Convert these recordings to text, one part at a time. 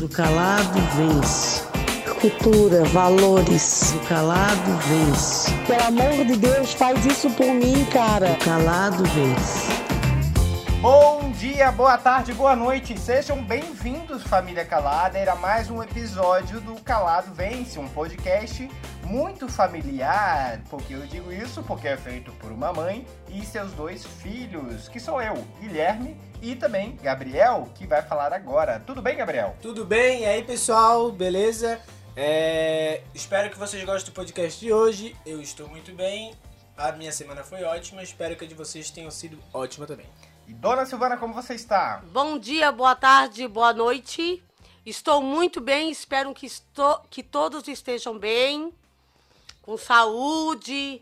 O calado vence. Cultura, valores. O calado vence. Pelo amor de Deus, faz isso por mim, cara. O calado vence. Bom dia, boa tarde, boa noite. Sejam bem-vindos, família Calada, a mais um episódio do Calado Vence, um podcast muito familiar. Porque eu digo isso porque é feito por uma mãe e seus dois filhos, que sou eu, Guilherme, e também Gabriel, que vai falar agora. Tudo bem, Gabriel? Tudo bem? E aí, pessoal? Beleza? Espero que vocês gostem do podcast de hoje. Eu estou muito bem. A minha semana foi ótima. Espero que a de vocês tenha sido ótima também. E Dona Silvana, como você está? Bom dia, boa tarde, boa noite. Estou muito bem, espero que todos estejam bem, com saúde.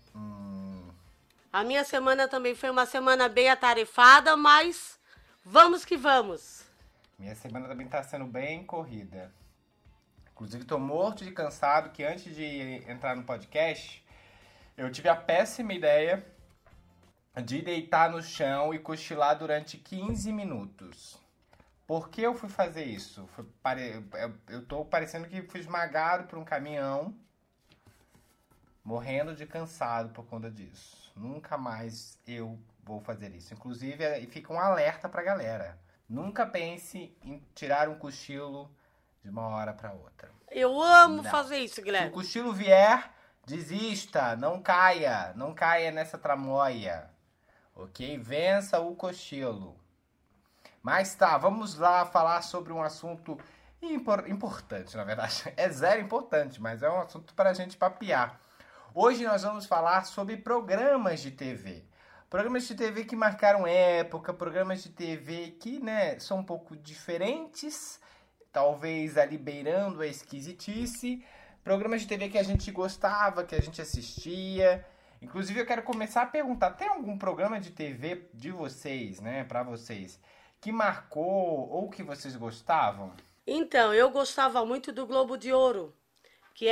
A minha semana também foi uma semana bem atarefada, mas vamos que vamos. Minha semana também está sendo bem corrida. Inclusive, estou morto de cansado, que antes de entrar no podcast, eu tive a péssima ideia de deitar no chão e cochilar durante 15 minutos. Por que eu fui fazer isso? Eu tô parecendo que fui esmagado por um caminhão, morrendo de cansado por conta disso. Nunca mais eu vou fazer isso. Inclusive, fica um alerta pra galera. Nunca pense em tirar um cochilo de uma hora pra outra. Eu amo fazer isso, Guilherme. Se o cochilo vier, desista, não caia nessa tramóia. Ok? Vença o cochilo. Mas tá, vamos lá falar sobre um assunto importante, na verdade. É zero importante, mas é um assunto para a gente papear. Hoje nós vamos falar sobre programas de TV. Programas de TV que marcaram época, programas de TV que, são um pouco diferentes, talvez ali beirando a esquisitice. Programas de TV que a gente gostava, que a gente assistia. Inclusive, eu quero começar a perguntar, tem algum programa de TV de vocês, pra vocês, que marcou ou que vocês gostavam? Então, eu gostava muito do Globo de Ouro, que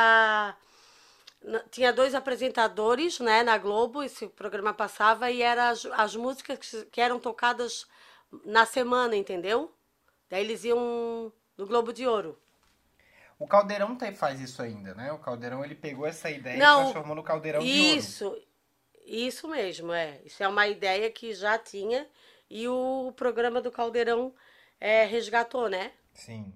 tinha 2 apresentadores, na Globo, esse programa passava, e eram as músicas que eram tocadas na semana, entendeu? Daí eles iam no Globo de Ouro. O Caldeirão faz isso ainda, né? O Caldeirão, ele pegou essa ideia e transformou no Caldeirão de Ouro. Isso mesmo, Isso é uma ideia que já tinha e o programa do Caldeirão resgatou, né? Sim.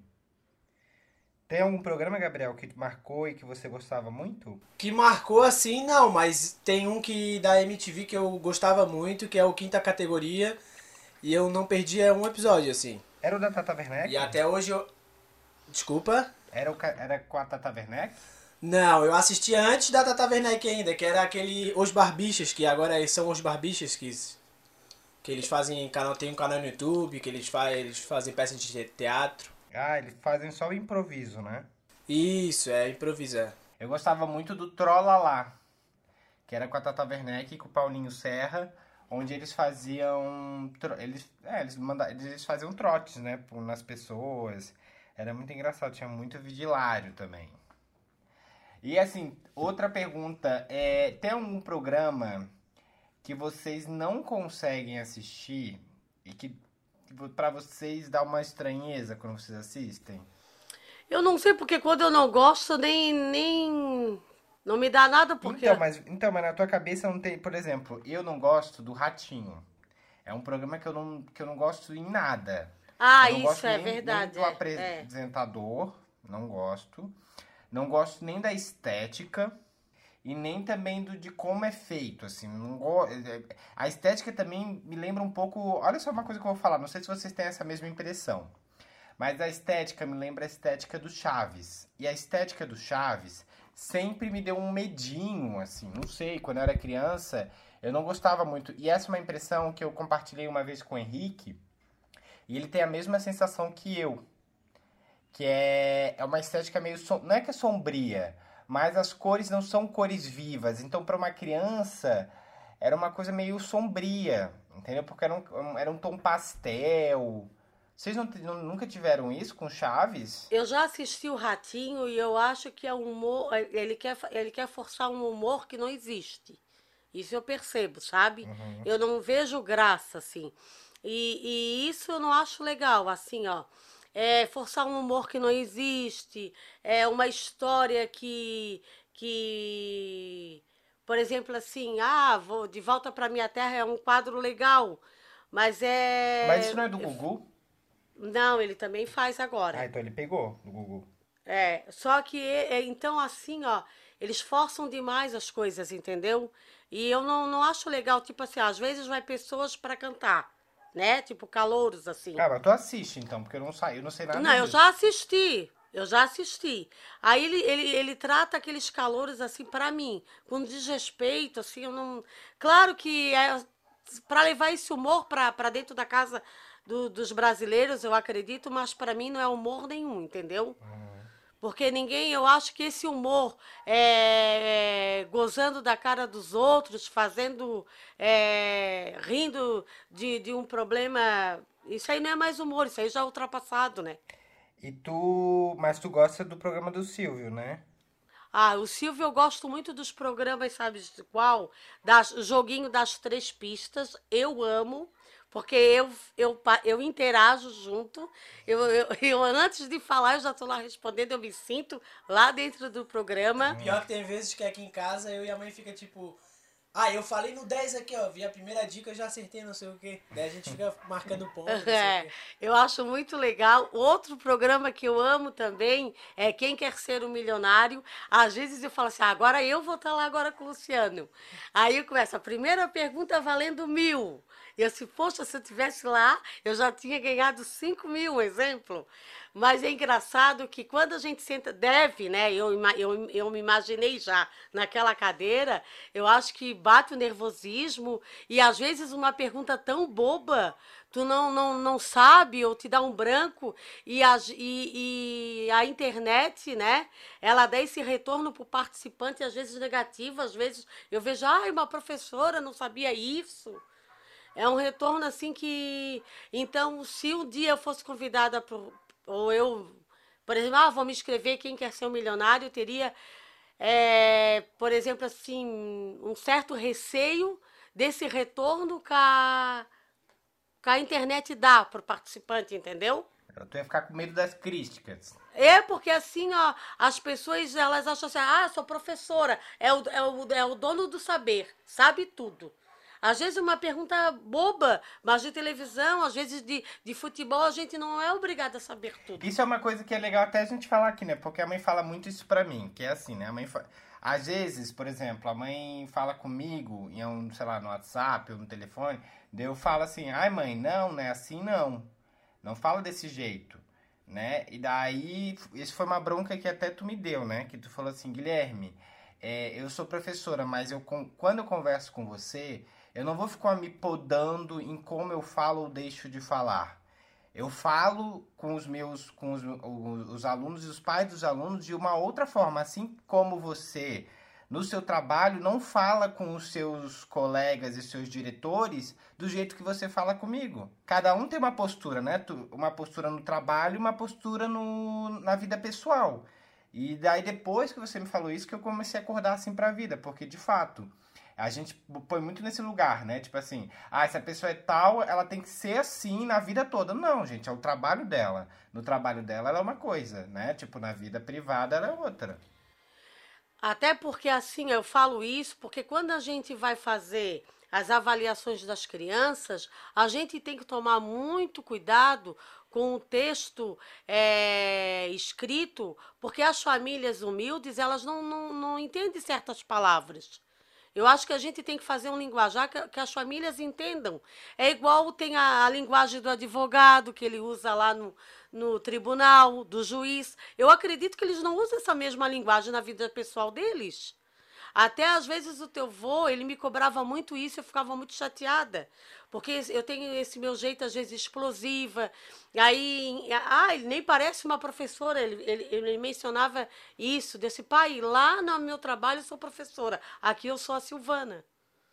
Tem algum programa, Gabriel, que marcou e que você gostava muito? Que marcou assim, não, mas tem um da MTV que eu gostava muito, que é o Quinta Categoria, e eu não perdia um episódio, assim. Era o da Tata Werneck? E até hoje eu... Desculpa? Era com a Tata Werneck? Não, eu assisti antes da Tata Werneck ainda, que era aquele Os Barbichas, que agora são Os Barbichas, que eles fazem tem um canal no YouTube, que eles fazem peças de teatro. Ah, eles fazem só o improviso, né? Isso, improvisar. Eu gostava muito do Trollala, que era com a Tata Werneck e com o Paulinho Serra, onde eles faziam... Eles faziam trotes, nas pessoas. Era muito engraçado, tinha muito vigilário também. E assim, outra pergunta, tem algum programa que vocês não conseguem assistir e que pra vocês dá uma estranheza quando vocês assistem? Eu não sei porque quando eu não gosto, nem não me dá nada porque... Então, mas na tua cabeça não tem... Por exemplo, eu não gosto do Ratinho. É um programa que eu não gosto em nada. Ah, isso é verdade. Nem do apresentador, não gosto. Não gosto nem da estética e nem também de como é feito, assim. A estética também me lembra um pouco... Olha só uma coisa que eu vou falar, não sei se vocês têm essa mesma impressão. Mas a estética me lembra a estética do Chaves. E a estética do Chaves sempre me deu um medinho, assim. Não sei, quando eu era criança, eu não gostava muito. E essa é uma impressão que eu compartilhei uma vez com o Henrique. E ele tem a mesma sensação que eu. Que é uma estética meio... Não é que é sombria, mas as cores não são cores vivas. Então, para uma criança, era uma coisa meio sombria, entendeu? Porque era um tom pastel. Vocês nunca tiveram isso com Chaves? Eu já assisti o Ratinho e eu acho que é um humor... Ele quer forçar um humor que não existe. Isso eu percebo, sabe? Uhum. Eu não vejo graça, assim. E isso eu não acho legal, assim, ó. forçar um humor que não existe, uma história por exemplo, assim, vou de volta para minha terra é um quadro legal, mas Mas isso não é do Gugu? não, ele também faz Ah, agora. então ele pegou do Gugu. Só que então assim, ó, eles forçam demais as coisas, entendeu? E eu não acho legal, tipo assim, às vezes vai pessoas para cantar, né? Tipo calouros assim. Ah, mas tu assiste então, porque eu não sei nada Não, eu disso. já assisti. Eu já assisti. Aí ele trata aqueles calouros assim pra mim, com desrespeito, assim, eu não. Claro que é para levar esse humor pra dentro da casa dos brasileiros, eu acredito, mas pra mim não é humor nenhum, entendeu? Porque ninguém, eu acho que esse humor gozando da cara dos outros, rindo de um problema, isso aí não é mais humor, isso aí já é ultrapassado, né? Mas tu gosta do programa do Silvio, né? O Silvio, eu gosto muito dos programas, sabe de qual? Joguinho das três pistas, eu amo, porque eu interajo junto. Antes de falar, eu já estou lá respondendo, eu me sinto lá dentro do programa. Pior que tem vezes que aqui em casa eu e a mãe fica tipo... eu falei no 10 aqui, ó. Vi a primeira dica, eu já acertei não sei o quê. Daí a gente fica marcando ponto, não sei o quê. Eu acho muito legal. Outro programa que eu amo também é Quem Quer Ser um Milionário. Às vezes eu falo assim, agora eu vou estar lá agora com o Luciano. Aí eu começo, a primeira pergunta valendo 1.000. E eu assim, poxa, se eu estivesse lá, eu já tinha ganhado 5.000, um exemplo. Mas é engraçado que quando a gente senta, né? Eu me imaginei já naquela cadeira, eu acho que bate o nervosismo e às vezes uma pergunta tão boba, tu não sabe ou te dá um branco e a internet, né? Ela dá esse retorno para o participante, às vezes negativo, às vezes eu vejo, uma professora não sabia isso. É um retorno assim que. Então, se um dia eu fosse convidada ou eu, por exemplo, vou me inscrever, quem quer ser um milionário, eu teria, por exemplo, assim, um certo receio desse retorno que a internet dá para o participante, entendeu? Tu ia ficar com medo das críticas. Porque assim, ó, as pessoas, elas acham assim, sou professora, é o dono do saber, sabe tudo. Às vezes uma pergunta boba, mas de televisão, às vezes de futebol, a gente não é obrigado a saber tudo. Isso é uma coisa que é legal até a gente falar aqui, né? Porque a mãe fala muito isso pra mim, que é assim, né? Às vezes, por exemplo, a mãe fala comigo, sei lá, no WhatsApp ou no telefone, daí eu falo assim, ai mãe, não é assim não. Não fala desse jeito, né? E daí, isso foi uma bronca que até tu me deu, né? Que tu falou assim, Guilherme, eu sou professora, mas quando eu converso com você, eu não vou ficar me podando em como eu falo ou deixo de falar. Eu falo com os alunos e os pais dos alunos de uma outra forma, assim como você, no seu trabalho, não fala com os seus colegas e seus diretores do jeito que você fala comigo. Cada um tem uma postura, né? Uma postura no trabalho e uma postura na vida pessoal. E daí, depois que você me falou isso, que eu comecei a acordar assim pra vida, porque, de fato, a gente põe muito nesse lugar, né? Tipo assim, se a pessoa é tal, ela tem que ser assim na vida toda. Não, gente, é o trabalho dela. No trabalho dela, ela é uma coisa, né? Tipo, na vida privada, ela é outra. Até porque assim, eu falo isso, porque quando a gente vai fazer as avaliações das crianças, a gente tem que tomar muito cuidado com o texto escrito, porque as famílias humildes, elas não entendem certas palavras. Eu acho que a gente tem que fazer um linguajar que as famílias entendam. É igual tem a linguagem do advogado, que ele usa lá no tribunal, do juiz. Eu acredito que eles não usam essa mesma linguagem na vida pessoal deles. Até às vezes o teu vô, ele me cobrava muito isso, eu ficava muito chateada. Porque eu tenho esse meu jeito, às vezes, explosiva. Aí, ele nem parece uma professora. Ele mencionava isso, desse pai, lá no meu trabalho eu sou professora, aqui eu sou a Silvana.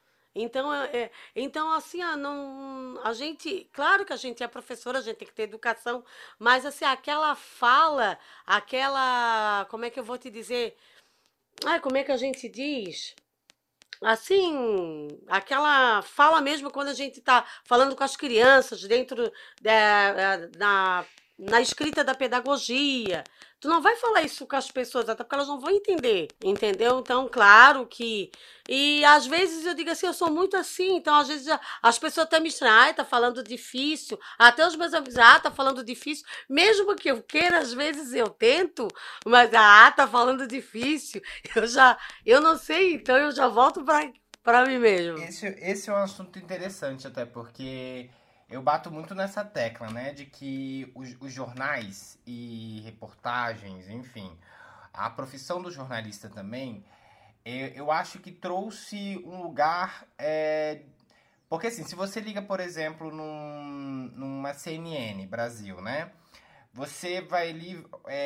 Então assim, não, a gente, claro que a gente é professora, a gente tem que ter educação, mas assim, aquela fala, como é que eu vou te dizer? Como é que a gente diz? Assim, aquela fala mesmo quando a gente está falando com as crianças dentro na escrita da pedagogia. Tu não vai falar isso com as pessoas, até porque elas não vão entender, entendeu? Então, claro que... E às vezes eu digo assim, eu sou muito assim, então às vezes as pessoas até me estranham, ai, tá falando difícil. Até os meus amigos, tá falando difícil. Mesmo que eu queira, às vezes eu tento, mas, tá falando difícil. Eu não sei, então eu já volto pra mim mesmo. Esse é um assunto interessante até, porque eu bato muito nessa tecla, né? De que os jornais e reportagens, enfim, a profissão do jornalista também, eu acho que trouxe um lugar... porque assim, se você liga, por exemplo, numa CNN Brasil, né? Você vai ali...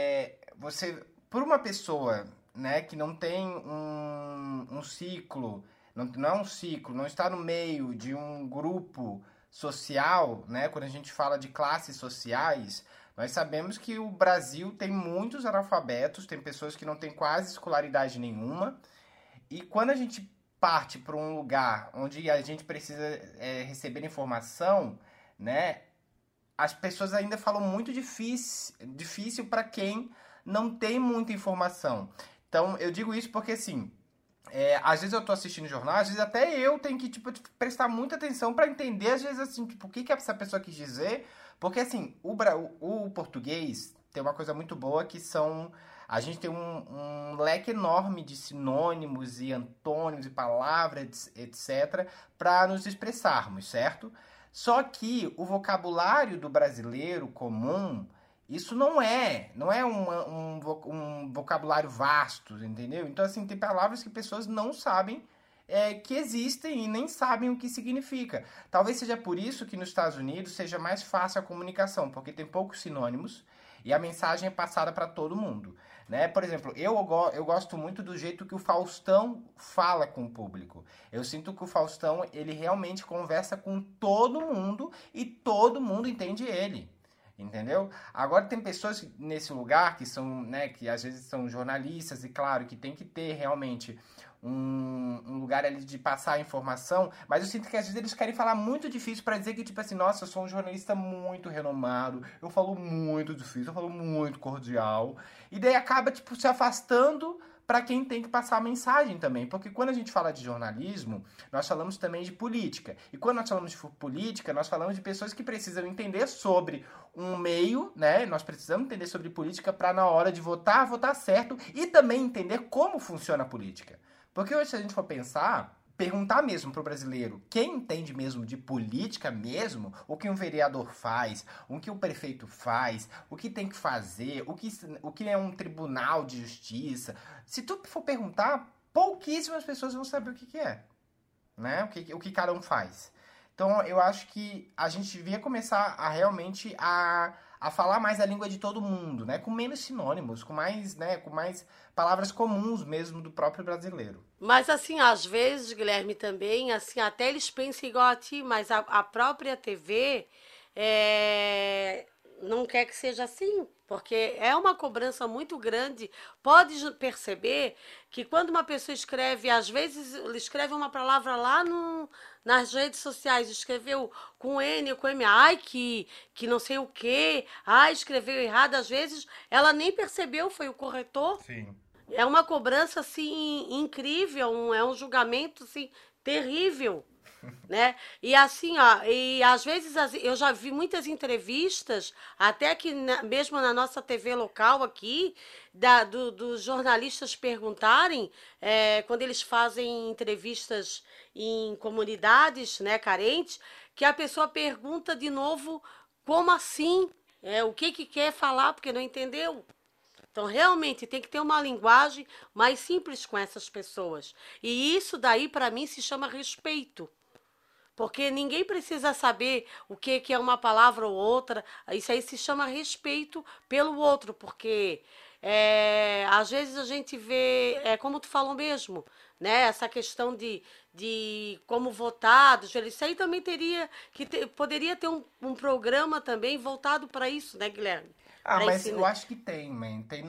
por uma pessoa, né, que não tem um ciclo... Não é um ciclo, não está no meio de um grupo social, né? Quando a gente fala de classes sociais, nós sabemos que o Brasil tem muitos analfabetos, tem pessoas que não têm quase escolaridade nenhuma. E quando a gente parte para um lugar onde a gente precisa receber informação, né? As pessoas ainda falam muito difícil para quem não tem muita informação. Então, eu digo isso porque, assim... às vezes eu tô assistindo jornal, às vezes até eu tenho que, tipo, prestar muita atenção pra entender, às vezes, assim, tipo, o que essa pessoa quis dizer. Porque, assim, o português tem uma coisa muito boa que são... A gente tem um leque enorme de sinônimos e antônimos e palavras, etc., pra nos expressarmos, certo? Só que o vocabulário do brasileiro comum... Isso não é um vocabulário vasto, entendeu? Então, assim, tem palavras que pessoas não sabem que existem e nem sabem o que significa. Talvez seja por isso que nos Estados Unidos seja mais fácil a comunicação, porque tem poucos sinônimos e a mensagem é passada para todo mundo, né? Por exemplo, eu gosto muito do jeito que o Faustão fala com o público. Eu sinto que o Faustão, ele realmente conversa com todo mundo e todo mundo entende ele. Entendeu? Agora tem pessoas nesse lugar que são, né, que às vezes são jornalistas e claro que tem que ter realmente um lugar ali de passar a informação, mas eu sinto que às vezes eles querem falar muito difícil pra dizer que tipo assim, nossa, eu sou um jornalista muito renomado, eu falo muito difícil, eu falo muito cordial, e daí acaba tipo se afastando para quem tem que passar a mensagem também. Porque quando a gente fala de jornalismo, nós falamos também de política. E quando nós falamos de política, nós falamos de pessoas que precisam entender sobre um meio, né? Nós precisamos entender sobre política para na hora de votar certo e também entender como funciona a política. Porque hoje, se a gente for perguntar mesmo pro brasileiro quem entende mesmo de política mesmo, o que um vereador faz, o que o prefeito faz, o que tem que fazer, o que é um tribunal de justiça. Se tu for perguntar, pouquíssimas pessoas vão saber o que é, né? O que cada um faz. Então, eu acho que a gente devia começar a realmente a falar mais a língua de todo mundo, né? Com menos sinônimos, com mais palavras comuns mesmo do próprio brasileiro. Mas assim, às vezes, Guilherme, também, assim, até eles pensam igual a ti, mas a própria TV não quer que seja assim, porque é uma cobrança muito grande. Pode perceber que quando uma pessoa escreve, às vezes ele escreve uma palavra lá nas redes sociais, escreveu com N ou com M, ai, que não sei o quê, ai, escreveu errado, às vezes ela nem percebeu, foi o corretor. Sim. É uma cobrança, assim, incrível, é um julgamento, assim, terrível, né? E assim, ó, e às vezes eu já vi muitas entrevistas, até que mesmo na nossa TV local aqui, dos jornalistas perguntarem, quando eles fazem entrevistas em comunidades, né, carentes, que a pessoa pergunta de novo, como assim? O que quer falar, porque não entendeu. Então, realmente, tem que ter uma linguagem mais simples com essas pessoas. E isso daí, para mim, se chama respeito. Porque ninguém precisa saber o que é uma palavra ou outra. Isso aí se chama respeito pelo outro. Porque, às vezes, a gente vê, como tu falou mesmo, né? Essa questão de como votar, isso aí também poderia ter um programa também voltado para isso, né, Guilherme? Mas eu acho que tem, man. Tem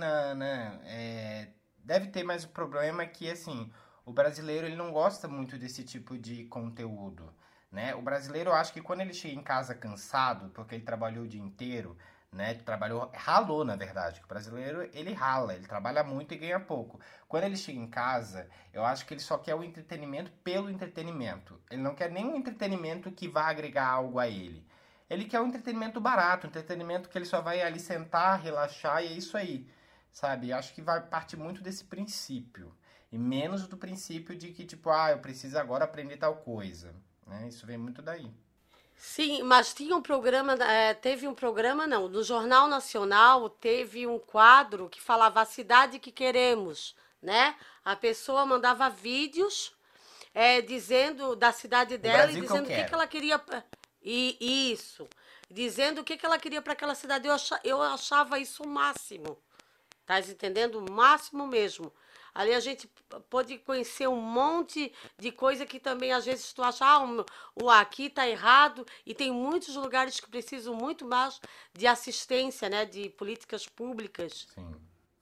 deve ter, mas o problema é que, assim, o brasileiro, ele não gosta muito desse tipo de conteúdo, né? O brasileiro, eu acho que quando ele chega em casa cansado, porque ele trabalhou o dia inteiro, né? Trabalhou, ralou, na verdade. O brasileiro, ele rala, ele trabalha muito e ganha pouco. Quando ele chega em casa, eu acho que ele só quer o entretenimento pelo entretenimento. Ele não quer nenhum entretenimento que vá agregar algo a ele. Ele quer um entretenimento barato, um entretenimento que ele só vai ali sentar, relaxar e é isso aí, sabe? Eu acho que vai partir muito desse princípio. E menos do princípio de que, tipo, eu preciso agora aprender tal coisa, né? Isso vem muito daí. Sim, mas tinha um programa, teve um programa, não, no Jornal Nacional teve um quadro que falava a cidade que queremos, né? A pessoa mandava vídeos dizendo da cidade dela e dizendo o que ela queria. Isso, dizendo o que ela queria para aquela cidade. Eu achava isso o máximo, tá entendendo? O máximo mesmo. Ali a gente pode conhecer um monte de coisa que também às vezes tu acha, o aqui tá errado, e tem muitos lugares que precisam muito mais de assistência, né, de políticas públicas. Sim.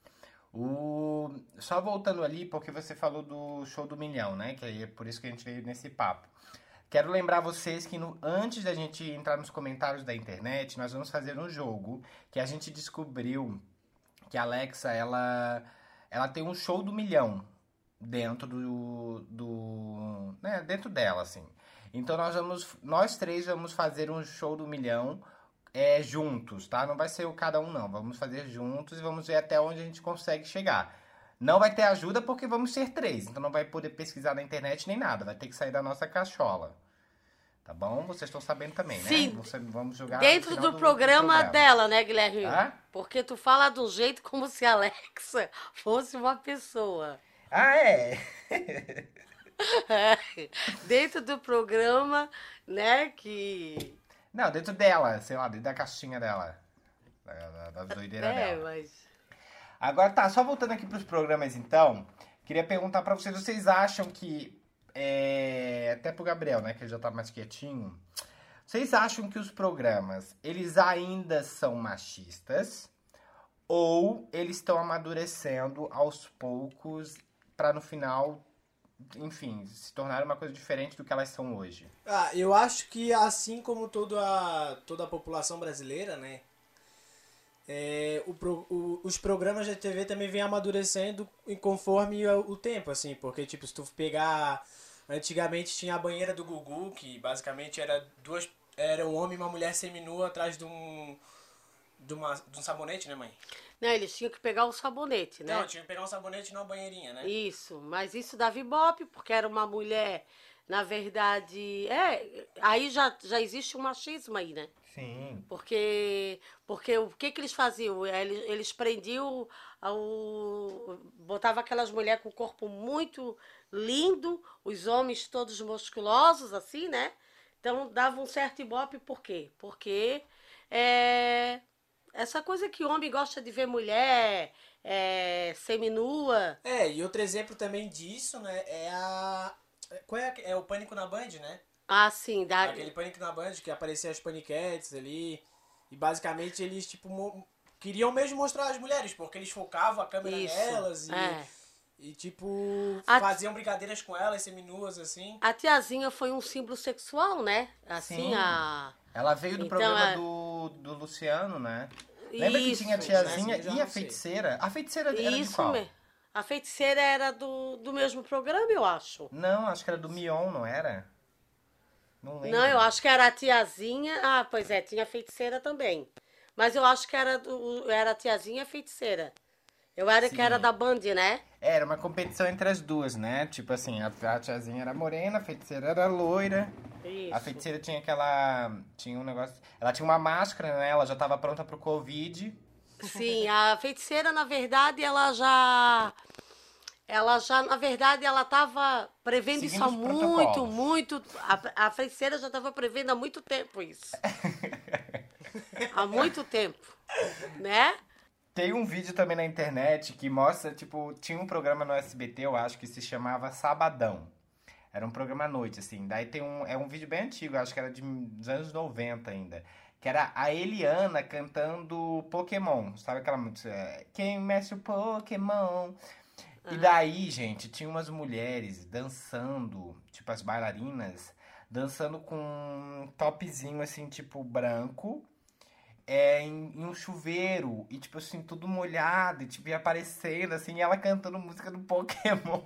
Só voltando ali, porque você falou do Show do Milhão, né, que é por isso que a gente veio nesse papo. Quero lembrar vocês que antes da gente entrar nos comentários da internet, nós vamos fazer um jogo que a gente descobriu que a Alexa, ela tem um show do milhão dentro dentro dela, assim. Então nós três vamos fazer um show do milhão juntos, tá? Não vai ser o cada um, não. Vamos fazer juntos e vamos ver até onde a gente consegue chegar. Não vai ter ajuda porque vamos ser três, então não vai poder pesquisar na internet nem nada. Vai ter que sair da nossa cachola. Tá bom? Vocês estão sabendo também, né? Sim. Vamos jogar dentro do programa dela, né, Guilherme? Hã? Porque tu fala do jeito como se a Alexa fosse uma pessoa. É? Dentro do programa, né, que... Não, dentro dela, sei lá, dentro da caixinha dela. Das doideiras dela. Mas... Agora tá, só voltando aqui pros programas então, queria perguntar pra vocês acham que... até pro Gabriel, né, que ele já tá mais quietinho. Vocês acham que os programas, eles ainda são machistas? Ou eles estão amadurecendo aos poucos pra no final, enfim, se tornar uma coisa diferente do que elas são hoje? Eu acho que assim como toda a população brasileira, né? Os programas de TV também vêm amadurecendo conforme o tempo, assim, porque, tipo, se tu pegar... Antigamente tinha a banheira do Gugu, que basicamente era um homem e uma mulher seminua atrás de um sabonete, né, mãe? Não, eles tinham que pegar o sabonete, né? Não, tinha que pegar um sabonete numa banheirinha, né? Isso, mas isso dava ibope, porque era uma mulher, na verdade... aí já existe um machismo aí, né? Sim. Porque o que eles faziam? Eles prendiam, botava aquelas mulheres com o corpo muito lindo, os homens todos musculosos, assim, né? Então dava um certo ibope, por quê? Porque essa coisa que o homem gosta de ver mulher seminua. E outro exemplo também disso, né, é o Pânico na Band, né? Ah, sim. Aquele Pânico na Band que aparecia as paniquetes ali. E basicamente eles, tipo, queriam mesmo mostrar as mulheres, porque eles focavam a câmera nelas e tipo, faziam brincadeiras com elas, seminuas, assim. A tiazinha foi um símbolo sexual, né? Assim, Sim. Ela veio do programa do Luciano, né? Lembra que tinha a tiazinha e a feiticeira? A feiticeira era de qual? A feiticeira era do mesmo programa, eu acho. Não, acho que era do Mion, não era? Não lembro. Não, eu acho que era a tiazinha. Ah, pois tinha a feiticeira também. Mas eu acho que era a tiazinha e a feiticeira. Que era da Band, né? Era uma competição entre as duas, né? Tipo assim, a tiazinha era morena, a feiticeira era loira. Isso. A feiticeira tinha um negócio... Ela tinha uma máscara, né? Ela já tava pronta pro Covid. Sim, a feiticeira, na verdade, ela já, na verdade, ela estava prevendo Seguindo isso há os protocolos. muito... A feiticeira já estava prevendo há muito tempo isso. Há muito tempo, né? Tem um vídeo também na internet que mostra, tipo, tinha um programa no SBT, eu acho, que se chamava Sabadão. Era um programa à noite, assim. Daí tem um vídeo bem antigo, acho que era dos anos 90 ainda. Que era a Eliana cantando Pokémon. Sabe aquela música? Quem mexe o Pokémon? E daí, gente, tinha umas mulheres dançando, tipo as bailarinas, dançando com um topzinho, assim, tipo, branco. em um chuveiro, e tipo assim, tudo molhado, e tipo, ia aparecendo, assim, e ela cantando música do Pokémon.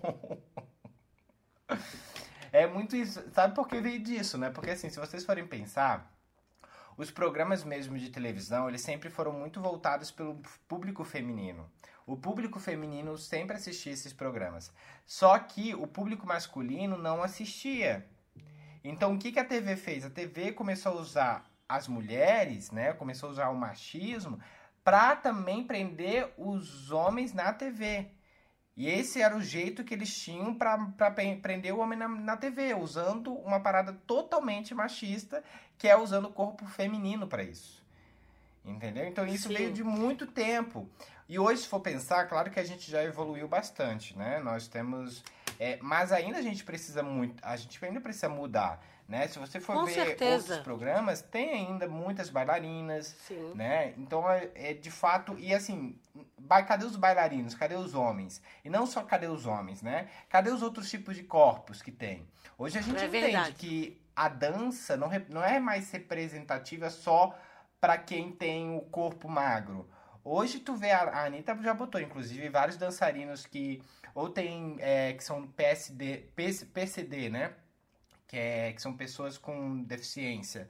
É muito isso. Sabe por que veio disso, né? Porque assim, se vocês forem pensar, os programas mesmo de televisão, eles sempre foram muito voltados pelo público feminino. O público feminino sempre assistia esses programas. Só que o público masculino não assistia. Então, o que a TV fez? A TV começou a usar as mulheres, né? Começou a usar o machismo para também prender os homens na TV. E esse era o jeito que eles tinham para prender o homem na TV, usando uma parada totalmente machista, que é usando o corpo feminino para isso. Entendeu? Então isso Sim. veio de muito tempo. E hoje, se for pensar, claro que a gente já evoluiu bastante, né? Nós temos... mas ainda a gente precisa muito... A gente ainda precisa mudar, né? Se você for Com ver certeza. outros programas, tem ainda muitas bailarinas, Sim. né? Então, de fato... E assim, cadê os bailarinos? Cadê os homens? E não só cadê os homens, né? Cadê os outros tipos de corpos que tem? Hoje a gente É entende verdade. que a dança não é mais representativa só para quem tem o corpo magro. Hoje tu vê, a Anitta já botou, inclusive, vários dançarinos que ou tem, que são PCD, né? Que são pessoas com deficiência.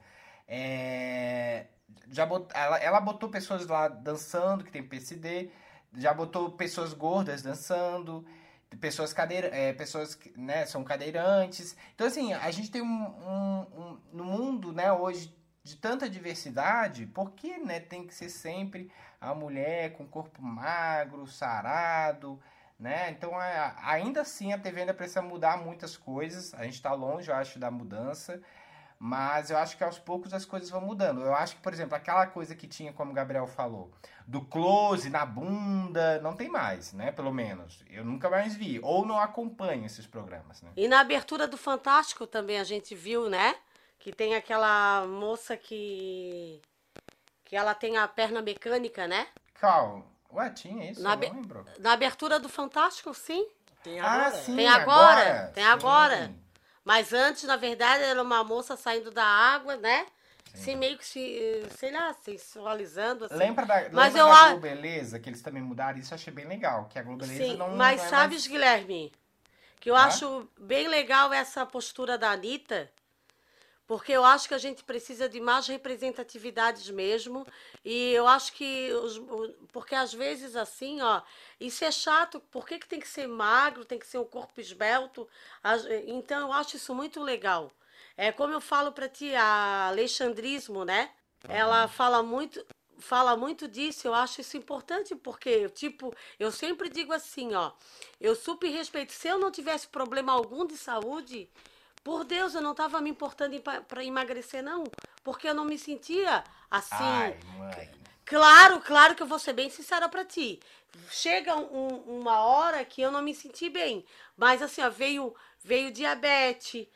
Ela botou pessoas lá dançando, que tem PCD, já botou pessoas gordas dançando, pessoas pessoas que, né, são cadeirantes. Então, assim, a gente tem no mundo, né, hoje, de tanta diversidade, por que, né, tem que ser sempre a mulher com corpo magro, sarado, né? Então, ainda assim, a TV ainda precisa mudar muitas coisas. A gente está longe, eu acho, da mudança, mas eu acho que aos poucos as coisas vão mudando. Eu acho que, por exemplo, aquela coisa que tinha, como o Gabriel falou, do close na bunda, não tem mais, né? Pelo menos. Eu nunca mais vi. Ou não acompanho esses programas, né? E na abertura do Fantástico também a gente viu, né? Que tem aquela moça que ela tem a perna mecânica, né? Qual? Ué, tinha isso? Na, Eu não lembro. na abertura do Fantástico, sim. Tem agora. sim, Tem agora? Tem sim. agora. Mas antes, na verdade, era uma moça saindo da água, né? Assim, meio que sei lá, sensualizando, assim. Lembra da Mas eu Globeleza, que eles também mudaram? Isso eu achei bem legal, que a Globeleza Sim, não mas não é sabes, mais... Guilherme, que eu acho bem legal essa postura da Anitta, porque eu acho que a gente precisa de mais representatividades mesmo, e eu acho que, porque às vezes assim, ó, isso é chato, por que tem que ser magro, tem que ser um corpo esbelto? Então eu acho isso muito legal. É como eu falo pra ti, a alexandrismo, né? Ela fala muito disso, eu acho isso importante, porque, tipo, eu sempre digo assim, ó, eu super respeito, se eu não tivesse problema algum de saúde, por Deus, eu não estava me importando para emagrecer, não, porque eu não me sentia assim. Ai, mãe. Claro que eu vou ser bem sincera pra ti. Chega uma hora que eu não me senti bem, mas assim, ó, veio diabetes,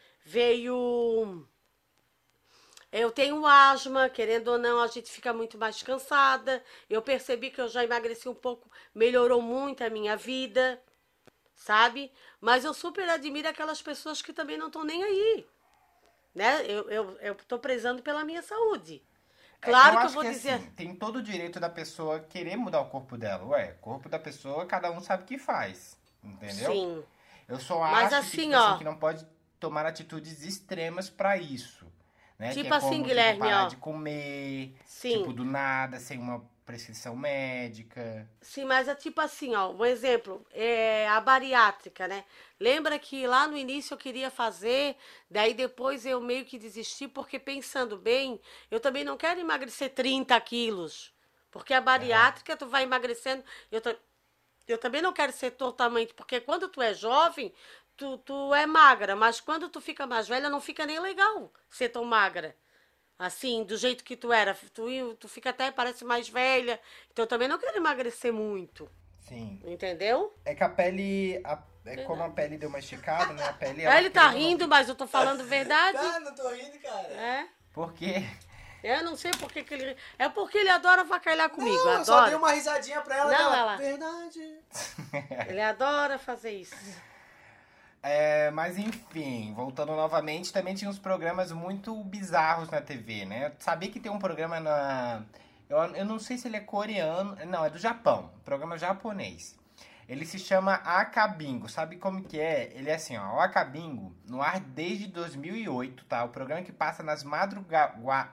eu tenho asma, querendo ou não, a gente fica muito mais cansada. Eu percebi que eu já emagreci um pouco, melhorou muito a minha vida, sabe? Mas eu super admiro aquelas pessoas que também não estão nem aí, né? Eu tô prezando pela minha saúde. Claro que eu vou dizer... Assim, tem todo o direito da pessoa querer mudar o corpo dela. Ué, o corpo da pessoa, cada um sabe o que faz, entendeu? Sim. Eu só Mas acho assim, que, tipo, ó, assim, que não pode tomar atitudes extremas pra isso. Né? Tipo que é assim, como, Guilherme, parar ó. de comer, Sim. tipo, do nada, sem uma prescrição médica. Sim, mas é tipo assim, ó, um exemplo, a bariátrica, né? Lembra que lá no início eu queria fazer, daí depois eu meio que desisti, porque pensando bem, eu também não quero emagrecer 30 quilos, porque a bariátrica tu vai emagrecendo, eu também não quero ser totalmente, porque quando tu é jovem, tu é magra, mas quando tu fica mais velha, não fica nem legal ser tão magra. Assim, do jeito que tu era, tu fica até, parece mais velha. Então eu também não quero emagrecer muito. Sim. Entendeu? É que a pele, como a pele deu uma esticada, né? A pele... Ele tá rindo, mas eu tô falando verdade. Cara, não tô rindo, cara. É. Por quê? Eu não sei por que ele... É porque ele adora avacalhar comigo, Não, eu adora. só dei uma risadinha pra ela. Não, Dela. ela- Verdade. Ele adora fazer isso. Mas enfim, voltando novamente, também tinha uns programas muito bizarros na TV, né? Sabia que tem um programa Eu não sei se ele é coreano. Não, é do Japão. Programa japonês. Ele se chama Akabingo. Sabe como que é? Ele é assim, ó. O Akabingo, no ar desde 2008, tá? O programa que passa nas madrugadas...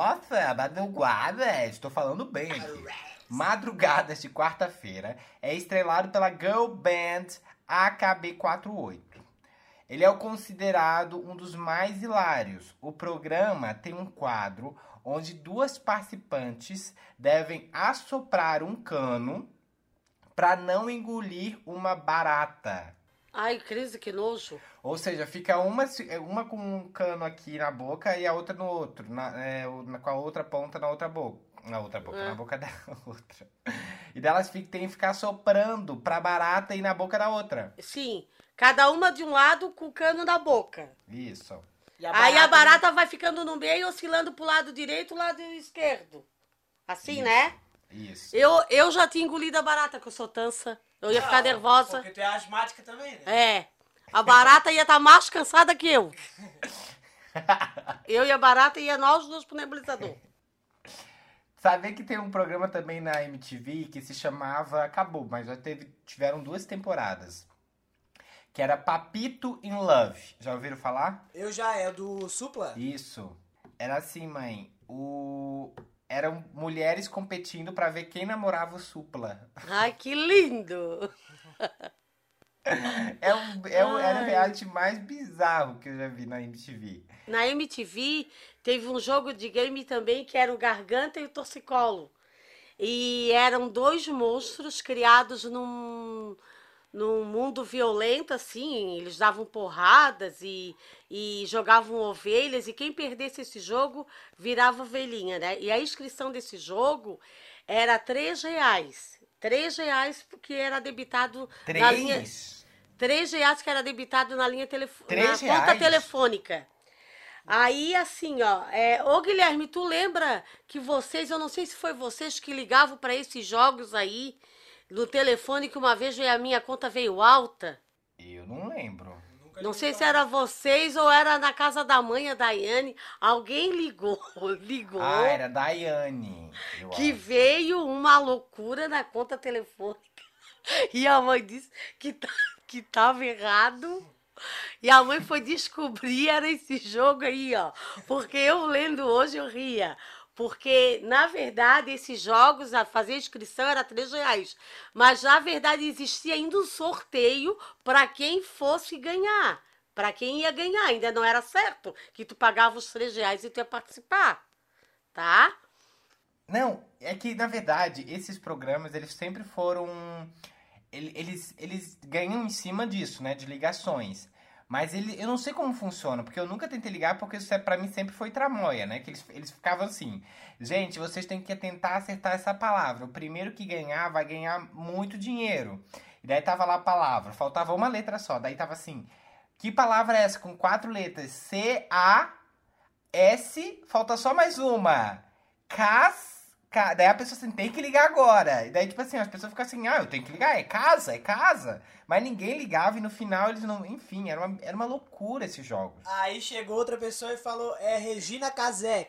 Estou falando bem aqui. Madrugadas de quarta-feira. É estrelado pela girl band AKB48. Ele é considerado um dos mais hilários. O programa tem um quadro onde duas participantes devem assoprar um cano para não engolir uma barata. Ai, crise, que nojo. Ou seja, fica uma com um cano aqui na boca e a outra no outro. Com a outra ponta na outra boca. Na outra boca, na boca da outra. E delas tem que ficar soprando pra barata ir na boca da outra. Sim, cada uma de um lado com o cano na boca. Isso. Aí a barata vai ficando no meio, oscilando pro lado direito e lado esquerdo. Assim, Isso. né? Isso. Eu já tinha engolido a barata, que eu sou tansa. Eu ia ficar nervosa. Porque tu é asmática também, né? É. A barata ia estar mais cansada que eu. Eu e a barata ia nós dois pro nebulizador. Sabe que tem um programa também na MTV que se chamava... Acabou, mas já tiveram 2 temporadas. Que era Papito in Love. Já ouviram falar? Eu já, é do Supla? Isso. Era assim, mãe. Eram mulheres competindo pra ver quem namorava o Supla. Ai, que lindo! Era o reality mais bizarro que eu já vi na MTV. Na MTV teve um jogo de game também que era o Garganta e o Torcicolo. E eram 2 monstros criados num mundo violento, assim. Eles davam porradas e jogavam ovelhas. E quem perdesse esse jogo virava ovelhinha, né? E a inscrição desse jogo era R$3. R$3 porque era debitado na linha... R$3 que era debitado na linha na conta telefônica. Aí, assim, ó, ô Guilherme, tu lembra que vocês, eu não sei se foi vocês que ligavam para esses jogos aí no telefone, que uma vez a minha conta veio alta? Eu não lembro. Não sei se era vocês ou era na casa da mãe, a Daiane. Alguém ligou. Ah, era Daiane. Que veio uma loucura na conta telefônica. E a mãe disse que tava errado. E a mãe foi descobrir, era esse jogo aí, ó. Porque eu lendo hoje eu ria. Porque, na verdade, esses jogos, a fazer inscrição era R$3. Mas, na verdade, existia ainda um sorteio para quem fosse ganhar. Para quem ia ganhar. Ainda não era certo que tu pagava os R$3 e tu ia participar. Tá? Não, é que, na verdade, esses programas, eles sempre foram... Eles ganham em cima disso, né? De ligações. Mas eu não sei como funciona, porque eu nunca tentei ligar, porque isso pra mim sempre foi tramóia, né? Que eles ficavam assim, gente, vocês têm que tentar acertar essa palavra. O primeiro que ganhar vai ganhar muito dinheiro. E daí tava lá a palavra, faltava uma letra só. Daí tava assim, que palavra é essa com 4 letras? C-A-S, falta só mais uma. Daí a pessoa assim, tem que ligar agora. E daí, tipo assim, as pessoas ficam assim, eu tenho que ligar, é casa. Mas ninguém ligava e no final eles não... Enfim, era uma loucura esses jogos. Aí chegou outra pessoa e falou, é Regina Casé.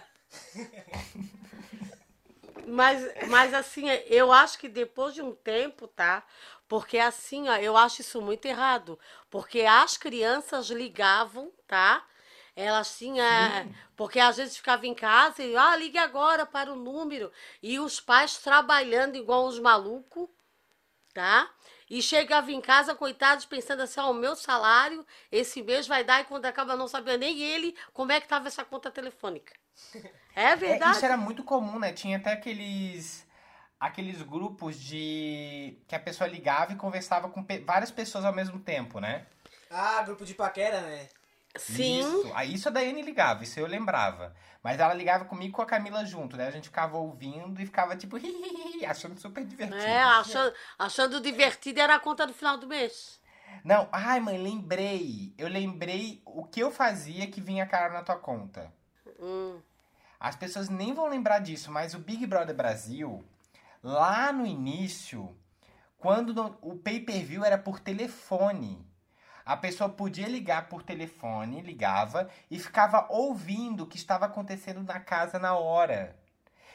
Mas assim, eu acho que depois de um tempo, tá? Porque assim, ó, eu acho isso muito errado. Porque as crianças ligavam, tá? Elas tinham... Porque às vezes ficava em casa e... ligue agora para o número. E os pais trabalhando igual uns malucos, tá? E chegava em casa, coitados, pensando assim, o meu salário esse mês vai dar. E quando acaba não sabia nem ele como é que estava essa conta telefônica. É verdade. Isso era muito comum, né? Tinha até aqueles grupos que a pessoa ligava e conversava com várias pessoas ao mesmo tempo, né? Ah, grupo de paquera, né? Sim. Isso a Daiane ligava, isso eu lembrava. Mas ela ligava comigo e com a Camila junto, né? A gente ficava ouvindo e ficava tipo, achando super divertido. Achando divertido era a conta do final do mês. Não, mãe, lembrei. Eu lembrei o que eu fazia que vinha caro na tua conta. As pessoas nem vão lembrar disso, mas o Big Brother Brasil, lá no início, quando o pay-per-view era por telefone. A pessoa podia ligar por telefone, ligava e ficava ouvindo o que estava acontecendo na casa na hora.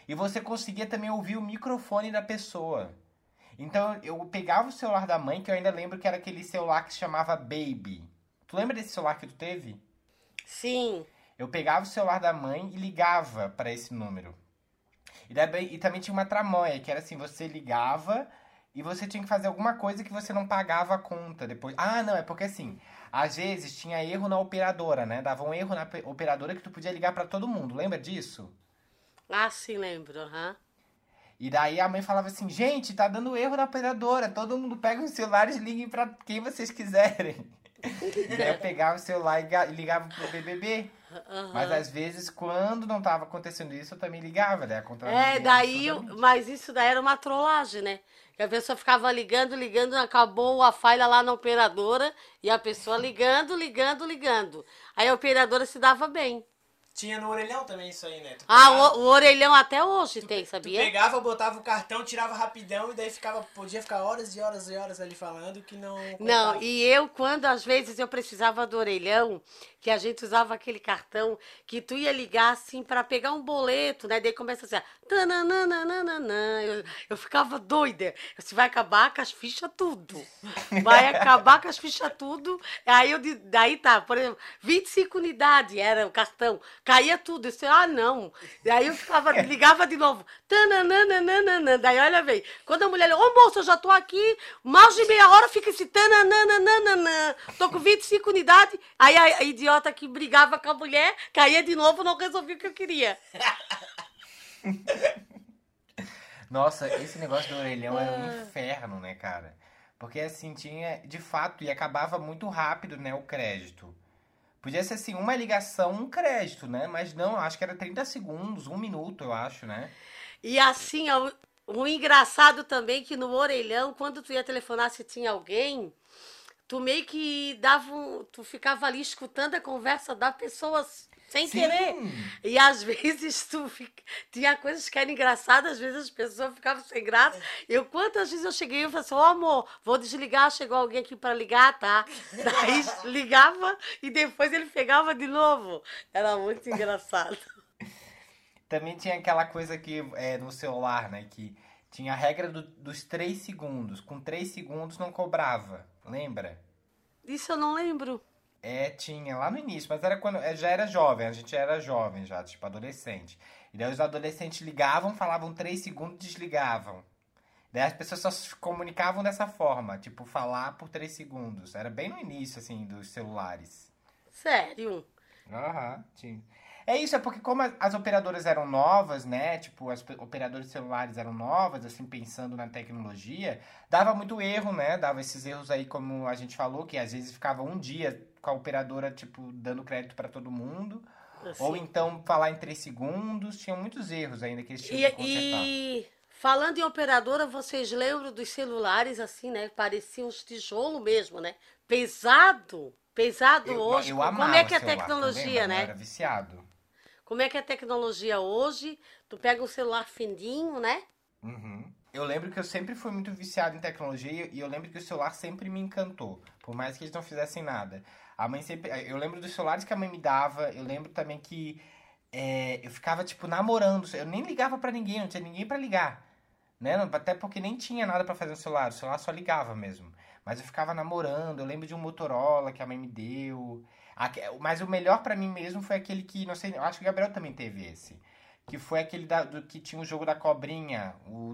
e você conseguia também ouvir o microfone da pessoa. Então eu pegava o celular da mãe, que eu ainda lembro que era aquele celular que se chamava Baby. Tu lembra desse celular que tu teve? Sim. Eu pegava o celular da mãe e ligava para esse número. E também tinha uma tramóia, que era assim, você ligava e você tinha que fazer alguma coisa que você não pagava a conta depois. Ah, não, é porque assim, às vezes tinha erro na operadora, né? Dava um erro na operadora que tu podia ligar para todo mundo, lembra disso? Ah, sim, lembro, aham. E daí a mãe falava assim, gente, tá dando erro na operadora, todo mundo pega os celulares e liguem pra quem vocês quiserem. E daí eu pegava o celular e ligava pro BBB. Mas às vezes, quando não tava acontecendo isso, eu também ligava, né? Mas isso daí era uma trollagem, né? Que a pessoa ficava ligando, acabou a falha lá na operadora, e a pessoa ligando. Aí a operadora se dava bem. Tinha no orelhão também isso aí, né? O orelhão até hoje tem, sabia? Tu pegava, botava o cartão, tirava rapidão e daí podia ficar horas e horas ali falando que não... Não, contava. e eu, quando às vezes eu precisava do orelhão, que a gente usava aquele cartão, que tu ia ligar assim pra pegar um boleto, né? Daí começa assim, tananana, eu ficava doida. Você vai acabar com as fichas tudo. Vai acabar com as fichas tudo. Daí tá, por exemplo, 25 unidades era o cartão. Caía tudo. Eu disse, não. Daí eu ligava de novo. Tananana. Daí olha bem. Quando a mulher, moço, eu já tô aqui, mais de meia hora fica esse tananana. Tô com 25 unidades. Aí a idiota que brigava com a mulher, caía de novo, não resolvia o que eu queria. Nossa, esse negócio do orelhão era um inferno, né, cara? Porque assim, tinha, de fato, e acabava muito rápido, né, o crédito. Podia ser assim, uma ligação, um crédito, né? Mas não, acho que era 30 segundos, 1 minuto, eu acho, né? E assim, o engraçado também que no orelhão, quando tu ia telefonar se tinha alguém, tu meio que tu ficava ali escutando a conversa da pessoa sem Sim. querer. E às vezes tinha coisas que eram engraçadas, às vezes as pessoas ficavam sem graça. Quantas vezes eu cheguei e falei assim, amor, vou desligar, chegou alguém aqui para ligar, tá? Daí ligava e depois ele pegava de novo. Era muito engraçado. Também tinha aquela coisa que no celular, né? Que tinha a regra dos 3 segundos. Com 3 segundos não cobrava. Lembra? Isso eu não lembro. Tinha lá no início, mas era quando já era jovem, a gente era jovem já, tipo adolescente. E daí os adolescentes ligavam, falavam 3 segundos e desligavam. Daí as pessoas só se comunicavam dessa forma, tipo, falar por 3 segundos. Era bem no início, assim, dos celulares. Sério? Aham, tinha. É isso, é porque como as operadoras eram novas, né? Tipo, as operadoras de celulares eram novas, assim, pensando na tecnologia, dava muito erro, né? Dava esses erros aí, como a gente falou, que às vezes ficava um dia com a operadora, tipo, dando crédito para todo mundo. Assim. Ou então falar em 3 segundos. Tinha muitos erros ainda que eles tinham que consertar. E falando em operadora, vocês lembram dos celulares assim, né? Pareciam uns tijolos mesmo, né? Pesado hoje. Eu amava como é que é a celular tecnologia, também, né? Eu era viciado. Como é que é a tecnologia hoje? Tu pega um celular fininho, né? Uhum. Eu lembro que eu sempre fui muito viciado em tecnologia e eu lembro que o celular sempre me encantou. Por mais que eles não fizessem nada. A mãe sempre... Eu lembro dos celulares que a mãe me dava. Eu lembro também que eu ficava, tipo, namorando. Eu nem ligava pra ninguém, não tinha ninguém pra ligar. Né? Até porque nem tinha nada pra fazer no celular. O celular só ligava mesmo. Mas eu ficava namorando. Eu lembro de um Motorola que a mãe me deu. Mas o melhor pra mim mesmo foi aquele que... Não sei, eu acho que o Gabriel também teve esse. Que foi aquele que tinha o jogo da cobrinha.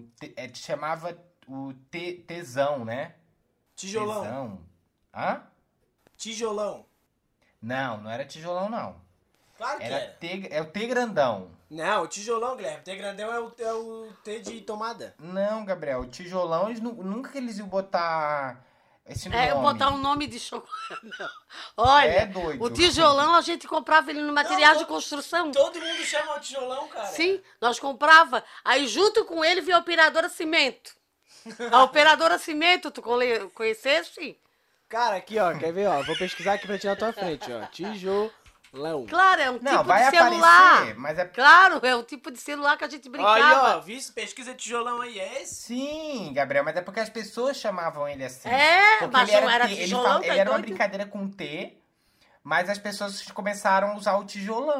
Chamava o Tesão, né? Tijolão. Tesão. Hã? Tijolão. Não era tijolão, não. Claro que era. É o T grandão. Não, o tijolão, Guilherme. T grandão é o T de tomada. Não, Gabriel. O tijolão, nunca que eles iam botar esse nome. Botar um nome de chocolate. Olha, É doido. o tijolão a gente comprava ele no material de construção. Todo mundo chama o tijolão, cara. Sim, nós comprava. Aí junto com ele veio a operadora cimento. A operadora cimento, tu conheceste? Cara, aqui, ó, quer ver, ó? Vou pesquisar aqui pra tirar na tua frente, ó. Tijolão. Claro, é um Não, tipo vai de celular. aparecer, mas é... Claro, é o tipo de celular que a gente brincava. Aí, ó, viu? Pesquisa tijolão aí, é esse? Sim, Gabriel, mas é porque as pessoas chamavam ele assim. É, porque mas ele não era T, tijolão, ele tá era uma doido? brincadeira com T, mas as pessoas começaram a usar o tijolão,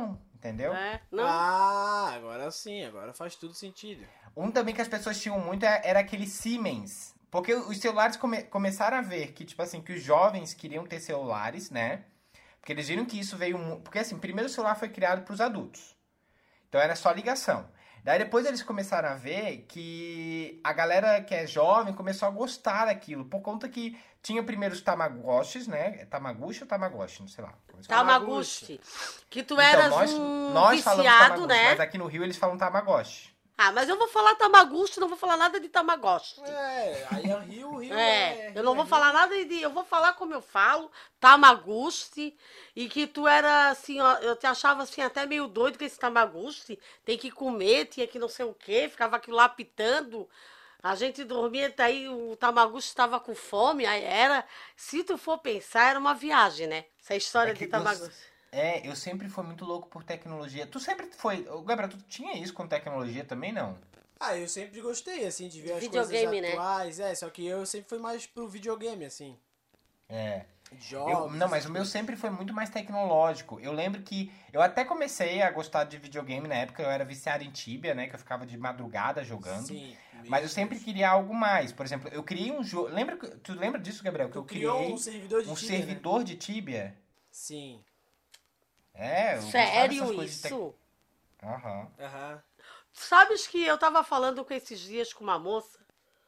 entendeu? Não. Ah, agora sim, agora faz tudo sentido. Um também que as pessoas tinham muito era aquele Siemens. Porque os celulares começaram a ver que, tipo assim, que os jovens queriam ter celulares, né? Porque eles viram que isso veio... Porque, assim, primeiro o celular foi criado para os adultos. Então era só ligação. Daí depois eles começaram a ver que a galera que é jovem começou a gostar daquilo. Por conta que tinha primeiro os Tamagotchis, né? Tamaguchi ou Tamagotchi? Não sei lá. Tamaguchi. Que tu Então, eras nós falamos viciado, Tamagotchi, né? mas aqui no Rio eles falam Tamagotchi. Ah, mas eu vou falar Tamaguchi, não vou falar nada de Tamagotchi. Aí é Rio eu não vou falar nada de... Eu vou falar como eu falo, Tamaguchi, e que tu era assim, ó, eu te achava assim até meio doido com esse Tamaguchi, tem que comer, tinha que não sei o quê, ficava aquilo lá pitando, a gente dormia, daí o Tamaguchi estava com fome, aí era, se tu for pensar, era uma viagem, né? Essa história de Tamaguchi. Eu sempre fui muito louco por tecnologia. Tu sempre foi... Gabriel, tu tinha isso com tecnologia também, não? Ah, eu sempre gostei, assim, de ver as Videogame, coisas atuais. Só que eu sempre fui mais pro videogame, assim. Jogos. Não, mas o meu sempre foi muito mais tecnológico. Eu lembro que eu até comecei a gostar de videogame na época, eu era viciado em Tibia, né? Que eu ficava de madrugada jogando. Sim, mas eu sempre queria algo mais. Por exemplo, eu criei um jogo... Tu lembra disso, Gabriel? Que eu criei um servidor de Tibia, servidor de Tibia? Sim. Eu Sério isso? Aham. Sabes que eu tava falando com esses dias com uma moça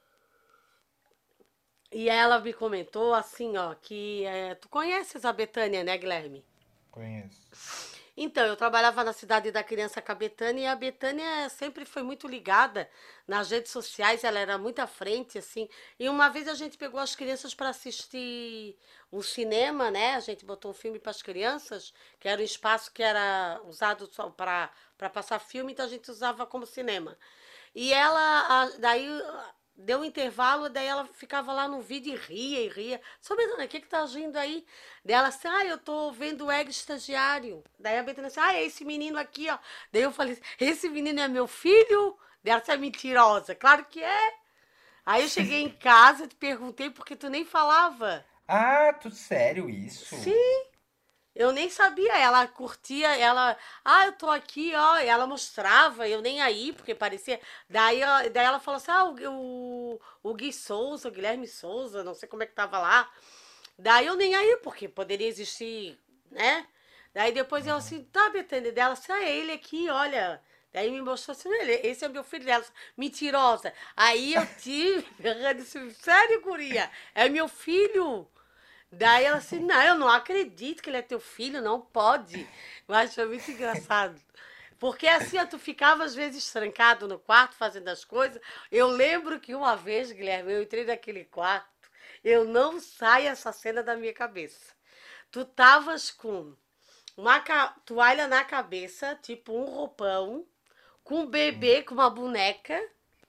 e ela me comentou assim, ó, que tu conheces a Betânia, né, Guilherme? Conheço. Então, eu trabalhava na Cidade da Criança com a Betânia, e a Betânia sempre foi muito ligada nas redes sociais, ela era muito à frente, assim. E uma vez a gente pegou as crianças para assistir um cinema, né? A gente botou um filme para as crianças, que era um espaço que era usado só para passar filme, então a gente usava como cinema. E ela, daí... Deu um intervalo, daí ela ficava lá no vídeo e ria. Só Betânia, o que tá agindo aí? Daí ela assim, eu tô vendo o Ego Estagiário. Daí a Betânia assim, é esse menino aqui, ó. Daí eu falei, esse menino é meu filho? Daí ela assim, é mentirosa. Claro que é. Aí eu cheguei em casa, te perguntei porque tu nem falava. Ah, sério isso? Sim. Eu nem sabia, ela curtia, eu tô aqui, ó, e ela mostrava, eu nem aí, porque parecia, daí ela falou assim, o Gui Souza, o Guilherme Souza, não sei como é que tava lá, daí eu nem aí, porque poderia existir, né, daí depois eu assim, tá, Betânia, dela assim, é ele aqui, olha, daí me mostrou assim, esse é meu filho dela, mentirosa, aí eu disse, sério, guria, é meu filho. Daí ela assim, não, eu não acredito que ele é teu filho, não pode. Mas foi muito engraçado. Porque assim, tu ficava às vezes trancado no quarto fazendo as coisas. Eu lembro que uma vez, Guilherme, eu entrei naquele quarto, eu não saio essa cena da minha cabeça. Tu tavas com uma toalha na cabeça, tipo um roupão, com um bebê, com uma boneca.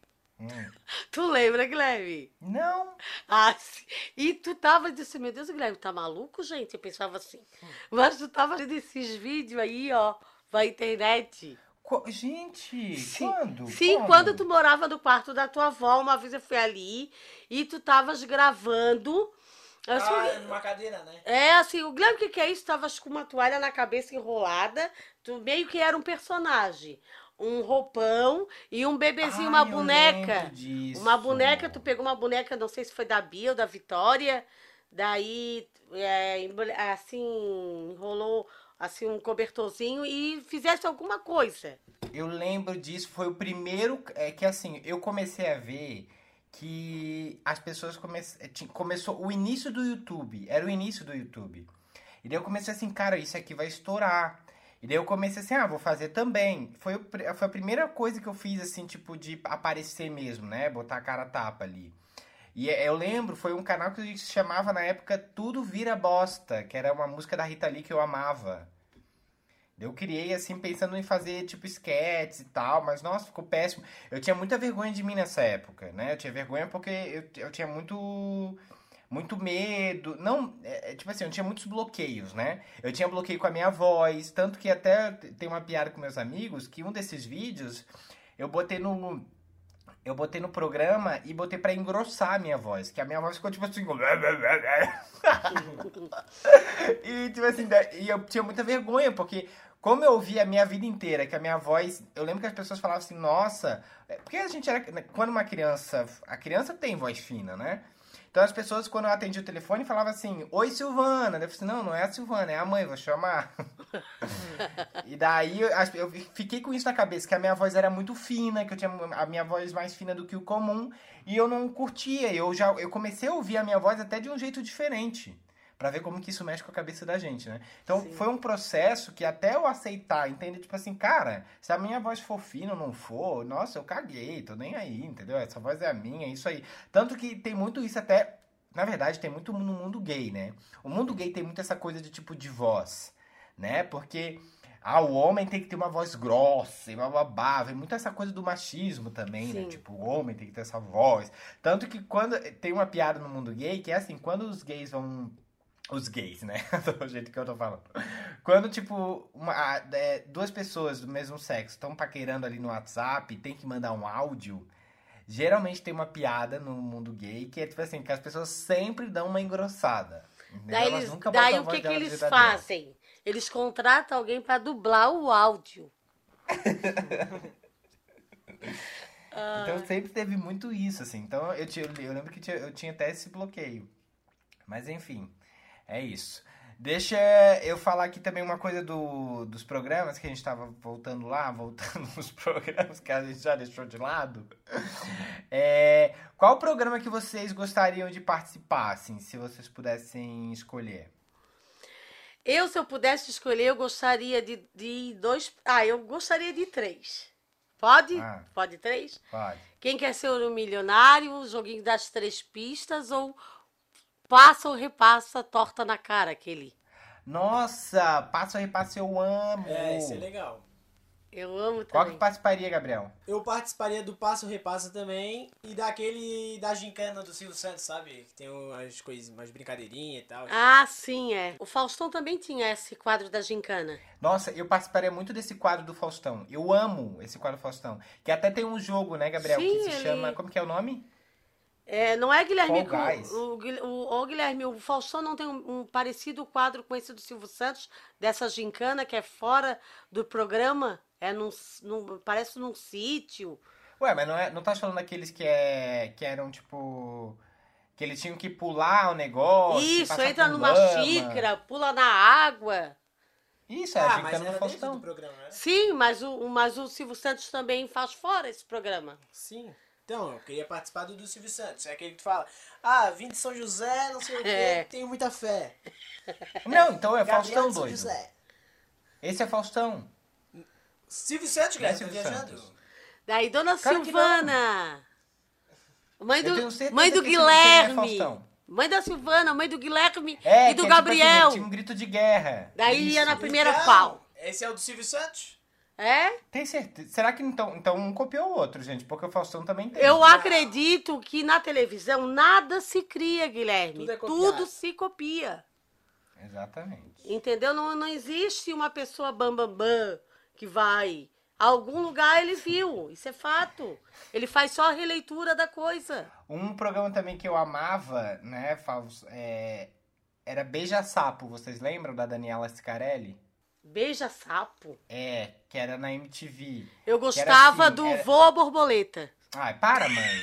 Tu lembra, Guilherme? Não. Sim. E tu tava disse, meu Deus, o Guilherme tá maluco, gente? Eu pensava assim. Mas tu tava vendo esses vídeos aí, ó, pra internet. Gente, Sim. quando? Sim, quando tu morava no quarto da tua avó, uma vez eu fui ali e tu tavas gravando. Assim, numa cadeira, né? Assim, o Guilherme, o que é isso? Tu tavas com uma toalha na cabeça enrolada, tu meio que era um personagem. Um roupão e um bebezinho, uma boneca. Uma boneca, tu pegou uma boneca, não sei se foi da Bia ou da Vitória, daí, assim, enrolou assim um cobertorzinho e fizesse alguma coisa. Eu lembro disso, foi o primeiro, que assim, eu comecei a ver que as pessoas começou o início do YouTube, era o início do YouTube. E daí eu comecei assim, cara, isso aqui vai estourar. E daí eu comecei assim, vou fazer também. Foi a primeira coisa que eu fiz, assim, tipo, de aparecer mesmo, né? Botar a cara a tapa ali. E eu lembro, foi um canal que se chamava, na época, Tudo Vira Bosta, que era uma música da Rita Lee que eu amava. Eu criei, assim, pensando em fazer, tipo, sketches e tal, mas, nossa, ficou péssimo. Eu tinha muita vergonha de mim nessa época, né? Eu tinha vergonha porque eu tinha muito medo, não, tipo assim, eu tinha muitos bloqueios, né? Eu tinha bloqueio com a minha voz, tanto que até tem uma piada com meus amigos, que um desses vídeos eu botei no programa e botei pra engrossar a minha voz, que a minha voz ficou tipo assim, e tipo assim, e eu tinha muita vergonha, porque como eu ouvi a minha vida inteira, que a minha voz... Eu lembro que as pessoas falavam assim, nossa... Porque a gente era... Quando uma criança... A criança tem voz fina, né? Então as pessoas, quando eu atendi o telefone, falavam assim, oi, Silvana. Eu falei assim, não é a Silvana, é a mãe, vou chamar. E daí eu fiquei com isso na cabeça, que a minha voz era muito fina, que eu tinha a minha voz mais fina do que o comum, e eu não curtia. Eu comecei a ouvir a minha voz até de um jeito diferente, pra ver como que isso mexe com a cabeça da gente, né? Então foi um processo que até eu aceitar, entender, tipo assim, cara, se a minha voz for fina ou não for, nossa, eu caguei, tô nem aí, entendeu? Essa voz é a minha, é isso aí. Tanto que tem muito isso até, na verdade, tem muito no mundo gay, né? O mundo gay tem muito essa coisa de tipo de voz, né? Porque o homem tem que ter uma voz grossa e bababá, vem muito essa coisa do machismo também, né? Tipo, o homem tem que ter essa voz. Tanto que quando tem uma piada no mundo gay, que é assim, quando os gays vão... Os gays, né? Do jeito que eu tô falando. Quando, tipo, duas pessoas do mesmo sexo estão paquerando ali no WhatsApp e tem que mandar um áudio, geralmente tem uma piada no mundo gay que é, tipo assim, que as pessoas sempre dão uma engrossada. Daí o que eles fazem? Eles contratam alguém pra dublar o áudio. Então sempre teve muito isso, assim. Então eu lembro que eu tinha até esse bloqueio. Mas enfim... É isso. Deixa eu falar aqui também uma coisa dos programas que a gente tava voltando nos programas que a gente já deixou de lado. Qual programa que vocês gostariam de participar, assim, se vocês pudessem escolher? Se eu pudesse escolher, eu gostaria de 2... eu gostaria de 3. Pode? Pode 3? Pode. Quem quer ser o milionário, o joguinho das 3 pistas ou... Passa ou repassa, torta na cara, aquele. Nossa, passa ou repassa eu amo. Isso é legal. Eu amo também. Qual que participaria, Gabriel? Eu participaria do Passa ou Repassa também e daquele da gincana do Silvio Santos, sabe? Que tem umas coisas, umas brincadeirinhas e tal. Sim, é. O Faustão também tinha esse quadro da gincana. Nossa, eu participaria muito desse quadro do Faustão. Eu amo esse quadro do Faustão. Que até tem um jogo, né, Gabriel? Sim, que se chama... Como que é o nome? Não é Guilherme... Guys. O Faustão não tem um parecido quadro com esse do Silvio Santos, dessa gincana que é fora do programa? Parece num sítio. Ué, mas não tá falando daqueles que eram, tipo... Que eles tinham que pular o negócio... Isso, entra numa xícara, pula na água. Isso, é a gincana do Faustão. Do programa, né? Sim, mas o Silvio Santos também faz fora esse programa. Sim. Então, eu queria participar do Silvio Santos. É aquele que tu fala, vim de São José, não sei o quê, tenho muita fé. Não, então é Gabriel Faustão, de São doido. José. Esse é Faustão. Silvio Santos, Não é cara, tá Silvio viajando. Santos. Daí, Dona Claro que Silvana. Mãe Eu tenho certeza mãe do que esse filme é Guilherme. Faustão. Mãe da Silvana, mãe do Guilherme É, e do que Gabriel. Tipo assim, tinha um grito de guerra. Daí ia na Isso. primeira Então, pau. Esse é o do Silvio Santos? É? Tem certeza? Será que então um copiou o outro, gente? Porque o Faustão também tem. Eu acredito que na televisão nada se cria, Guilherme. Tudo é copiado. Tudo se copia. Exatamente. Entendeu? Não existe uma pessoa bambambam que vai. Algum lugar ele viu. Isso é fato. Ele faz só a releitura da coisa. Um programa também que eu amava, né, era Beija Sapo. Vocês lembram da Daniela Scarelli? Beija sapo. Que era na MTV. Eu Que gostava era assim, do Voa Borboleta. Ai, para, mãe.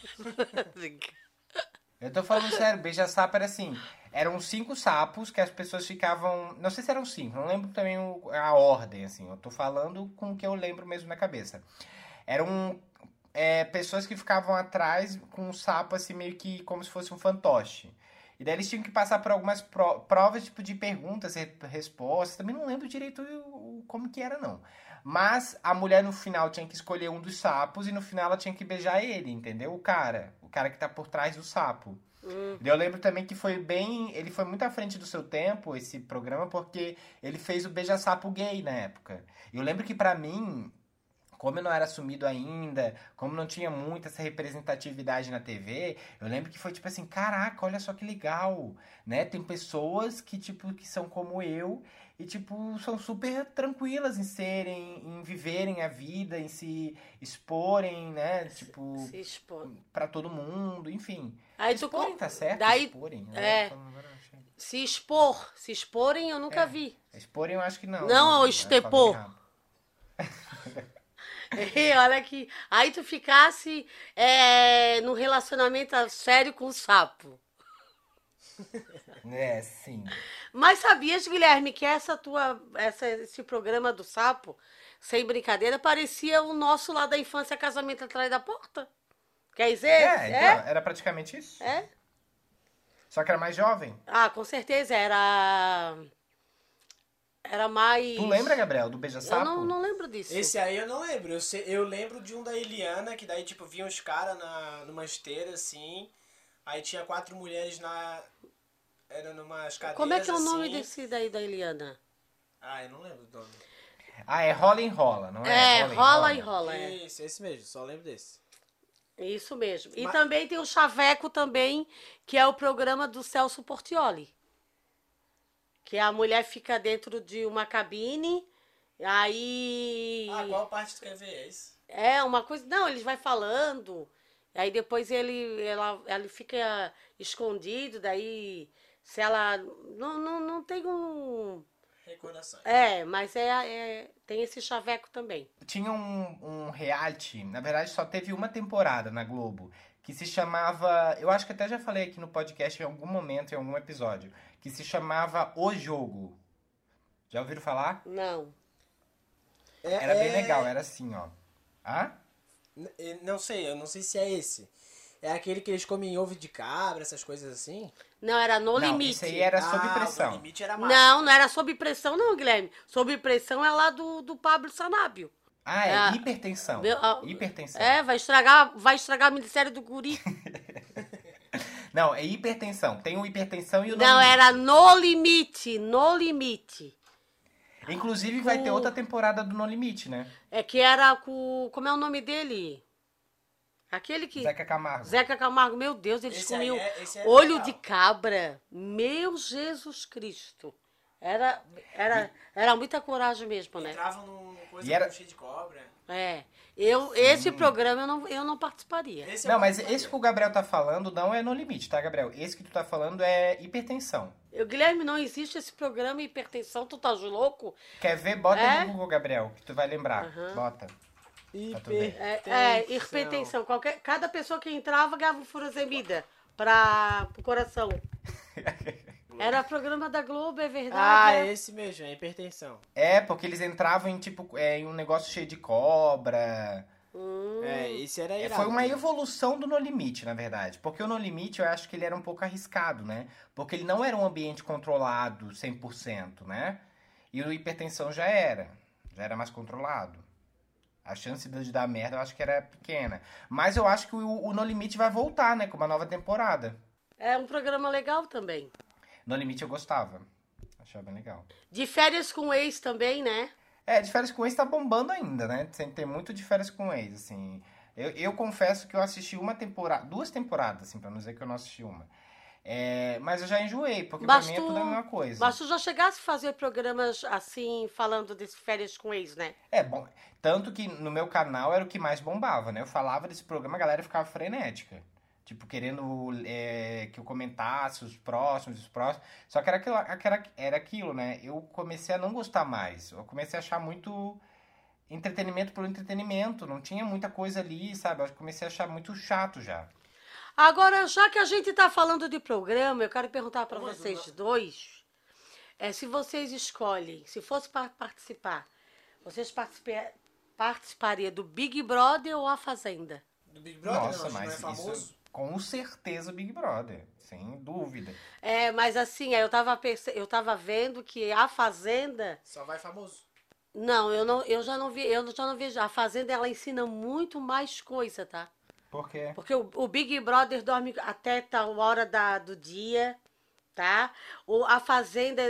Eu tô falando sério, Beija Sapo era assim. Eram 5 sapos que as pessoas ficavam... Não sei se eram 5, não lembro também a ordem, assim. Eu tô falando com o que eu lembro mesmo na cabeça. Eram pessoas que ficavam atrás com um sapo, assim, meio que como se fosse um fantoche. E daí eles tinham que passar por algumas provas, tipo, de perguntas e respostas. Também não lembro direito como que era, não. Mas a mulher, no final, tinha que escolher um dos sapos e no final ela tinha que beijar ele, entendeu? O cara que tá por trás do sapo. Eu lembro também que ele foi muito à frente do seu tempo, esse programa, porque ele fez o Beija-Sapo gay na época. Eu lembro que pra mim, como eu não era assumido ainda, como não tinha muita essa representatividade na TV, eu lembro que foi tipo assim, caraca, olha só que legal, né? Tem pessoas que, tipo, que são como eu e, tipo, são super tranquilas em viverem a vida, em se exporem, né? Tipo, Se expor. pra todo mundo, enfim. Aí Exporem, tá certo? Daí, Exporem, né? se exporem eu nunca vi. Exporem eu acho que não. Não, né? estepou. É, E olha que. Aí tu ficasse num relacionamento sério com o sapo. É, sim. Mas sabias, Guilherme, que esse programa do sapo, sem brincadeira, parecia o nosso lá da infância, Casamento Atrás da Porta? Quer dizer? Então, era praticamente isso. É? Só que era mais jovem. Ah, com certeza, era mais... Tu lembra, Gabriel, do Eu Beija-Sapo? não lembro disso. Esse aí eu não lembro. Eu lembro de um da Eliana, que daí, tipo, vinha os caras numa esteira, assim. Aí tinha 4 mulheres Era numas cadeiras, Como é que é o nome assim. desse daí da Eliana? Ah, eu não lembro do nome. Ah, é Rola e Enrola, não é? Rola e Rola, é. Isso, esse mesmo, só lembro desse. Isso mesmo. E Mas- também tem o Chaveco também, que é o programa do Celso Portiolli. Que a mulher fica dentro de uma cabine, aí... Ah, qual parte tu quer ver? É isso? É uma coisa... Não, ele vai falando, aí depois ele fica escondido, daí se ela... Não tem um... Recordações. Mas tem esse chaveco também. Tinha um reality, na verdade só teve uma temporada na Globo, que se chamava, eu acho que até já falei aqui no podcast em algum momento, em algum episódio, que se chamava O Jogo. Já ouviram falar? Não. Era bem legal, era assim, ó. Hã? Não sei, eu não sei se é esse. É aquele que eles comem ovo de cabra, essas coisas assim? Não, era No Não, Limite. isso aí era sob O pressão. No Limite era massa. Não era sob pressão, não, Guilherme. Sob pressão é lá do Pablo Sanabio. Ah, é Ah, hipertensão. meu- Hipertensão. Vai estragar o Ministério do Guri. Não, é hipertensão. Tem o hipertensão e o Não, limite. era No Limite, No Limite. Inclusive vai ter outra temporada do No Limite, né? É que era com... Como é o nome dele? Aquele que... Zeca Camargo. Zeca Camargo, meu Deus, eles Esse aí comiam esse é olho legal. de cabra. Meu Jesus Cristo. Era muita coragem mesmo, né? Entravam num coisa E era- cheio de cobra. Esse programa eu não participaria. Esse Não, eu mas gosto esse que o Gabriel tá falando não é No Limite, tá, Gabriel? Esse que tu tá falando é hipertensão. Guilherme, não existe esse programa hipertensão, tu tá louco? Quer ver? Bota É? no Google, Gabriel, que tu vai lembrar. Aham. Bota. Pra tu ver. Hipertensão. Cada pessoa que entrava ganhava um furosemida pro coração. Era programa da Globo, é Ah, verdade. esse mesmo, é hipertensão. É, porque eles entravam em tipo em um negócio cheio de cobra. Esse era É, irado. foi uma evolução do No Limite, na verdade. Porque o No Limite eu acho que ele era um pouco arriscado, né? Porque ele não era um ambiente controlado 100%, né? E o hipertensão já era mais controlado. A chance de dar merda eu acho que era pequena. Mas eu acho que o No Limite vai voltar, né? Com uma nova temporada. É um programa legal também. No Limite eu gostava. Achava bem legal. De férias com ex também, né? De Férias com Ex tá bombando ainda, né? Tem muito de Férias com Ex, assim. Eu confesso que eu assisti duas temporadas, assim, pra não dizer que eu não assisti uma. Mas eu já enjoei, porque pra mim é tudo a mesma coisa. Mas tu já chegasse a fazer programas assim, falando de férias com ex, né? Bom, tanto que no meu canal era o que mais bombava, né? Eu falava desse programa, a galera ficava frenética. Tipo, querendo que eu comentasse os próximos. Só que era aquilo, né? Eu comecei a não gostar mais. Eu comecei a achar muito entretenimento pelo entretenimento. Não tinha muita coisa ali, sabe? Eu comecei a achar muito chato já. Agora, já que a gente tá falando de programa, eu quero perguntar para vocês dois. Se vocês escolhem, se fosse para participar, vocês participariam do Big Brother ou A Fazenda? Do Big Brother, Nossa, não, mas não é famoso. isso, com certeza, Big Brother. Sem dúvida. Mas assim, eu tava vendo que A Fazenda... Só vai famoso. Não, eu já não vi. A Fazenda, ela ensina muito mais coisa, tá? Por quê? Porque o Big Brother dorme até tal hora do dia, tá? A Fazenda,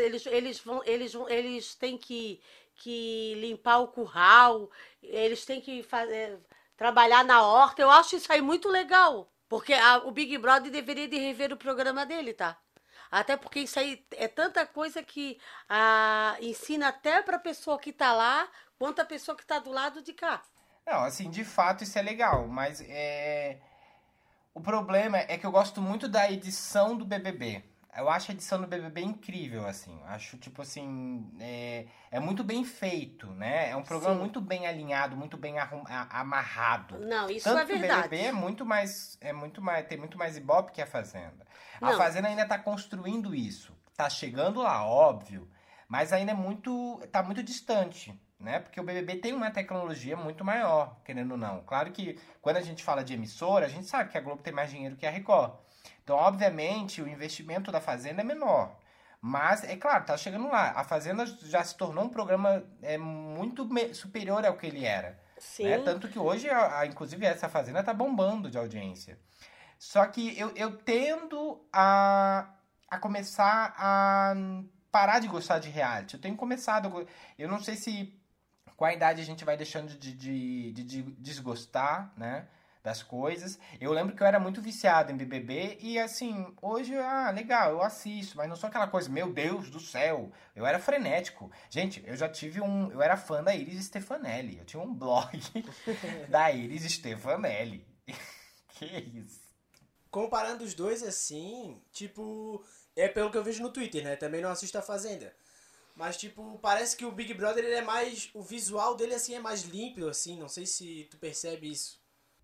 eles têm que limpar o curral, eles têm que trabalhar na horta. Eu acho isso aí muito legal. Porque o Big Brother deveria de rever o programa dele, tá? Até porque isso aí é tanta coisa que ensina até pra pessoa que tá lá, quanto a pessoa que tá do lado de cá. Não, assim, de fato isso é legal, mas o problema é que eu gosto muito da edição do BBB. Eu acho a edição do BBB incrível, assim. Acho, tipo assim, é muito bem feito, né? É um programa Sim. muito bem alinhado, muito bem amarrado. Não, isso Tanto é que o verdade. BBB tem muito mais ibope que a Fazenda. A Não. Fazenda ainda tá construindo isso. Tá chegando lá, óbvio, mas ainda tá muito distante, né? Porque o BBB tem uma tecnologia muito maior, querendo ou não. Claro que quando a gente fala de emissora, a gente sabe que a Globo tem mais dinheiro que a Record. Então, obviamente, o investimento da Fazenda é menor. Mas, é claro, tá chegando lá. A Fazenda já se tornou um programa muito superior ao que ele era. Sim. Né? Tanto que hoje, inclusive, essa Fazenda tá bombando de audiência. Só que eu tendo a começar a parar de gostar de reality. Eu tenho começado... Eu não sei se com a idade a gente vai deixando de desgostar, né? Das coisas. Eu lembro que eu era muito viciado em BBB e assim, hoje, legal, eu assisto, mas não sou aquela coisa, meu Deus do céu, eu era frenético. Gente, eu era fã da Iris Stefanelli, eu tinha um blog da Iris Stefanelli. Que isso? Comparando os dois assim, tipo, pelo que eu vejo no Twitter, né? Também não assisto a Fazenda. Mas, tipo, parece que o Big Brother, ele é mais... O visual dele, assim, é mais límpido, assim. Não sei se tu percebe isso.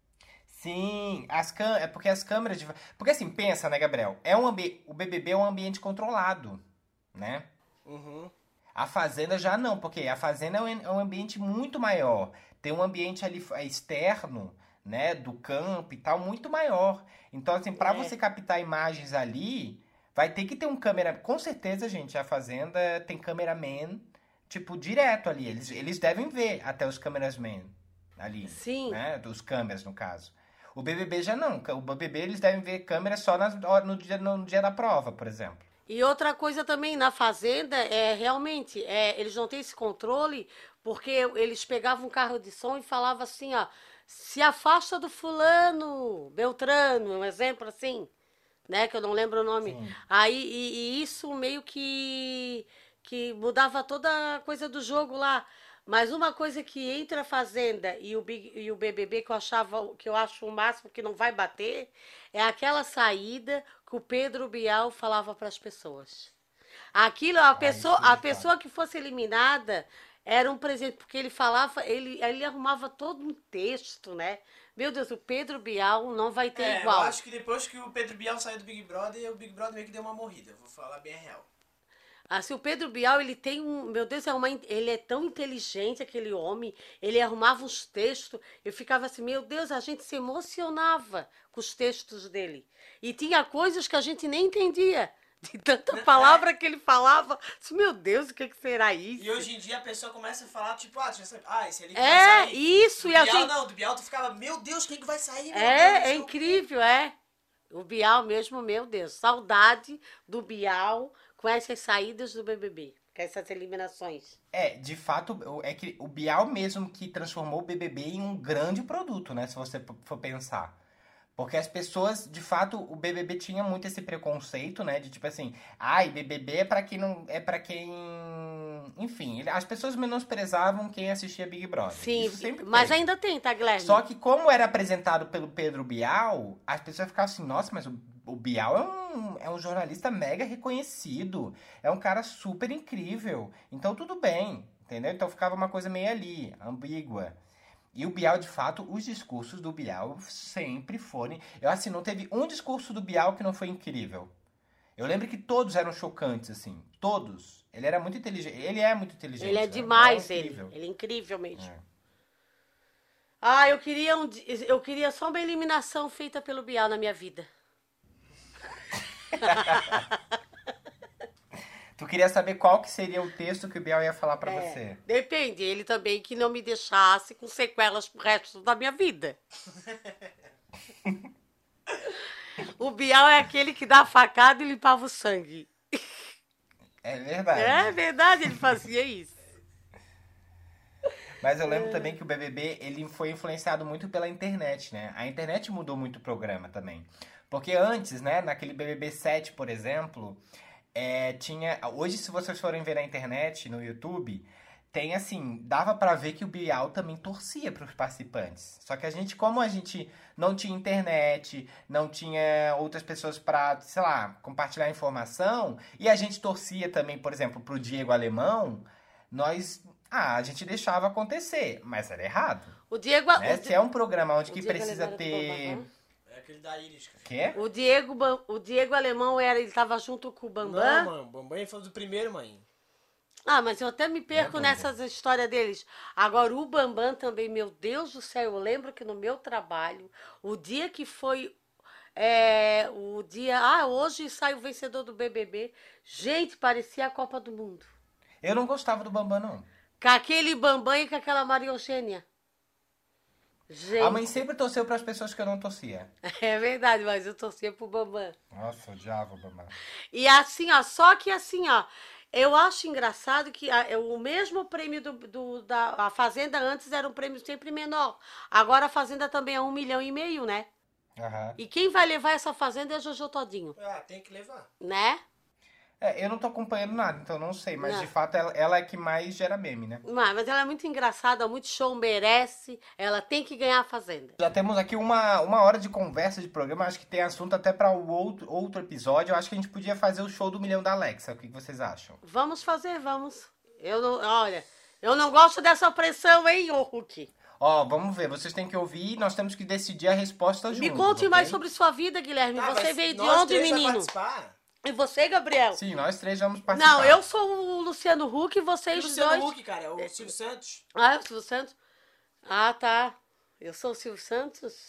Sim, é porque as câmeras... Porque assim, pensa, né, Gabriel? O BBB é um ambiente controlado, né? Uhum. A Fazenda já não, porque a Fazenda é um ambiente muito maior. Tem um ambiente ali externo, né, do campo e tal, muito maior. Então, assim, pra você captar imagens ali, vai ter que ter um câmera... Com certeza, gente, a Fazenda tem cameraman, tipo, direto ali. Eles devem ver até os cameraman ali. Sim. Né, dos câmeras, no caso. O BBB já não. O BBB eles devem ver câmera só no dia da prova, por exemplo. E outra coisa também, na Fazenda, realmente, eles não têm esse controle, porque eles pegavam um carro de som e falavam assim, ó, se afasta do fulano, Beltrano, um exemplo assim, né, que eu não lembro o nome. Sim. Aí, e isso meio que mudava toda a coisa do jogo lá. Mas uma coisa que entre a Fazenda e o BBB que eu acho o máximo que não vai bater é aquela saída que o Pedro Bial falava para as pessoas. Aquilo, a pessoa que fosse eliminada era um presente, porque ele falava, ele arrumava todo um texto, né? Meu Deus, o Pedro Bial não vai ter igual. Eu acho que depois que o Pedro Bial saiu do Big Brother, o Big Brother meio que deu uma morrida. Vou falar bem a real. Assim, o Pedro Bial, ele tem meu Deus, ele é tão inteligente, aquele homem, ele arrumava uns textos, eu ficava assim, meu Deus, a gente se emocionava com os textos dele. E tinha coisas que a gente nem entendia, de tanta palavra que ele falava. Meu Deus, o que será isso? E hoje em dia a pessoa começa a falar, tipo, esse ali que vai sair. Isso, do e a Bial, gente... não, do Bial tu ficava, meu Deus, quem que vai sair? Meu Deus, É incrível, O Bial mesmo, meu Deus, saudade do Bial com essas saídas do BBB, com essas eliminações. De fato, é que o Bial mesmo que transformou o BBB em um grande produto, né? Se você for pensar. Porque as pessoas, de fato, o BBB tinha muito esse preconceito, né? De tipo assim, BBB é pra quem não... É pra quem... Enfim, as pessoas menosprezavam quem assistia Big Brother. Sim, isso sempre mas teve. ainda tem, tá, Guilherme? Só que como era apresentado pelo Pedro Bial, as pessoas ficavam assim, nossa, mas o Bial é um jornalista mega reconhecido, é um cara super incrível, então tudo bem, entendeu? Então ficava uma coisa meio ali, ambígua. E o Bial, de fato, os discursos do Bial sempre foram... não teve um discurso do Bial que não foi incrível. Eu lembro que todos eram chocantes, assim, todos. Ele era muito inteligente, ele é muito inteligente. Ele é né? demais, é ele é incrível mesmo. É. Eu queria só uma eliminação feita pelo Bial na minha vida. Tu queria saber qual que seria o texto que o Bial ia falar pra você. Depende, ele também que não me deixasse com sequelas pro resto da minha vida. O Bial é aquele que dá a facada e limpava o sangue. É verdade. É verdade, ele fazia isso. Mas eu lembro também que o BBB, ele foi influenciado muito pela internet, né? A internet mudou muito o programa também. Porque antes, né, naquele BBB 7, por exemplo, tinha... Hoje, se vocês forem ver na internet, no YouTube, tem assim, dava pra ver que o Bial também torcia pros participantes. Só que como a gente não tinha internet, não tinha outras pessoas pra, sei lá, compartilhar informação, e a gente torcia também, por exemplo, pro Diego Alemão, a gente deixava acontecer, mas era errado. O Diego... Né? Se é um programa onde que Diego precisa Alemão ter... É aquele da Iris, cara. Quê? O Diego Alemão ele tava junto com o Bambam? Não, mano, o Bambam foi do primeiro, mãe. Ah, mas eu até me perco nessas histórias deles. Agora, o Bambam também, meu Deus do céu, eu lembro que no meu trabalho, o dia que foi o dia... hoje sai o vencedor do BBB. Gente, parecia a Copa do Mundo. Eu não gostava do Bambam, não. Com aquele Bambam e com aquela Maria Eugênia. Gente. A mãe sempre torceu para as pessoas que eu não torcia. É verdade, mas eu torcia pro Bambam. Nossa, odiava o Bambam. E assim, ó, só que assim, ó, eu acho engraçado que o mesmo prêmio da Fazenda antes era um prêmio sempre menor. Agora a Fazenda também é 1,5 milhão, né? Aham. E quem vai levar essa Fazenda é Jojo Todinho, Ah, tem que levar. né? Eu não tô acompanhando nada, então não sei. Mas Não. de fato ela é que mais gera meme, né? Mas ela é muito engraçada, muito show, merece. Ela tem que ganhar a Fazenda. Já temos aqui uma hora de conversa de programa. Acho que tem assunto até para o outro episódio. Eu acho que a gente podia fazer o show do milhão da Alexa. O que vocês acham? Vamos fazer, vamos. Olha, eu não gosto dessa pressão, hein, ô Hulk? Ó, vamos ver. Vocês têm que ouvir e nós temos que decidir a resposta juntos. Me conte ok? mais sobre sua vida, Guilherme. Tá, Você mas veio de nós onde, três vai menino? participar? E você, Gabriel? Sim, nós três vamos participar. Não, eu sou o Luciano Huck e vocês Luciano dois... Huck, cara, é o Silvio Santos. Ah, é o Silvio Santos? Ah, tá. Eu sou o Silvio Santos?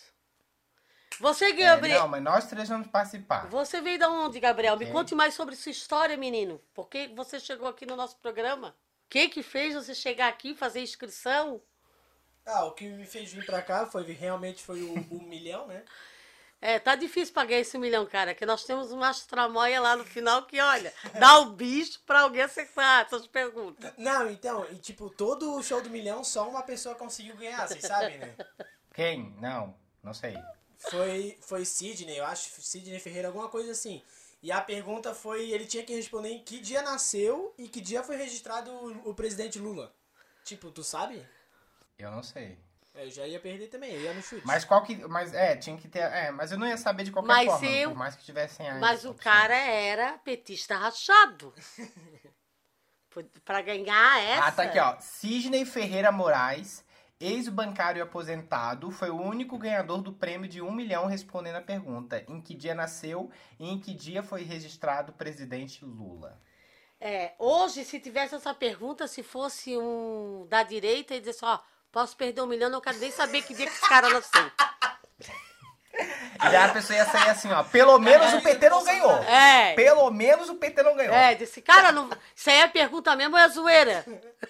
Você, Gabriel... Não, mas nós três vamos participar. Você veio de onde, Gabriel? Me Ok. conte mais sobre sua história, menino. Por que você chegou aqui no nosso programa? O que fez você chegar aqui, fazer inscrição? O que me fez vir pra cá realmente foi o milhão, né? Tá difícil pagar esse 1 milhão, cara, que nós temos umas tramóia lá no final que, olha, dá o bicho pra alguém acertar essas perguntas. Não, então, e tipo, todo o show do milhão, só uma pessoa conseguiu ganhar, vocês sabem, né? Quem? Não sei. Foi Sidney, eu acho, Sidney Ferreira, alguma coisa assim. E a pergunta foi, ele tinha que responder em que dia nasceu e que dia foi registrado o presidente Lula. Tipo, tu sabe? Eu não sei. Eu já ia perder também, eu ia no chute. Mas tinha que ter... mas eu não ia saber de qualquer Mas forma, eu- por mais que tivessem aí. Mas o cara era petista rachado. Pra ganhar essa... Tá aqui, ó. Sidney Ferreira Moraes, ex-bancário aposentado, foi o único ganhador do prêmio de 1 milhão respondendo a pergunta: em que dia nasceu e em que dia foi registrado o presidente Lula? Hoje, se tivesse essa pergunta, se fosse um da direita, ele disse, ó, posso perder 1 milhão, não quero nem saber que dia que esse cara nasceu. E daí a pessoa ia sair assim, ó. Pelo menos o PT não ganhou. Pelo menos o PT não ganhou. Disse, cara, não, isso aí é pergunta mesmo ou é zoeira?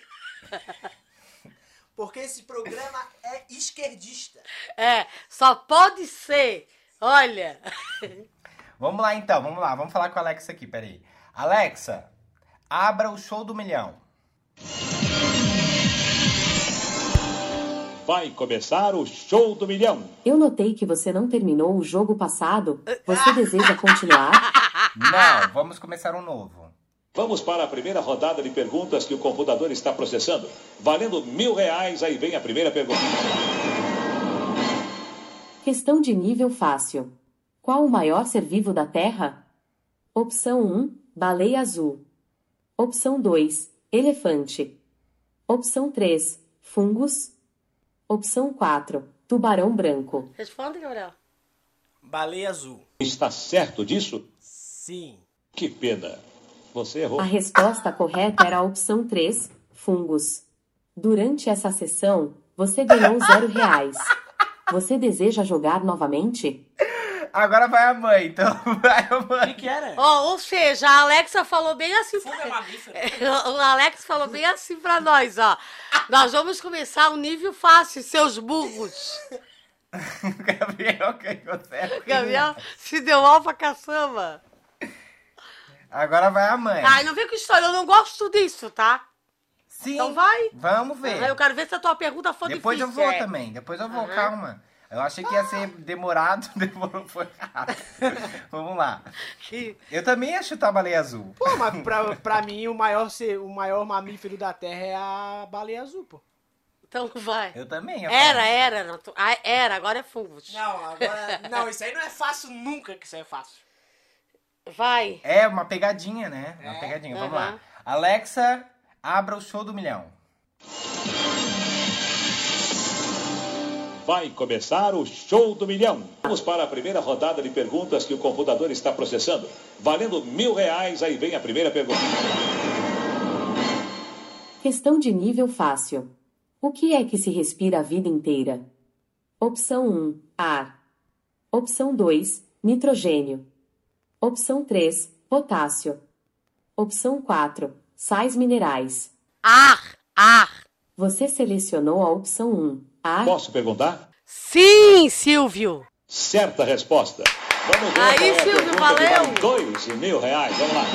Porque esse programa é esquerdista. Só pode ser. Olha. Vamos lá então, vamos falar com a Alexa aqui, peraí. Alexa, abra o show do milhão. Vai começar o show do milhão. Eu notei que você não terminou o jogo passado. Você deseja continuar? Não, vamos começar um novo. Vamos para a primeira rodada de perguntas que o computador está processando. Valendo R$1.000, aí vem a primeira pergunta. Questão de nível fácil. Qual o maior ser vivo da Terra? Opção 1, baleia azul. Opção 2, elefante. Opção 3, fungos. Opção 4, tubarão branco. Responde, Gabriel. Baleia azul. Está certo disso? Sim. Que pena. Você errou. A resposta correta era a opção 3, fungos. Durante essa sessão, você ganhou R$0. Você deseja jogar novamente? Agora vai a mãe, então vai a mãe. O que era? Ou seja, a Alexa falou bem assim. Fungo é mamífero. O Alex falou bem assim pra nós, ó. Nós vamos começar um nível fácil, seus burros. Gabriel, o que você Gabriel se deu mal pra caçamba. Agora vai a mãe. Ai, não vem com história, eu não gosto disso, tá? Sim. Então vai. Vamos ver. Eu quero ver se a tua pergunta for Depois difícil. eu vou também. Depois eu vou, calma. Eu achei que ia ser demorado, demorou, foi rápido. Vamos lá. Eu também ia chutar a baleia azul. Pô, mas pra mim o maior mamífero da Terra é a baleia azul, pô. Então vai. Eu também ia Era. Era, agora é fungus. Não, agora... Não, isso aí não é fácil nunca que isso é fácil. Vai. É uma pegadinha, né? Uma pegadinha, vamos lá. Alexa, abra o show do milhão. Vai começar o Show do Milhão. Vamos para a primeira rodada de perguntas que o computador está processando. Valendo R$1.000, aí vem a primeira pergunta. Questão de nível fácil. O que é que se respira a vida inteira? Opção 1, ar. Opção 2, nitrogênio. Opção 3, potássio. Opção 4, sais minerais. Ar. Você selecionou a opção 1, ar. Posso perguntar? Sim, Silvio. Certa resposta. Vamos ver Aí, qual é a Silvio, pergunta valeu. que vale R$2.000. Vamos lá.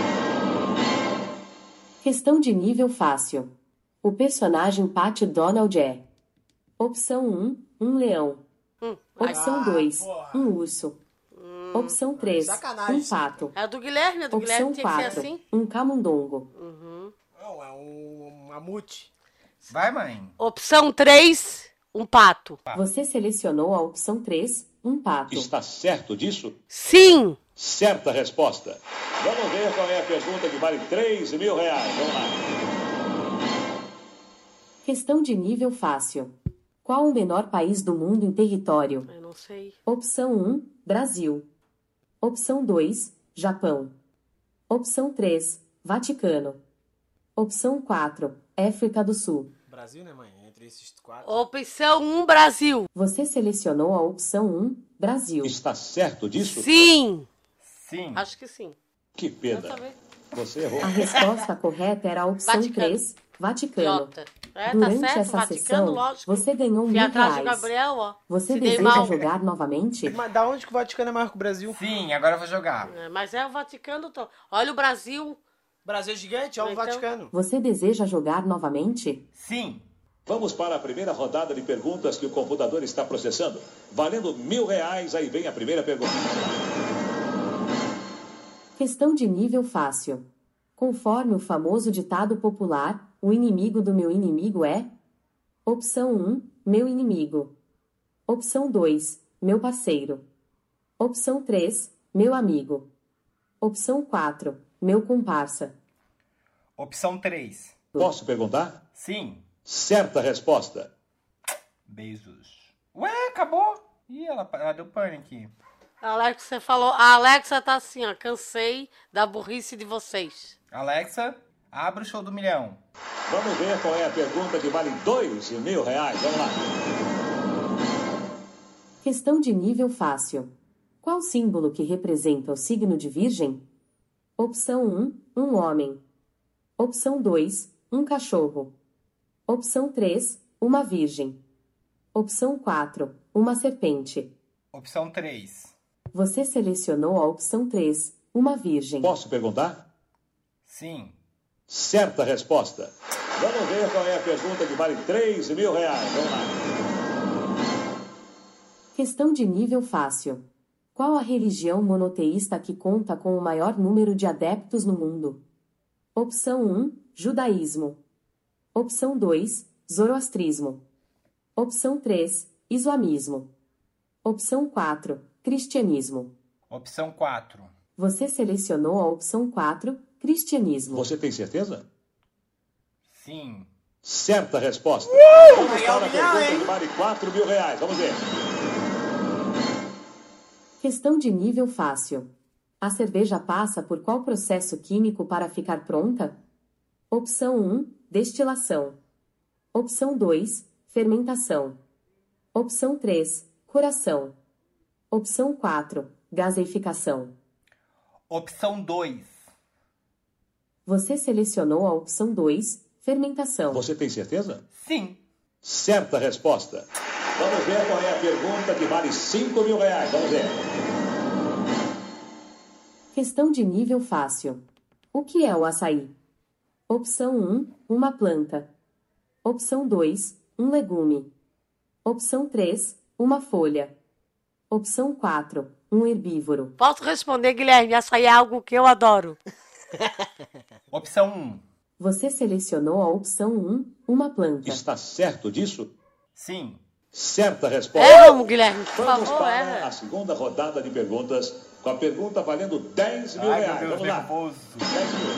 Questão de nível fácil. O personagem Pat Donald é: opção 1, um leão. Opção 2, um urso. Opção 3, um pato. É do Guilherme, Opção tinha que ser 4, assim. um camundongo. Não, é um mamute. Vai, mãe. Opção 3, um pato. Você selecionou a opção 3, um pato. Está certo disso? Sim. Certa resposta. Vamos ver qual é a pergunta que vale R$3.000. Vamos lá. Questão de nível fácil. Qual o menor país do mundo em território? Eu não sei. Opção 1, Brasil. Opção 2, Japão. Opção 3, Vaticano. Opção 4, África do Sul. Brasil, né, mãe? Entre esses 4. Opção 1, Brasil. Você selecionou a opção 1, Brasil. Está certo disso? Sim. Sim. Acho que sim. Que pena. Você errou. A resposta correta era a opção Vaticano. 3, Vaticano. Jota. É, Durante tá certo, essa Vaticano, sessão, lógico. você ganhou Fui R$1.000. atrás do Gabriel, ó. Você Se dei deseja mal. jogar novamente? Mas da onde que o Vaticano é maior que o Brasil? Sim, agora eu vou jogar. É, mas é o Vaticano. Olha o Brasil. Brasil é gigante, olha o Então- Vaticano. Você deseja jogar novamente? Sim. Vamos para a primeira rodada de perguntas que o computador está processando. Valendo R$1.000, aí vem a primeira pergunta. Questão de nível fácil. Conforme o famoso ditado popular, o inimigo do meu inimigo é... Opção 1, meu inimigo. Opção 2, meu parceiro. Opção 3, meu amigo. Opção 4, meu comparsa. Opção 3. Posso perguntar? Sim. Certa resposta. Beijos. Ué, acabou. Ih, ela deu pane aqui. Alexa, você falou. A Alexa tá assim, ó. Cansei da burrice de vocês. Alexa, abre o show do milhão. Vamos ver qual é a pergunta que vale R$2.000. Vamos lá. Questão de nível fácil. Qual símbolo que representa o signo de Virgem? Opção 1, um homem. Opção 2, um cachorro. Opção 3, uma virgem. Opção 4, uma serpente. Opção 3. Você selecionou a opção 3, uma virgem. Posso perguntar? Sim. Certa resposta. Vamos ver qual é a pergunta que vale R$3.000. Vamos lá. Questão de nível fácil. Qual a religião monoteísta que conta com o maior número de adeptos no mundo? Opção 1, judaísmo. Opção 2, zoroastrismo. Opção 3, islamismo. Opção 4, cristianismo. Opção 4. Você selecionou a opção 4, cristianismo. Você tem certeza? Sim. Certa resposta. Vamos para a pergunta que vale R$4.000. Vamos ver. Questão de nível fácil. A cerveja passa por qual processo químico para ficar pronta? Opção 1, destilação. Opção 2, fermentação. Opção 3, coração. Opção 4, gaseificação. Opção 2. Você selecionou a opção 2, fermentação. Você tem certeza? Sim. Certa resposta. Vamos ver qual é a pergunta que vale R$5.000. Vamos ver. Questão de nível fácil. O que é o açaí? Opção 1, uma planta. Opção 2, um legume. Opção 3, uma folha. Opção 4, um herbívoro. Posso responder, Guilherme? Essa aí é algo que eu adoro. Opção 1. Você selecionou a opção 1, uma planta. Está certo disso? Sim. Certa resposta. Vamos, Guilherme, por Vamos favor, para a segunda rodada de perguntas, com a pergunta valendo 10 mil Ai, reais. meu Deus, Vamos lá. nervoso. 10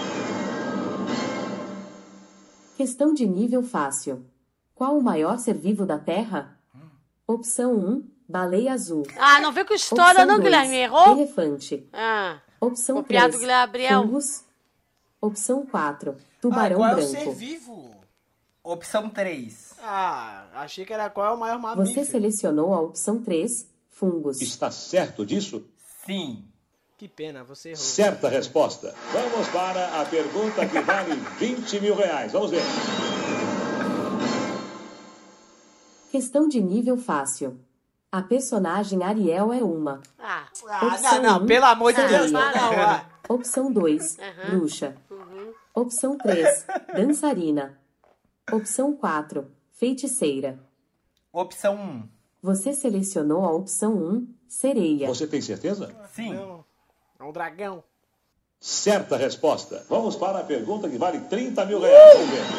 mil. Questão de nível fácil. Qual o maior ser vivo da Terra? Opção 1, baleia azul. Ah, não vem com história Opção não, 2, Guilherme. Errou? elefante. Ah, Opção copiado 3, do Gabriel. fungos. Opção 4, tubarão qual é o branco. ser vivo? Opção 3. Ah, achei que era qual é o maior Você mamífero. selecionou a opção 3, fungos. Está certo disso? Sim. Que pena, você errou. Certa resposta. Vamos para a pergunta que vale 20 mil reais. Vamos ver. Questão de nível fácil. A personagem Ariel é uma. Ah, Opção não, um, pelo amor de Deus, sereia. não, ah. Opção 2, bruxa. Opção 3, dançarina. Opção 4, feiticeira. Opção 1. Você selecionou a opção 1, sereia. Você tem certeza? Sim. Não, é um dragão. Certa resposta. Vamos para a pergunta que vale 30 mil reais. Vamos ver.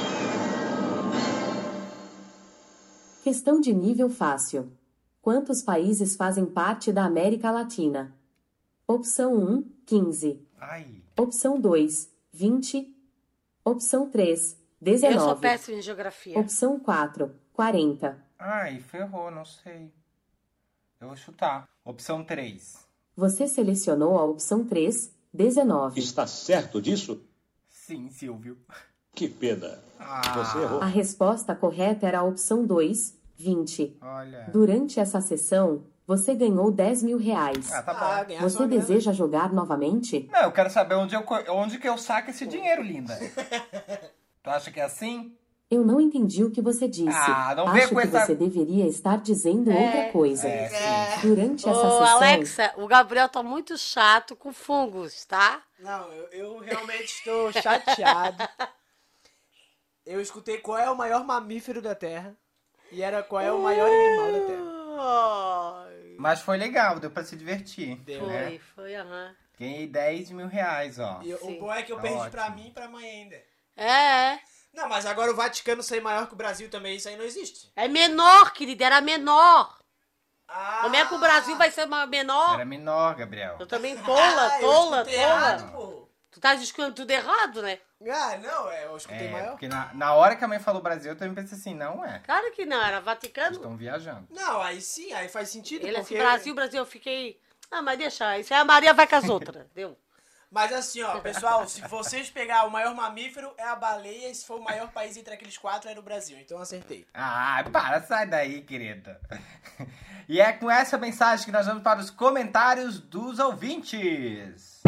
Questão de nível fácil. Quantos países fazem parte da América Latina? Opção 1, 15. Ai. Opção 2, 20. Opção 3, eu sou 19. péssima em geografia. Opção 4, 40. Ai, ferrou, não sei. Eu vou chutar. Opção 3. Você selecionou a opção 3, 19. Está certo disso? Sim, Silvio. Que pena. Ah, Você errou. A resposta correta era a opção 2, 20. olha. Durante essa sessão, você ganhou 10 mil reais. Ah, tá bom. ganhar Você sua grana. deseja jogar novamente? Não, eu quero saber onde que eu saco esse dinheiro, linda. Tu acha que é assim? Eu não entendi o que você disse. Ah, não vem Acho com que essa- você deveria estar dizendo outra coisa. sim. Durante essa Ô, sessão, Alexa, o Gabriel tá muito chato com fungos, tá? Não, eu realmente estou chateado. Eu escutei qual é o maior mamífero da Terra e era qual é o maior animal da Terra. Ai, Mas foi legal, deu pra se divertir. Deu, né? foi, aham. Ganhei 10 mil reais, ó. E Sim. o bom é que eu Tá perdi ótimo. pra mim e pra mãe ainda. É. Não, mas agora o Vaticano ser maior que o Brasil também, isso aí não existe. É menor, querida, era menor. Ah, Como é que o Brasil vai ser menor? Era menor, Gabriel. Eu também tola. Errado, pô. Tu tá escutando tudo errado, né? Ah, não, eu escutei É, maior. porque na hora que a mãe falou Brasil, eu também pensei assim, não é. Claro que não, era Eles Vaticano. estão viajando. Não, aí sim, aí faz sentido. Ele é porque... assim, Brasil, eu fiquei... Ah, mas deixa, isso aí a Maria vai com as outras, deu? Mas assim, ó, pessoal, se vocês pegar o maior mamífero é a baleia e se for o maior país entre aqueles 4 era o Brasil. Então eu acertei. Ah, para, sai daí, querida. E é com essa mensagem que nós vamos para os comentários dos ouvintes.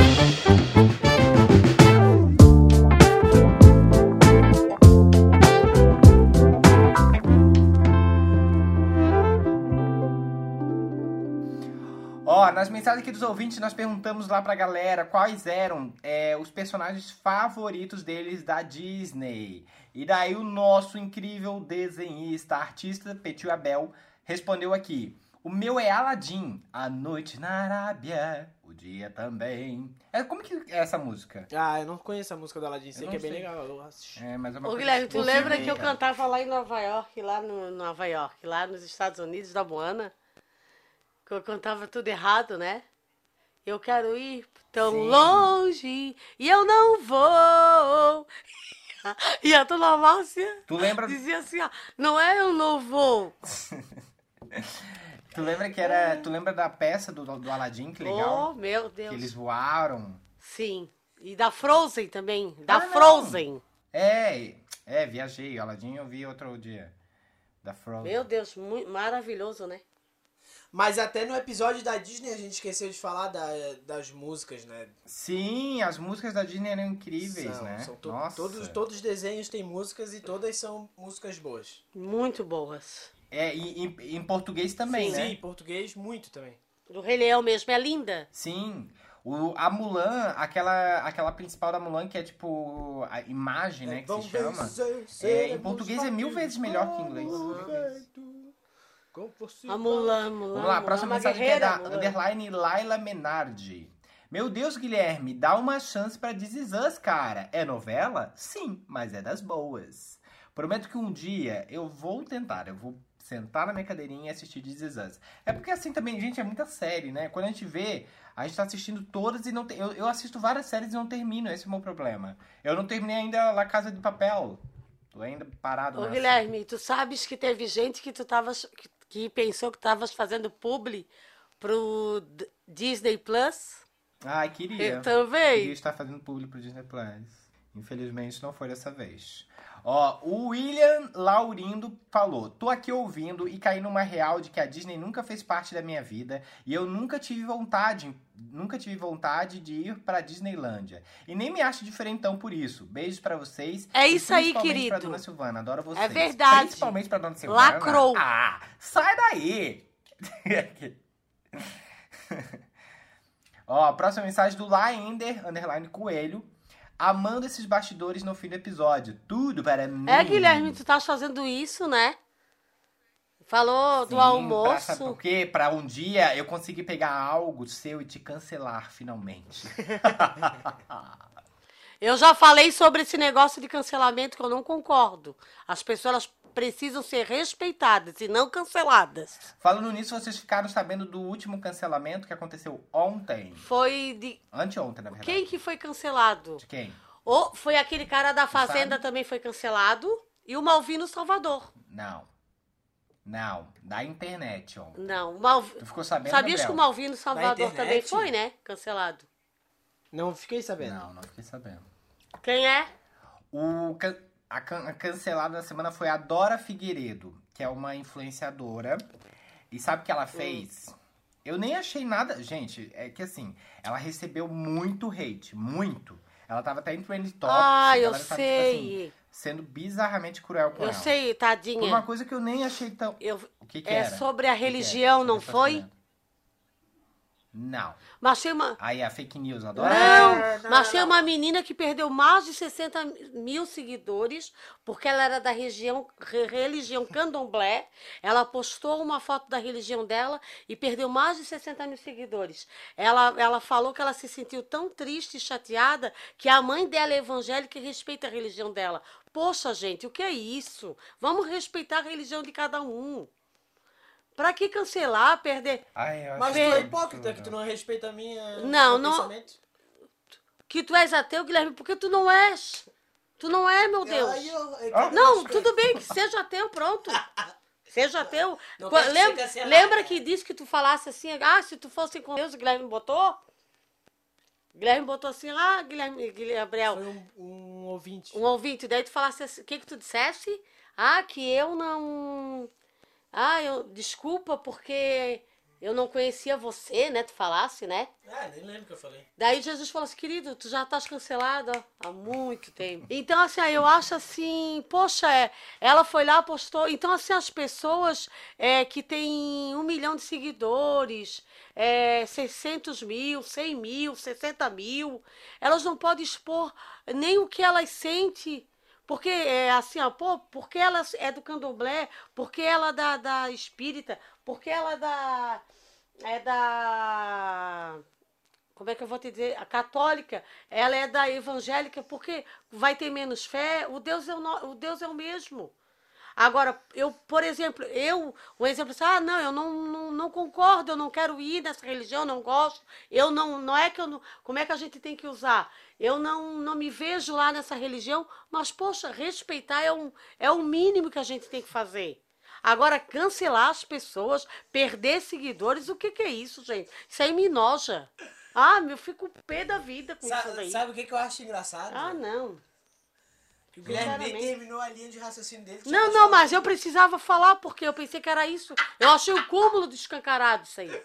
Ó, nas mensagens aqui dos ouvintes, nós perguntamos lá pra galera quais eram os personagens favoritos deles da Disney. E daí o nosso incrível desenhista, artista, Petiu Abel, respondeu aqui. O meu é Aladdin, a noite na Arábia, o dia também. Como que é essa música? Ah, eu não conheço a música do Aladdin, sei Eu que é não bem sei. legal, eu assisti. Mas é uma Ô, coisa Guilherme, tu que lembra sei, que eu cara. cantava lá em Nova York, lá nos Estados Unidos, da Moana? Que eu cantava tudo errado, né? Eu quero ir tão Sim. longe e eu não vou. E a dona Márcia Tu lembra, dizia assim, ó, não é eu não vou. tu lembra que era... Tu lembra da peça do Aladdin, que legal? Oh, meu Que Deus. eles voaram. Sim. E da Frozen também. Da Ah, não. Frozen. Viajei. Aladdin eu vi outro dia. Da Frozen. Meu Deus, muito maravilhoso, né? Mas até no episódio da Disney a gente esqueceu de falar das músicas, né? Sim, as músicas da Disney eram incríveis, né? São Nossa. todos os desenhos têm músicas e todas são músicas boas. Muito boas. E em português também, Sim, né? em português muito também. Do Rei Leão mesmo, é linda. Sim. A Mulan, aquela principal da Mulan, que é tipo a imagem, né, que se chama. Em português é 1000 vezes melhor que em inglês. A Mulan. Vamos lá, a próxima uma mensagem que é da guerreira, underline Laila Menardi. Meu Deus, Guilherme, dá uma chance pra This Is Us, cara. É novela? Sim, mas é das boas. Prometo que um dia eu vou tentar, eu vou sentar na minha cadeirinha e assistir This Is Us. É porque assim também, gente, é muita série, né? Quando a gente vê, a gente tá assistindo todas e não tem... Eu assisto várias séries e não termino, esse é o meu problema. Eu não terminei ainda La Casa de Papel. Tô ainda parado Ô, nessa. Guilherme, tu sabes que teve gente que que pensou que tu tavas fazendo publi pro Disney Plus? Ai, queria. Eu também. Queria estar fazendo público pro Disney Plus. Infelizmente não foi dessa vez. Ó, o William Laurindo falou: tô aqui ouvindo e caí numa real de que a Disney nunca fez parte da minha vida e eu nunca tive vontade de ir pra Disneylândia. E nem me acho diferentão por isso. Beijos pra vocês. É e isso aí, principalmente querido. Pra Dona Silvana. Adoro vocês. É verdade. Principalmente pra Dona Silvana. Lacrou. Ah, sai daí! Ó, a próxima mensagem do Laender, underline Coelho. Amando esses bastidores no fim do episódio. Tudo para mim. É, Guilherme, tu tá fazendo isso, né? Falou do Sim, almoço. Sabe por quê? Pra um dia eu conseguir pegar algo seu e te cancelar, finalmente. Eu já falei sobre esse negócio de cancelamento que eu não concordo. As pessoas precisam ser respeitadas e não canceladas. Falando nisso, vocês ficaram sabendo do último cancelamento que aconteceu ontem? Foi de... Anteontem, na verdade. Quem que foi cancelado? De quem? Foi aquele cara da Fazenda também foi cancelado. E o Malvino Salvador. Não, da internet ontem. Não, Tu ficou sabendo, Sabias Gabriel? que o Malvino Salvador internet? também foi, né? Cancelado. Não fiquei sabendo. Não fiquei sabendo. Quem é? A cancelada da semana foi a Dora Figueiredo, que é uma influenciadora. E sabe o que ela fez? Eu nem achei nada... Gente, é que assim, ela recebeu muito hate, muito. Ela tava até em Trend Topics. Ah, eu tava, tipo sei. assim, sendo bizarramente cruel com Eu ela. sei, Foi tadinha. uma coisa que eu nem achei tão... O que É era? sobre a O que religião, era? não Deixa eu foi? responder. Não. Mas tem uma... Aí a fake news, adora. Não, mas tem uma menina que perdeu mais de 60 mil seguidores porque ela era da religião candomblé. Ela postou uma foto da religião dela e perdeu mais de 60 mil seguidores. Ela falou que ela se sentiu tão triste e chateada que a mãe dela é evangélica e respeita a religião dela. Poxa, gente, o que é isso? Vamos respeitar a religião de cada um. Pra que cancelar, perder? Ai, eu acho Mas tu que- é hipócrita, que tu não respeita a minha Não, meu não- pensamento. Que tu és ateu, Guilherme, porque tu não és. Tu não é, meu Deus. Aí Não, tudo bem, que seja ateu, pronto. Seja ateu. Não quer ser cancelado, Lembra né? que disse que tu falasse assim, se tu fosse com Deus, o Guilherme botou? Guilherme botou assim, Guilherme Gabriel, Foi um ouvinte. um ouvinte, daí tu falasse assim, o que tu dissesse? Que eu não... desculpa, porque eu não conhecia você, né? Tu falasse, né? Nem lembro o que eu falei. Daí Jesus falou assim, querido, tu já estás cancelado ó, há muito tempo. Então, assim, eu acho assim, poxa, ela foi lá, postou. Então, assim, as pessoas que têm 1 milhão de seguidores, 600 mil, 100 mil, 60 mil, elas não podem expor nem o que elas sentem. Porque assim, porque ela é do candomblé, porque ela é da espírita, porque ela é da... Como é que eu vou te dizer? A católica, ela é da evangélica, porque vai ter menos fé, o Deus é o mesmo. Agora, por exemplo, um exemplo assim, não, eu não concordo, eu não quero ir nessa religião, não gosto, não é que eu não, como é que a gente tem que usar? Eu não me vejo lá nessa religião, mas, poxa, respeitar é o mínimo que a gente tem que fazer. Agora, cancelar as pessoas, perder seguidores, o que é isso, gente? Isso aí me enoja. Eu fico pé da vida com isso daí. Sabe o que eu acho engraçado? Não. Que o Guilherme nem Sinceramente. terminou a linha de raciocínio dele. Não, mas eu precisava falar, porque eu pensei que era isso. Eu achei o cúmulo do escancarado isso aí.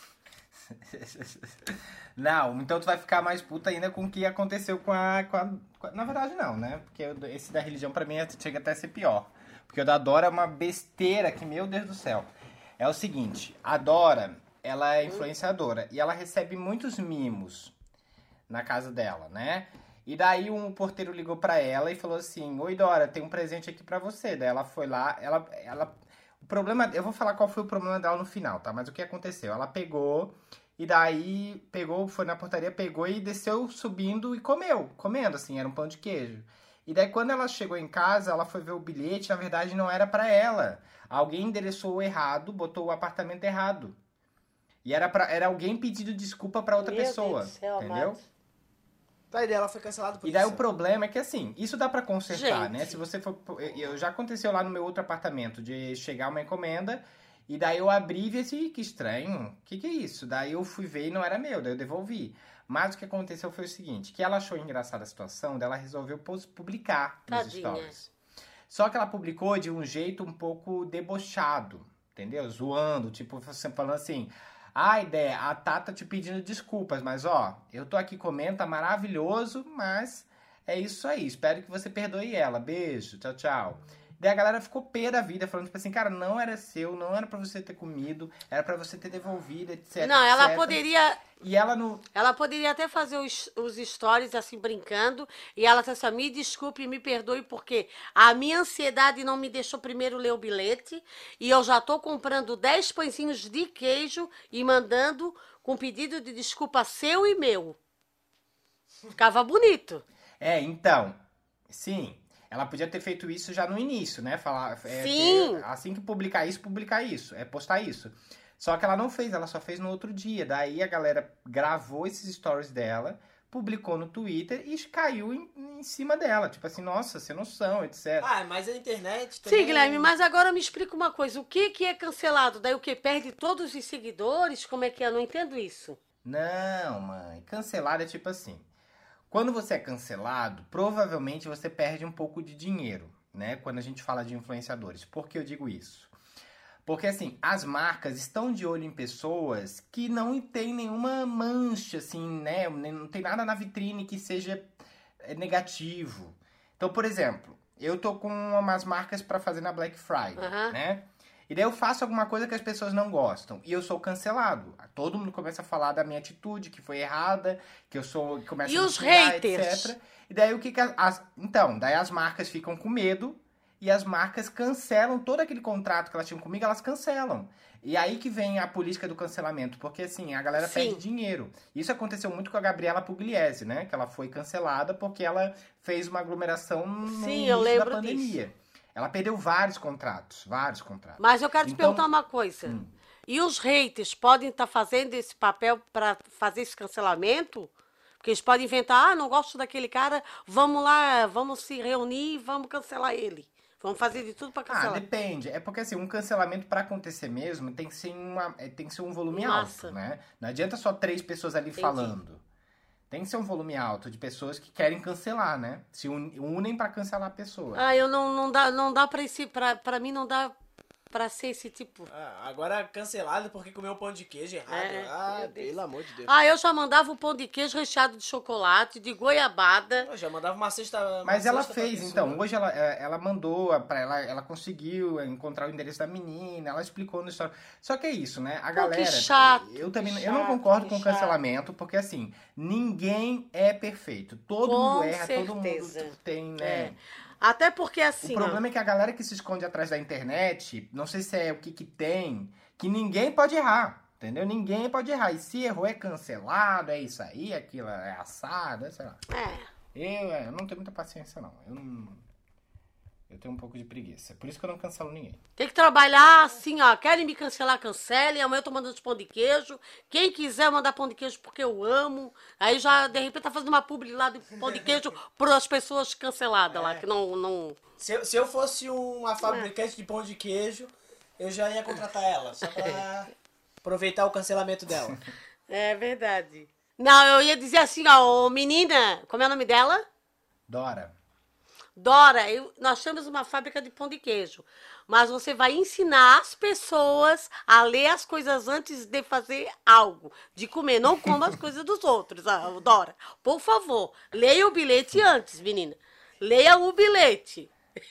Não, então tu vai ficar mais puta ainda com o que aconteceu com a... Na verdade, não, né? Porque esse da religião, pra mim, chega até a ser pior. Porque o da Dora é uma besteira que, meu Deus do céu. É o seguinte, a Dora, ela é influenciadora e ela recebe muitos mimos na casa dela, né? E daí um porteiro ligou pra ela e falou assim, oi Dora, tem um presente aqui pra você. Daí ela foi lá, o O problema, eu vou falar qual foi o problema dela no final, tá? Mas o que aconteceu? Ela pegou, e daí foi na portaria, pegou e desceu subindo e comendo, assim, era um pão de queijo. E daí quando ela chegou em casa, ela foi ver o bilhete, na verdade não era pra ela. Alguém endereçou errado, botou o apartamento errado. E era alguém pedindo desculpa pra outra pessoa, Deus do céu, entendeu? amado. Daí ela foi cancelada por E isso. daí o problema é que, assim, isso dá pra consertar, Gente. né? Se você for... Já aconteceu lá no meu outro apartamento, de chegar uma encomenda, e daí eu abri e vi assim, que estranho, o que é isso? Daí eu fui ver e não era meu, daí eu devolvi. Mas o que aconteceu foi o seguinte, que ela achou engraçada a situação, daí ela resolveu publicar nos Tadinha. stories. Só que ela publicou de um jeito um pouco debochado, entendeu? Zoando, tipo, você falando assim... Ai, Dé, a Tata te pedindo desculpas, mas ó, eu tô aqui comendo, tá maravilhoso, mas é isso aí, espero que você perdoe ela. Beijo, tchau, tchau. Daí a galera ficou pé da vida, falando tipo assim, cara, não era seu, não era pra você ter comido, era pra você ter devolvido, etc. Não, ela etc. poderia... E ela não... Ela poderia até fazer os stories assim, brincando, e ela disse assim, me desculpe, me perdoe, porque a minha ansiedade não me deixou primeiro ler o bilhete, e eu já tô comprando 10 pãezinhos de queijo e mandando com pedido de desculpa seu e meu. Ficava bonito. Então, sim, ela podia ter feito isso já no início, né? Falar, Sim. assim que publicar isso, postar isso. Só que ela não fez, ela só fez no outro dia. Daí a galera gravou esses stories dela, publicou no Twitter e caiu em cima dela. Tipo assim, nossa, sem noção, etc. Ah, mas a internet também... Sim, Guilherme, mas agora me explica uma coisa. O que é cancelado? Daí o que? Perde todos os seguidores? Como é que é? Eu não entendo isso. Não, mãe, cancelado é tipo assim. Quando você é cancelado, provavelmente você perde um pouco de dinheiro, né? Quando a gente fala de influenciadores. Por que eu digo isso? Porque, assim, as marcas estão de olho em pessoas que não tem nenhuma mancha, assim, né? Não tem nada na vitrine que seja negativo. Então, por exemplo, eu tô com umas marcas pra fazer na Black Friday, né? E daí eu faço alguma coisa que as pessoas não gostam. E eu sou cancelado. Todo mundo começa a falar da minha atitude, que foi errada, que eu sou... Começa E a me os xingar, haters? etc. E daí o que Então, daí as marcas ficam com medo e as marcas cancelam todo aquele contrato que elas tinham comigo, elas cancelam. E aí que vem a política do cancelamento, porque assim, a galera Sim. perde dinheiro. Isso aconteceu muito com a Gabriela Pugliese, né? Que ela foi cancelada porque ela fez uma aglomeração no Sim, eu início da lembro pandemia. Ela perdeu vários contratos. Mas eu quero te Então- perguntar uma coisa. E os haters podem estar fazendo esse papel para fazer esse cancelamento? Porque eles podem inventar, não gosto daquele cara, vamos lá, vamos se reunir e vamos cancelar ele. Vamos fazer de tudo para cancelar. Depende. É porque assim, um cancelamento pra acontecer mesmo tem que ser um volume Massa. alto, né? Não adianta só 3 pessoas ali falando. Tem que ser um volume alto de pessoas que querem cancelar, né? Se unem pra cancelar a pessoa. Ah, eu não dá para mim não dá para ser esse tipo. Ah, agora cancelado porque comeu pão de queijo errado. Meu Deus. Pelo amor de Deus. Ah, eu já mandava o pão de queijo recheado de chocolate, de goiabada. Eu já mandava uma cesta... Mas uma ela cesta pra fez, pessoa. então. Hoje ela mandou pra ela conseguiu encontrar o endereço da menina, ela explicou no história. Só que é isso, né? A Pô, galera. que chato, eu também que eu não chato, concordo que com o chato. cancelamento, porque assim, ninguém é perfeito. Todo Com mundo erra, todo certeza. mundo tem, né? É. Até porque assim, O problema é que a galera que se esconde atrás da internet, não sei se é o que tem, que ninguém pode errar, entendeu? Ninguém pode errar. E se errou é cancelado, é isso aí, aquilo é assado, sei lá. Eu não tenho muita paciência, não. Eu tenho um pouco de preguiça. Por isso que eu não cancelo ninguém. tem que trabalhar assim, ó. Querem me cancelar, cancelem. Amanhã eu tô mandando pão de queijo. Quem quiser mandar pão de queijo porque eu amo. Aí já, de repente, tá fazendo uma publi lá de pão de queijo para as pessoas canceladas lá, que não... Se eu fosse uma fabricante de pão de queijo, eu já ia contratar ela. Só pra aproveitar o cancelamento dela. É verdade. Não, eu ia dizer assim, ó, ô, menina, como é o nome dela? Dora. Dora, nós temos uma fábrica de pão de queijo, mas você vai ensinar as pessoas a ler as coisas antes de fazer algo, de comer. Não coma as coisas dos outros, Dora. Por favor, leia o bilhete antes, menina. Leia o bilhete.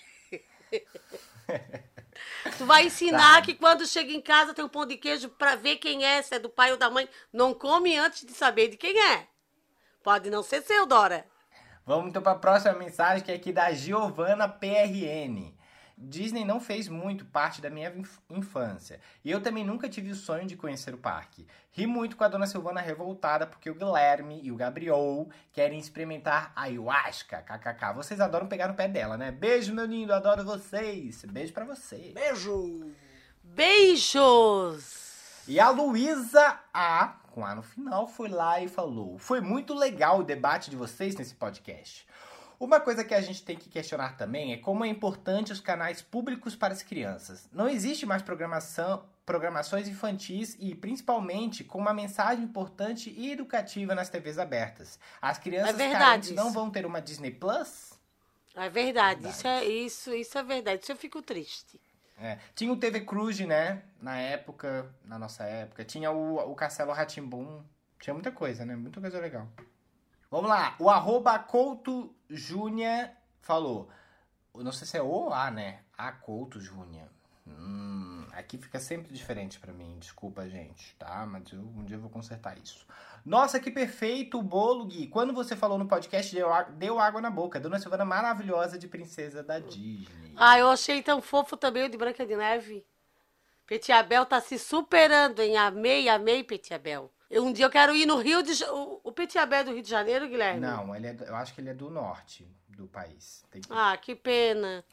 Tu vai ensinar que quando chega em casa tem um pão de queijo para ver quem é, se é do pai ou da mãe. Não come antes de saber de quem é. Pode não ser seu, Dora. Vamos então para a próxima mensagem, que é aqui da Giovana PRN. Disney não fez muito parte da minha infância. E eu também nunca tive o sonho de conhecer o parque. Ri muito com a dona Silvana revoltada porque o Guilherme e o Gabriel querem experimentar ayahuasca. KKK. Vocês adoram pegar no pé dela, né? Beijo, meu lindo. Adoro vocês. Beijo pra você. Beijo! Beijos! E a Luísa A, com A no final, foi lá e falou: foi muito legal o debate de vocês nesse podcast. Uma coisa que a gente tem que questionar também é como é importante os canais públicos para as crianças. Não existe mais programações infantis e, principalmente, com uma mensagem importante e educativa nas TVs abertas. As crianças carentes não vão ter uma Disney Plus? É verdade. Isso é verdade. Isso eu fico triste. Tinha o TV Cruz, né? Na nossa época. Tinha o Castelo Rá-Tim-Bum. Tinha muita coisa, né? Muita coisa legal. Vamos lá. O @Couto Júnior falou. Não sei se é O ou A, né? A Couto Júnior. Aqui fica sempre diferente pra mim. Desculpa, gente, tá? Mas um dia eu vou consertar isso. Nossa, que perfeito o bolo, Gui. Quando você falou no podcast, deu água na boca. Dona Silvana maravilhosa de princesa da Disney. Eu achei tão fofo também o de Branca de Neve. Petit Abel tá se superando, hein? Amei, Petit Abel. Um dia eu quero ir no Rio de Janeiro. O Petit Abel é do Rio de Janeiro, Guilherme? Não, eu acho que ele é do norte do país. Que pena.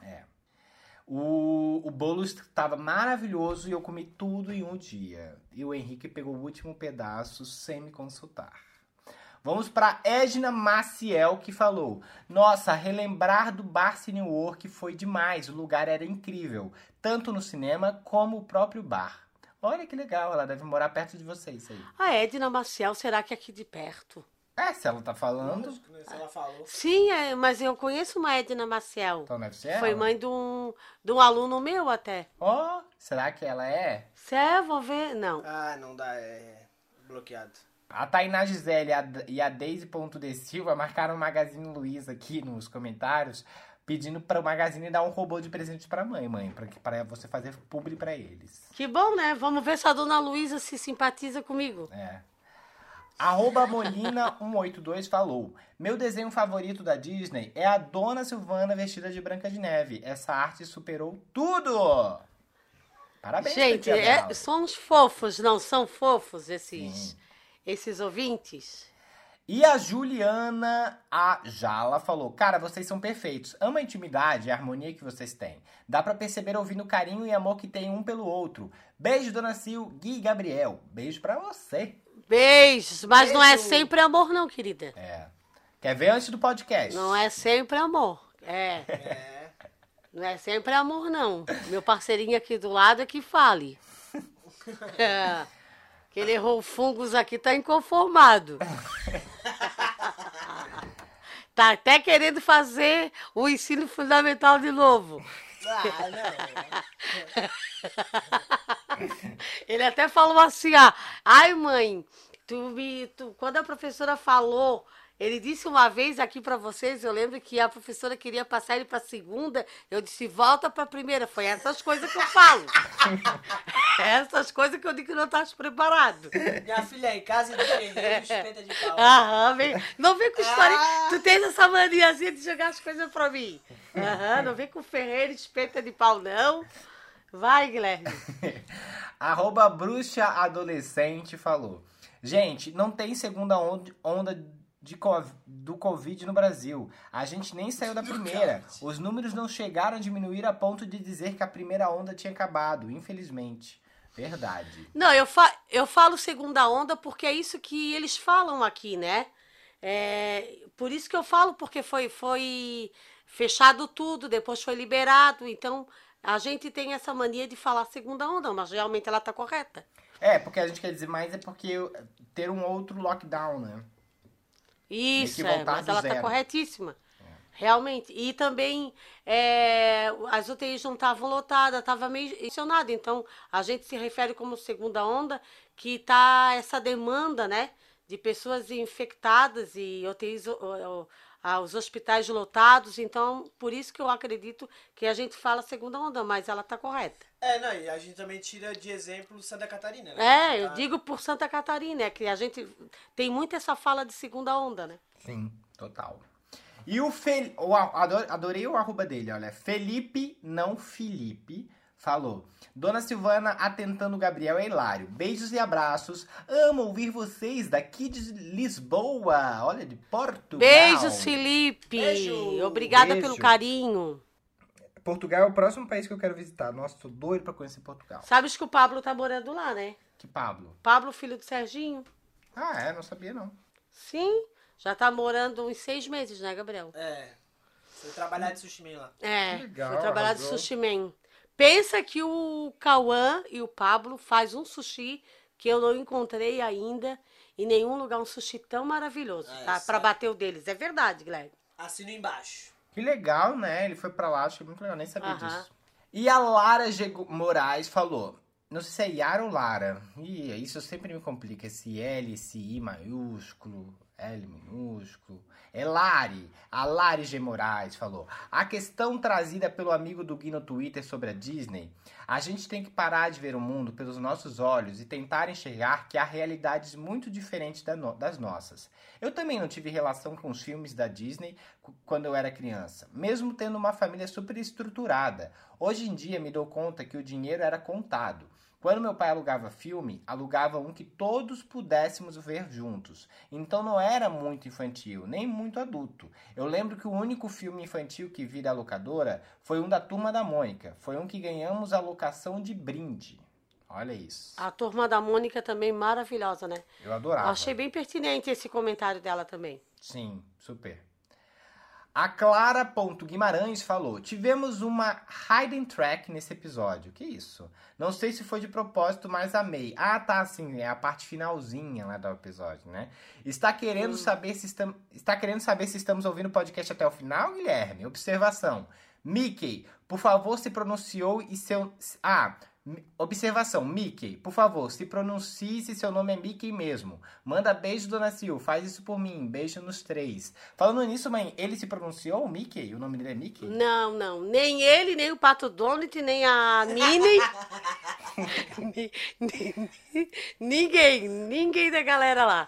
O bolo estava maravilhoso e eu comi tudo em um dia. E o Henrique pegou o último pedaço sem me consultar. Vamos para Edna Maciel, que falou: nossa, relembrar do Bar Cinework foi demais. O lugar era incrível, tanto no cinema como o próprio bar. Olha que legal, ela deve morar perto de vocês aí. A Edna Maciel, será que é aqui de perto? Se ela tá falando. Se ela falou. Sim, mas eu conheço uma Edna Maciel. Então deve ser ela. Foi mãe de um aluno meu até. Será que ela é? Vou ver. Não. Não dá, é bloqueado. A Tainá Gisele e a Daisy.de Silva marcaram o Magazine Luiza aqui nos comentários, pedindo para o Magazine dar um robô de presente para mãe, para você fazer publi para eles. Que bom, né? Vamos ver se a dona Luísa se simpatiza comigo. @Molina182 falou: meu desenho favorito da Disney é a Dona Silvana vestida de Branca de Neve. Essa arte superou tudo! Parabéns, gente, somos fofos, não são fofos esses ouvintes? E a Juliana Jala falou: cara, vocês são perfeitos. Amo a intimidade e a harmonia que vocês têm. Dá pra perceber ouvindo o carinho e amor que tem um pelo outro. Beijo, Dona Sil, Gui e Gabriel. Beijo pra você. Beijos, mas não é sempre amor não, querida. Quer ver antes do podcast? Não é sempre amor. Não é sempre amor, não. Meu parceirinho aqui do lado é que fale. Que ele errou o fungos aqui, tá inconformado. Tá até querendo fazer o ensino fundamental de novo. Ele até falou assim, ai mãe, quando a professora falou, ele disse uma vez aqui pra vocês, eu lembro que a professora queria passar ele pra segunda, eu disse, volta pra primeira. Foi essas coisas que eu falo. Essas coisas que eu digo que não estás preparado. Minha filha, em casa de ferreiro, espeta de pau. Não vem com história. Tu tens essa maniazinha de jogar as coisas pra mim. Não vem com ferreiro, espeta de pau, não. Vai, Guilherme. @Bruxa Adolescente falou: gente, não tem segunda onda do Covid no Brasil. A gente nem saiu da primeira. Os números não chegaram a diminuir a ponto de dizer que a primeira onda tinha acabado, infelizmente. Verdade. Não, eu falo segunda onda porque é isso que eles falam aqui, né? Por isso que eu falo, porque foi fechado tudo, depois foi liberado. Então, a gente tem essa mania de falar segunda onda, mas realmente ela tá correta. Porque a gente quer dizer mais porque ter um outro lockdown, né? Isso, mas ela tá corretíssima. Realmente. E também as UTIs não estavam lotadas, estava meio tensionada. Então, a gente se refere como segunda onda, que tá essa demanda, né? De pessoas infectadas e UTIs, os hospitais lotados. Então, por isso que eu acredito que a gente fala segunda onda, mas ela tá correta. E a gente também tira de exemplo Santa Catarina, né? Eu digo por Santa Catarina, que a gente tem muito essa fala de segunda onda, né? Sim, total. E adorei o arroba dele, olha. Felipe, não Felipe, falou. Dona Silvana atentando o Gabriel é hilário. Beijos e abraços. Amo ouvir vocês daqui de Lisboa. Olha, de Portugal. Beijos, Felipe. Beijo. Obrigada Beijo. pelo carinho. Portugal é o próximo país que eu quero visitar. Nossa, tô doido pra conhecer Portugal. Sabes que o Pablo tá morando lá, né? Que Pablo? Pablo, filho do Serginho. Ah, é? Não sabia, não. Sim, já tá morando uns 6 meses, né, Gabriel? Foi trabalhar de sushi man lá. É, Que legal, foi trabalhar de arrasou. sushi man. Pensa que o Cauã e o Pablo faz um sushi que eu não encontrei ainda em nenhum lugar, um sushi tão maravilhoso, tá? Pra bater o deles. É verdade, Guilherme. Assino embaixo. Que legal, né? Ele foi pra lá, achei muito legal, nem sabia Aham. disso. E a Lara G. Moraes falou, não sei se é Yara ou Lara. Ih, isso sempre me complica, esse L, esse I maiúsculo, L minúsculo. É Lari, a Lari G. Moraes falou. A questão trazida pelo amigo do Gui no Twitter sobre a Disney, a gente tem que parar de ver o mundo pelos nossos olhos e tentar enxergar que há realidades muito diferentes das nossas. Eu também não tive relação com os filmes da Disney quando eu era criança, mesmo tendo uma família super estruturada. Hoje em dia me dou conta que o dinheiro era contado. Quando meu pai alugava filme, alugava um que todos pudéssemos ver juntos. Então não era muito infantil, nem muito adulto. Eu lembro que o único filme infantil que vi da locadora foi um da Turma da Mônica. Foi um que ganhamos a locação de brinde. Olha isso. A Turma da Mônica também maravilhosa, né? Eu adorava. Eu achei bem pertinente esse comentário dela também. Sim, super. A Clara.Guimarães falou, tivemos uma hidden track nesse episódio. Que isso? Não sei se foi de propósito, mas amei. Ah, tá, sim, é a parte finalzinha lá do episódio, né? Está querendo saber se estamos ouvindo o podcast até o final, Guilherme? Observação. Mickey, por favor, se pronunciou e seu... Observação, Mickey, por favor, se pronuncie se seu nome é Mickey mesmo. Manda beijo, Dona Sil, faz isso por mim, beijo nos 3. Falando nisso, mãe, ele se pronunciou, Mickey? O nome dele é Mickey? Não, nem ele, nem o Pato Donald, nem a Minnie. Ninguém da galera lá.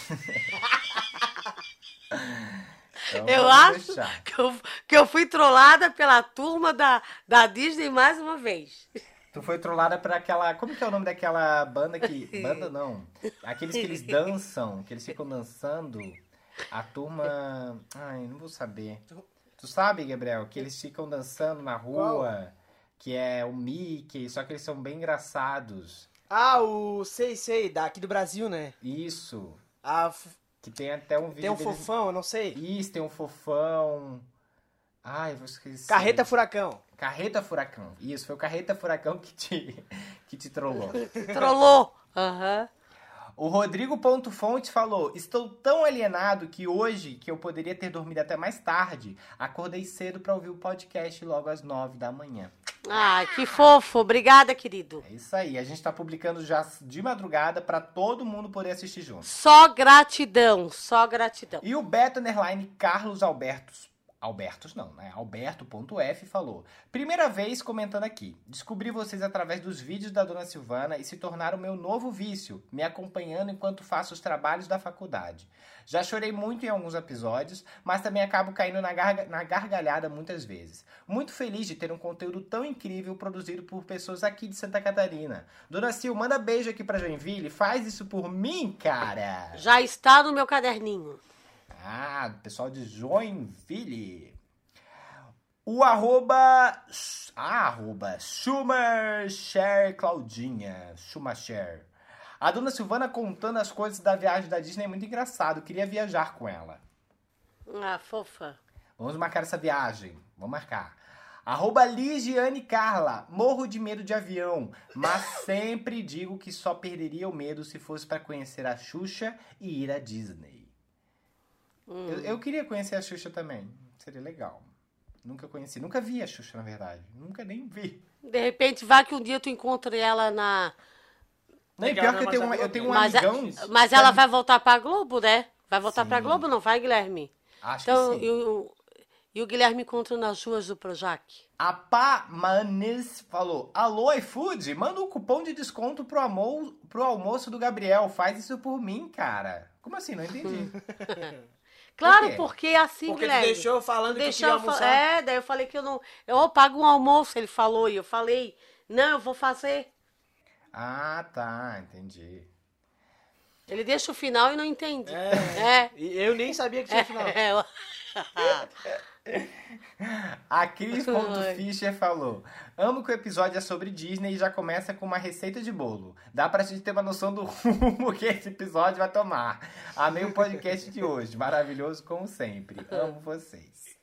Então, Eu vamos acho deixar. que eu fui trollada pela turma da Disney mais uma vez. Tu foi trollada por aquela... Como que é o nome daquela banda que... Banda não. Aqueles que eles dançam, que eles ficam dançando. A turma... Ai, não vou saber. Tu sabe, Gabriel? Que eles ficam dançando na rua. Que é o Mickey, só que eles são bem engraçados. Ah, o sei, daqui do Brasil, né? Isso. Que tem até um vídeo Tem um deles... fofão, eu não sei. Isso, tem um fofão... Ai, vou esquecer. Carreta Furacão. Carreta Furacão. Isso, foi o Carreta Furacão que te trollou. Trollou. Aham. O Rodrigo.Fonte falou, estou tão alienado que hoje, que eu poderia ter dormido até mais tarde, acordei cedo para ouvir o podcast logo às 9 da manhã. Ah, que fofo. Obrigada, querido. É isso aí, a gente tá publicando já de madrugada para todo mundo poder assistir junto. Só gratidão, só gratidão. E o Beto _ Carlos Albertos não, né? Alberto.f falou, primeira vez comentando aqui, descobri vocês através dos vídeos da Dona Silvana e se tornaram meu novo vício, me acompanhando enquanto faço os trabalhos da faculdade. Já chorei muito em alguns episódios, mas também acabo caindo na gargalhada muitas vezes. Muito feliz de ter um conteúdo tão incrível produzido por pessoas aqui de Santa Catarina. Dona Sil, manda beijo aqui pra Joinville, faz isso por mim, cara! Já está no meu caderninho. Ah, pessoal de Joinville. O arroba Schumacher Claudinha. Schumacher. A Dona Silvana contando as coisas da viagem da Disney é muito engraçado. Queria viajar com ela. Ah, fofa. Vamos marcar essa viagem. Vamos marcar. Arroba Ligiane Carla. Morro de medo de avião, mas sempre digo que só perderia o medo se fosse para conhecer a Xuxa e ir à Disney. Eu queria conhecer a Xuxa também. Seria legal. Nunca conheci. Nunca vi a Xuxa, na verdade. Nunca nem vi. De repente, vai que um dia tu encontre ela na... Não, e pior que eu tenho um amigão... Mas ela vai voltar pra Globo, né? Vai voltar pra Globo, não vai, Guilherme? Acho que Então, sim. e o Guilherme encontra nas ruas do Projac. A Pá Manes falou, alô iFood, manda um cupom de desconto pro almoço do Gabriel. Faz isso por mim, cara. Como assim? Não entendi. Claro, quê? porque é assim, Porque tu Guilherme. deixou falando que Deixou queria eu almoçar. daí eu falei que eu não. Eu pago um almoço, ele falou, e eu falei, não, eu vou fazer. Ah, tá, entendi. Ele deixa o final e não entende. E eu nem sabia que tinha final. A Cris.Fischer falou: amo que o episódio é sobre Disney e já começa com uma receita de bolo. Dá pra gente ter uma noção do rumo que esse episódio vai tomar. Amei o podcast de hoje. Maravilhoso como sempre. Amo vocês.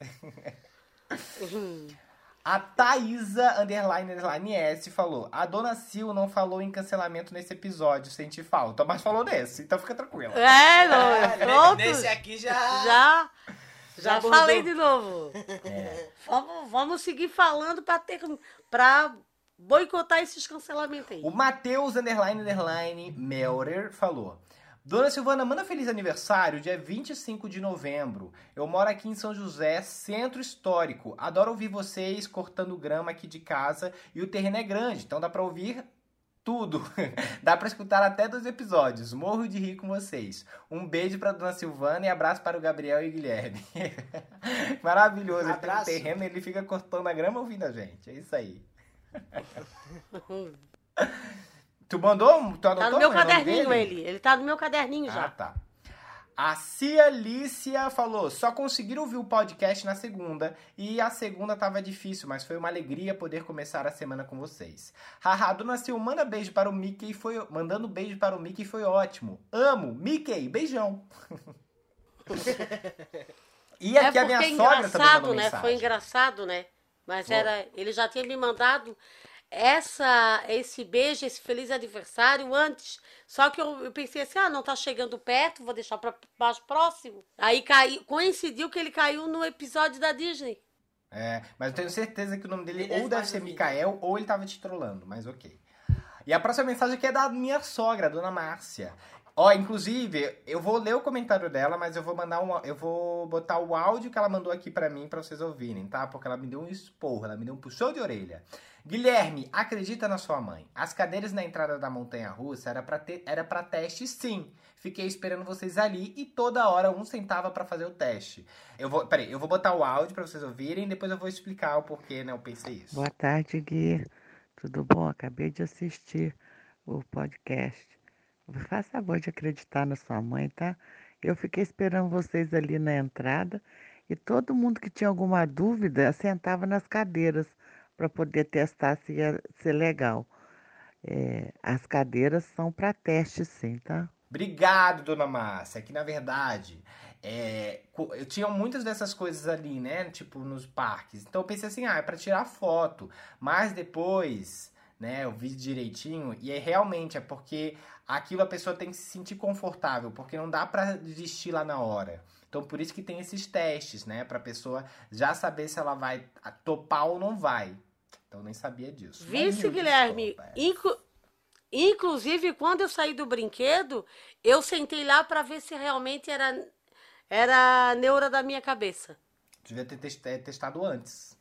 A Thaísa _S falou: a Dona Sil não falou em cancelamento nesse episódio, senti falta, mas falou nesse, então fica tranquila. Pronto. Nesse aqui já abordou. Falei de novo. Vamos seguir falando pra boicotar esses cancelamentos aí. O Matheus _Melrer falou: Dona Silvana, manda feliz aniversário, dia 25 de novembro. Eu moro aqui em São José, centro histórico. Adoro ouvir vocês cortando grama aqui de casa e o terreno é grande, então dá pra ouvir tudo. Dá pra escutar até 2 episódios. Morro de rir com vocês. Um beijo pra Dona Silvana e abraço para o Gabriel e o Guilherme. Maravilhoso. Ele tem um terreno e ele fica cortando a grama ouvindo a gente. É isso aí. Tu mandou? Tu anotou? Tá no meu o nome caderninho dele? ele tá no meu caderninho já. Ah, tá. A Cia Lícia falou: só conseguiram ouvir o podcast na segunda e a segunda tava difícil, mas foi uma alegria poder começar a semana com vocês. Haha, Dona Sil, manda beijo para o Mickey, mandando beijo para o Mickey foi ótimo. Amo, Mickey, beijão. E aqui a minha sogra também mandou né? mensagem. Foi engraçado, né? Mas ele já tinha me mandado esse beijo, esse feliz aniversário antes. Só que eu pensei assim, não tá chegando perto, vou deixar pra mais próximo. Aí coincidiu que ele caiu no episódio da Disney. Mas eu tenho certeza que o nome dele ou deve ser Micael ou ele tava te trollando, mas ok. E a próxima mensagem aqui é da minha sogra, a Dona Márcia. Inclusive, eu vou ler o comentário dela, mas eu vou botar o áudio que ela mandou aqui pra mim, pra vocês ouvirem, tá? Porque ela me deu um esporro, ela me deu um puxão de orelha. Guilherme, acredita na sua mãe. As cadeiras na entrada da montanha-russa era pra teste, sim. Fiquei esperando vocês ali e toda hora um sentava pra fazer o teste. Eu vou botar o áudio pra vocês ouvirem e depois eu vou explicar o porquê, né? Eu pensei isso. Boa tarde, Gui. Tudo bom? Acabei de assistir o podcast. Faça favor de acreditar na sua mãe, tá? Eu fiquei esperando vocês ali na entrada e todo mundo que tinha alguma dúvida sentava nas cadeiras para poder testar se ia ser legal. As cadeiras são para teste, sim, tá? Obrigado, Dona Márcia. Que na verdade, eu tinha muitas dessas coisas ali, né? Tipo, nos parques. Então eu pensei assim, é para tirar foto. Mas depois, né, eu vi direitinho e realmente é porque aquilo a pessoa tem que se sentir confortável, porque não dá pra desistir lá na hora. Então por isso que tem esses testes, né, pra pessoa já saber se ela vai topar ou não vai. Então eu nem sabia disso. Vice, Guilherme, inclusive quando eu saí do brinquedo, eu sentei lá pra ver se realmente era a neura da minha cabeça. Devia ter testado antes.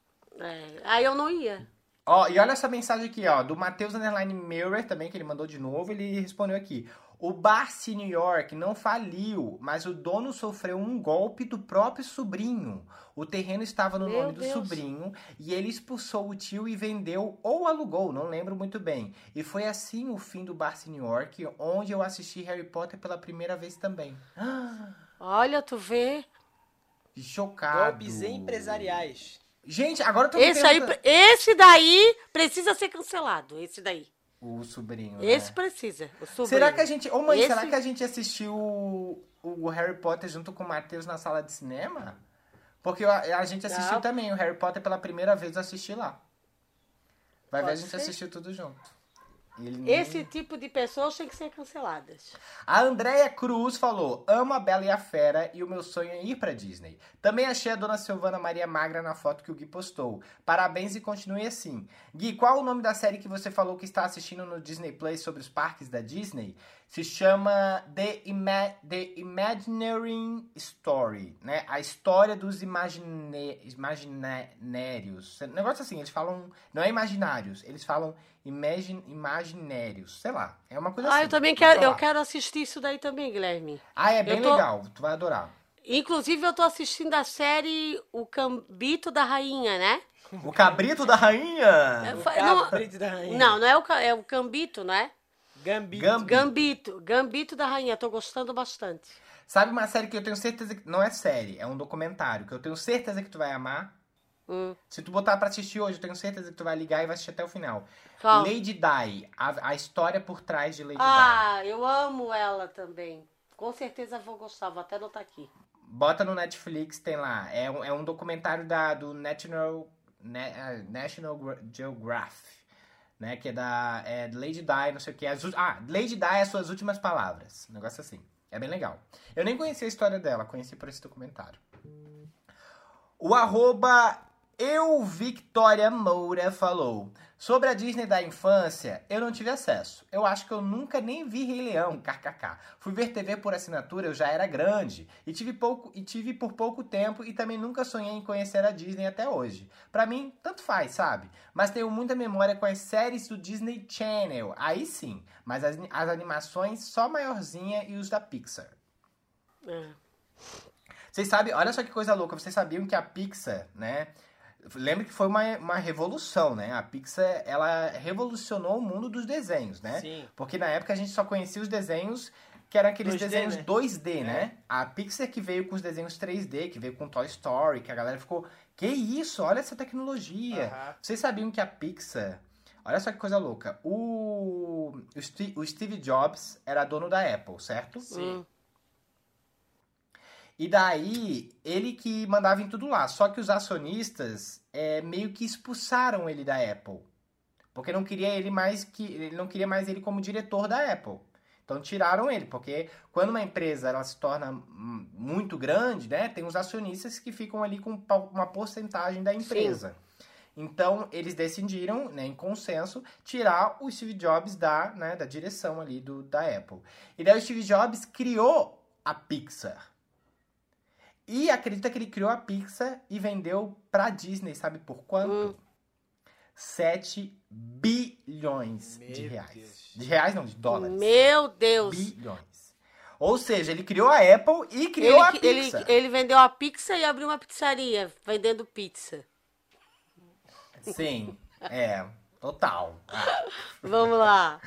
Aí eu não ia. E olha essa mensagem aqui, do Matheus _Mirror também, que ele mandou de novo, ele respondeu aqui. O Barcy New York não faliu, mas o dono sofreu um golpe do próprio sobrinho. O terreno estava no nome do sobrinho e ele expulsou o tio e vendeu ou alugou, não lembro muito bem. E foi assim o fim do Barcy New York, onde eu assisti Harry Potter pela primeira vez também. Olha, tu vê. Chocado. Golpes empresariais. Gente, agora eu tô esse daí precisa ser cancelado, esse daí. O sobrinho, Esse precisa, o sobrinho. Será que a gente... será que a gente assistiu o Harry Potter junto com o Matheus na sala de cinema? Porque a gente assistiu também o Harry Potter pela primeira vez, eu assisti lá. Vai ver, a gente assistiu tudo junto. Esse tipo de pessoas tem que ser canceladas. A Andréia Cruz falou: amo a Bela e a Fera e o meu sonho é ir pra Disney. Também achei a Dona Silvana Maria Magra na foto que o Gui postou. Parabéns e continue assim. Gui, qual o nome da série que você falou que está assistindo no Disney Plus sobre os parques da Disney? Se chama The Imagineering Story, né? A história dos imaginários. Negócio assim, eles falam... Não é imaginários, eles falam imaginérios. Sei lá, é uma coisa assim. Eu também quero assistir isso daí também, Guilherme. É bem legal, tu vai adorar. Inclusive, eu tô assistindo a série O Gambito da Rainha, né? O Cabrito da Rainha! Cabrito da rainha. Não é é o Gambito, não é? Gambito. Gambito da Rainha. Tô gostando bastante. Sabe uma série que eu tenho certeza que... Não é série, é um documentário, que eu tenho certeza que tu vai amar? Se tu botar pra assistir hoje, eu tenho certeza que tu vai ligar e vai assistir até o final. Qual? Lady Di, a história por trás de Lady Di. Ah, eu amo ela também. Com certeza vou gostar, vou até anotar aqui. Bota no Netflix, tem lá. É um documentário do National Geographic, né? Que é da Lady Di, não sei o que. Lady Di é as suas últimas palavras. Um negócio assim. É bem legal. Eu nem conhecia a história dela, conheci por esse documentário. O @Victoria Moura falou: sobre a Disney da infância, eu não tive acesso. Eu acho que eu nunca nem vi Rei Leão, kkk. Fui ver TV por assinatura, eu já era grande. E tive por pouco tempo e também nunca sonhei em conhecer a Disney até hoje. Pra mim, tanto faz, sabe? Mas tenho muita memória com as séries do Disney Channel. Aí sim, mas as animações só maiorzinha e os da Pixar. Vocês sabem, olha só que coisa louca, vocês sabiam que a Pixar, né... Lembra que foi uma revolução, né? A Pixar, ela revolucionou o mundo dos desenhos, né? Sim. Porque na época a gente só conhecia os desenhos que eram aqueles 2D, desenhos né? 2D, né? A Pixar que veio com os desenhos 3D, que veio com Toy Story, que a galera ficou... Que isso? Olha essa tecnologia! Vocês sabiam que a Pixar... Olha só que coisa louca. O Steve Jobs era dono da Apple, certo? Sim. E daí, ele que mandava em tudo lá. Só que os acionistas meio que expulsaram ele da Apple. Porque não queria ele mais ele como diretor da Apple. Então tiraram ele, porque quando uma empresa ela se torna muito grande, né, tem os acionistas que ficam ali com uma porcentagem da empresa. Sim. Então, eles decidiram, né, em consenso, tirar o Steve Jobs da direção ali da Apple. E daí o Steve Jobs criou a Pixar. E acredita que ele criou a Pixar e vendeu pra Disney, sabe por quanto? 7 bilhões de reais. Deus. De reais não, de dólares. Meu Deus. Bilhões. Ou seja, ele criou a Apple e criou a Pixar. Ele vendeu a Pixar e abriu uma pizzaria vendendo pizza. Sim, total. Vamos lá.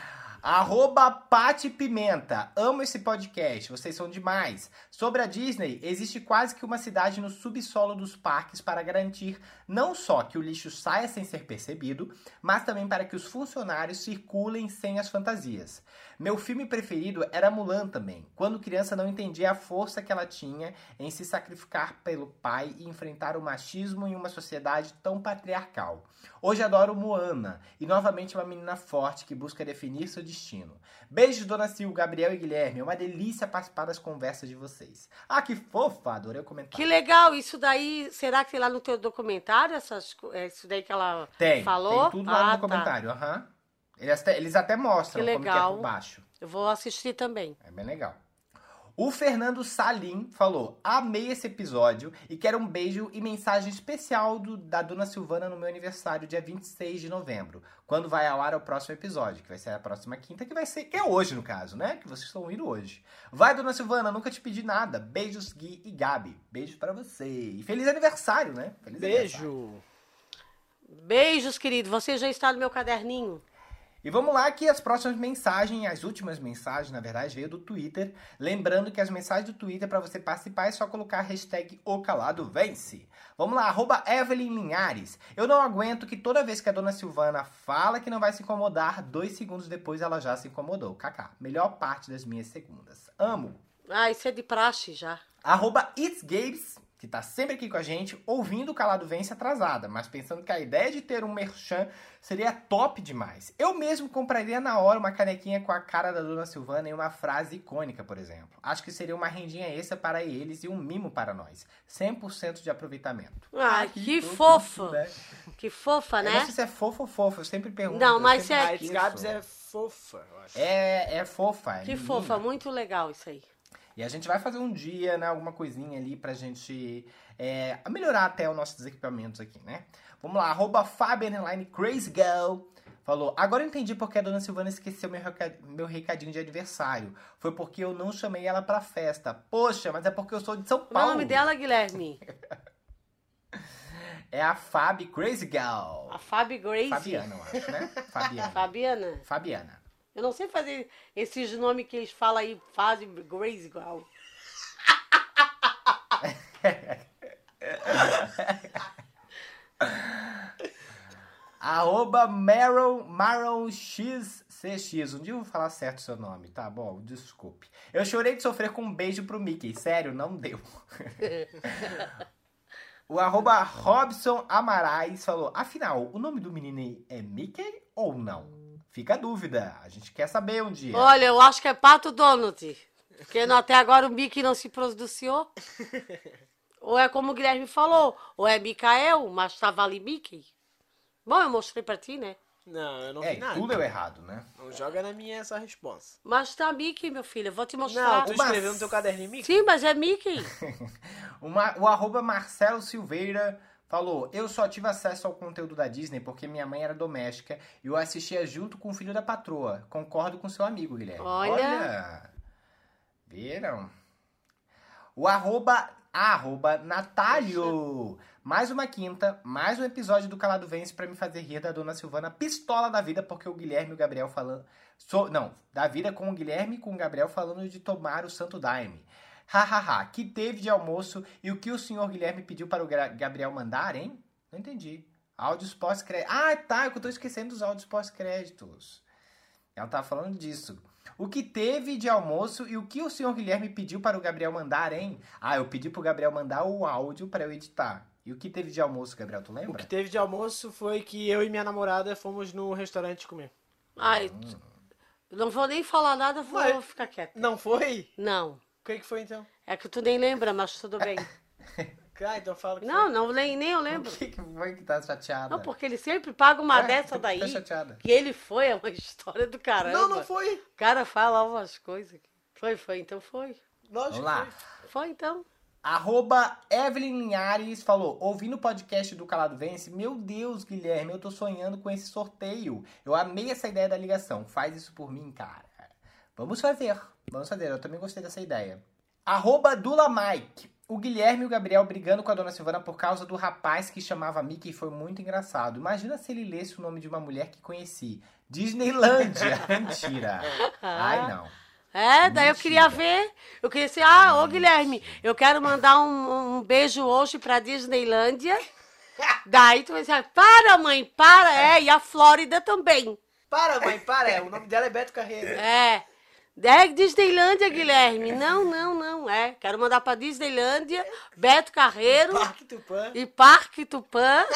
@Pati Pimenta. Amo esse podcast, vocês são demais. Sobre a Disney, existe quase que uma cidade no subsolo dos parques para garantir não só que o lixo saia sem ser percebido, mas também para que os funcionários circulem sem as fantasias. Meu filme preferido era Mulan também. Quando criança não entendia a força que ela tinha em se sacrificar pelo pai e enfrentar o machismo em uma sociedade tão patriarcal. Hoje adoro Moana e novamente uma menina forte que busca definir seu destino. Beijos, Dona Sil, Gabriel e Guilherme. É uma delícia participar das conversas de vocês. Ah, que fofa! Adorei o comentário. Que legal! Isso daí, será que tem lá no teu documentário isso daí que ela falou? Tem tudo lá no documentário, aham. Eles até mostram como que é por baixo. Eu vou assistir também. É bem legal. O Fernando Salim falou: amei esse episódio e quero um beijo e mensagem especial da Dona Silvana no meu aniversário, dia 26 de novembro, quando vai ao ar o próximo episódio, que vai ser a próxima quinta, que é hoje, no caso, né? Que vocês estão ouvindo hoje. Vai, Dona Silvana, nunca te pedi nada. Beijos, Gui e Gabi. Beijos pra você. E feliz aniversário, né? Feliz aniversário. Beijos, querido. Você já está no meu caderninho. E vamos lá que as próximas mensagens, as últimas mensagens, na verdade, veio do Twitter. Lembrando que as mensagens do Twitter, para você participar, é só colocar a hashtag #OCaladoVence. Vamos lá, @Evelyn Linhares. Eu não aguento que toda vez que a Dona Silvana fala que não vai se incomodar, 2 segundos depois ela já se incomodou. Kaká, melhor parte das minhas segundas. Amo. Ah, isso é de praxe já. @It'sGabes, que tá sempre aqui com a gente, ouvindo o Calado Vence atrasada, mas pensando que a ideia de ter um merchan seria top demais. Eu mesmo compraria na hora uma canequinha com a cara da Dona Silvana e uma frase icônica, por exemplo. Acho que seria uma rendinha extra para eles e um mimo para nós. 100% de aproveitamento. Ah, que fofa. Né? Que fofa, né? Eu não sei se é fofo ou fofo, eu sempre pergunto. Não, mas A Gabs é fofa, eu acho. É fofa. Que fofa, muito legal isso aí. E a gente vai fazer um dia, né, alguma coisinha ali pra gente melhorar até os nossos equipamentos aqui, né? Vamos lá, @Fabian_CrazyGirl falou: agora eu entendi porque a dona Silvana esqueceu meu recadinho de aniversário. Foi porque eu não chamei ela pra festa. Poxa, mas é porque eu sou de São Qual é Paulo. o nome dela, Guilherme? É a Fabi Crazy Girl. A Fabi Grace. Fabiana, eu acho, né? Fabiana. Fabiana? Fabiana. Eu não sei fazer esses nomes que eles falam aí, Fabi Grace igual. @ Maron XCX. Um dia eu vou falar certo o seu nome, tá bom? Desculpe. Eu chorei de sofrer com um beijo pro Mickey. Sério, não deu. O @ Robson Amarais falou: afinal, o nome do menino é Mickey ou não? Fica a dúvida. A gente quer saber um dia. Olha, eu acho que é Pato Donald. Porque até agora o Mickey não se pronunciou. Ou é como o Guilherme falou, ou é Micael, mas estava ali Mickey. Bom, eu mostrei pra ti, né? Não, eu não vi nada. Tudo deu errado, né? Não joga na minha essa resposta. Mas tá Mickey, meu filho, eu vou te Não, mostrar. tu escreveu no teu caderninho Mickey? Sim, mas é Mickey. O @ Marcelo Silveira falou: eu só tive acesso ao conteúdo da Disney porque minha mãe era doméstica e eu assistia junto com o filho da patroa. Concordo com seu amigo, Guilherme. Olha. Viram? O @ Natálio. Mais uma quinta, mais um episódio do Calado Vence pra me fazer rir da dona Silvana pistola da vida, porque o Guilherme e o Gabriel falando... da vida com o Guilherme e com o Gabriel falando de tomar o santo daime. Hahaha, que teve de almoço e o que o senhor Guilherme pediu para o Gabriel mandar, hein? Não entendi. Áudios pós-créditos. Ah, tá, eu tô esquecendo dos áudios pós-créditos. Ela tava falando disso. O que teve de almoço e o que o senhor Guilherme pediu para o Gabriel mandar, hein? Ah, eu pedi pro Gabriel mandar o áudio para eu editar. E o que teve de almoço, Gabriel, tu lembra? O que teve de almoço foi que eu e minha namorada fomos no restaurante comer. Ai, não vou nem falar nada, vou ficar quieta. Não foi? Não. O que foi então? É que tu nem lembra, mas tudo bem. Ah, então fala que Não, nem eu lembro. O que foi que tá chateada? Não, porque ele sempre paga uma dessa daí. Tá chateada. Que ele foi, é uma história do caramba. Não foi. O cara fala umas coisas. Foi, então foi. Lógico. Vamos lá. Foi, então. @ Evelyn Linhares falou: ouvindo o podcast do Calado Vence, meu Deus, Guilherme, eu tô sonhando com esse sorteio. Eu amei essa ideia da ligação. Faz isso por mim, cara. Vamos fazer. Eu também gostei dessa ideia. @ Dula Mike. O Guilherme e o Gabriel brigando com a dona Silvana por causa do rapaz que chamava Mickey foi muito engraçado. Imagina se ele lesse o nome de uma mulher que conheci. Disneylândia. Mentira. Ai, não. É, daí eu queria ver. Eu queria assim, ô Guilherme, eu quero mandar um beijo hoje pra Disneylândia. Daí tu vai dizer, para mãe, para. E a Flórida também. Para, mãe, para. O nome dela é Beto Carreiro. É Disneylândia, Guilherme. Não. Quero mandar pra Disneylândia, Beto Carreiro Parque Tupã. e Parque Tupã.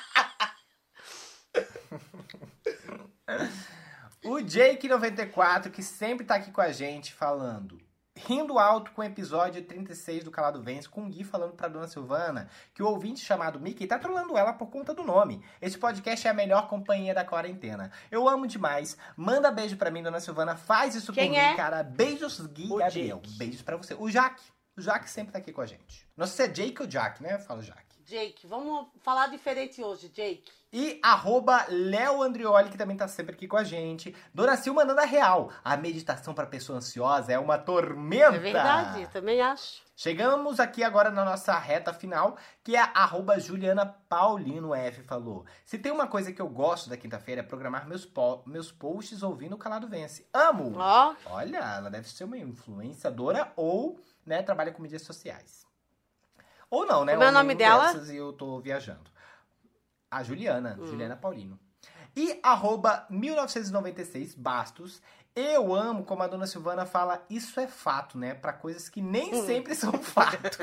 O Jake94, que sempre tá aqui com a gente, falando, rindo alto com o episódio 36 do Calado Vence, com o Gui falando pra dona Silvana que o ouvinte chamado Mickey tá trolando ela por conta do nome. Esse podcast é a melhor companhia da quarentena. Eu amo demais. Manda beijo pra mim, dona Silvana. Faz isso por mim, cara. Beijos, Gui e Gabriel. Jake. Beijos pra você. O Jaque sempre tá aqui com a gente. Não sei se é Jake ou Jack, né? Eu falo Jaque. Jake, vamos falar diferente hoje, Jake. E @ Léo Andrioli, que também tá sempre aqui com a gente. Dona Sil mandando a real. A meditação pra pessoa ansiosa é uma tormenta. É verdade, eu também acho. Chegamos aqui agora na nossa reta final, que é a @ Juliana Paulino F falou: se tem uma coisa que eu gosto da quinta-feira é programar meus posts ouvindo o Calado Vence. Amo! Ó. Olha, ela deve ser uma influenciadora ou, né, trabalha com mídias sociais. Ou não, né? Como é o nome dela? E eu tô viajando. A Juliana Paulino. E @ 1996 Bastos. Eu amo como a dona Silvana fala, isso é fato, né? Pra coisas que nem sempre são fatos.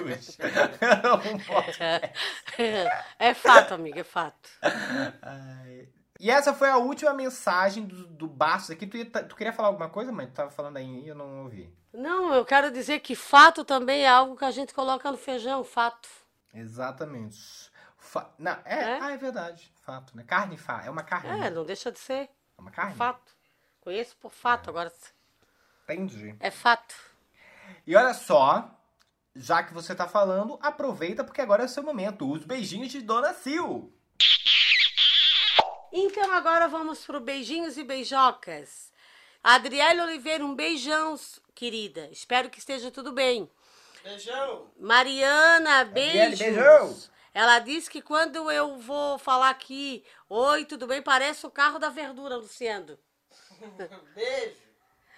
É fato, amiga, é fato. Ai. E essa foi a última mensagem do Bastos aqui. Tu queria falar alguma coisa, mãe? Tu tava falando aí e eu não ouvi. Não, eu quero dizer que fato também é algo que a gente coloca no feijão, fato. Exatamente. É verdade. Fato, né? Carne, é uma carne. Não deixa de ser. É uma carne? Fato. Conheço por fato, agora. Entendi. É fato. E olha só, já que você tá falando, aproveita porque agora é o seu momento. Os beijinhos de Dona Sil. Então agora vamos pro beijinhos e beijocas. Adriele Oliveira, um beijão, querida. Espero que esteja tudo bem. Beijão. Mariana, Adriele, beijos. beijão. Ela disse que quando eu vou falar aqui, oi, tudo bem? Parece o carro da verdura, Luciano. Beijo.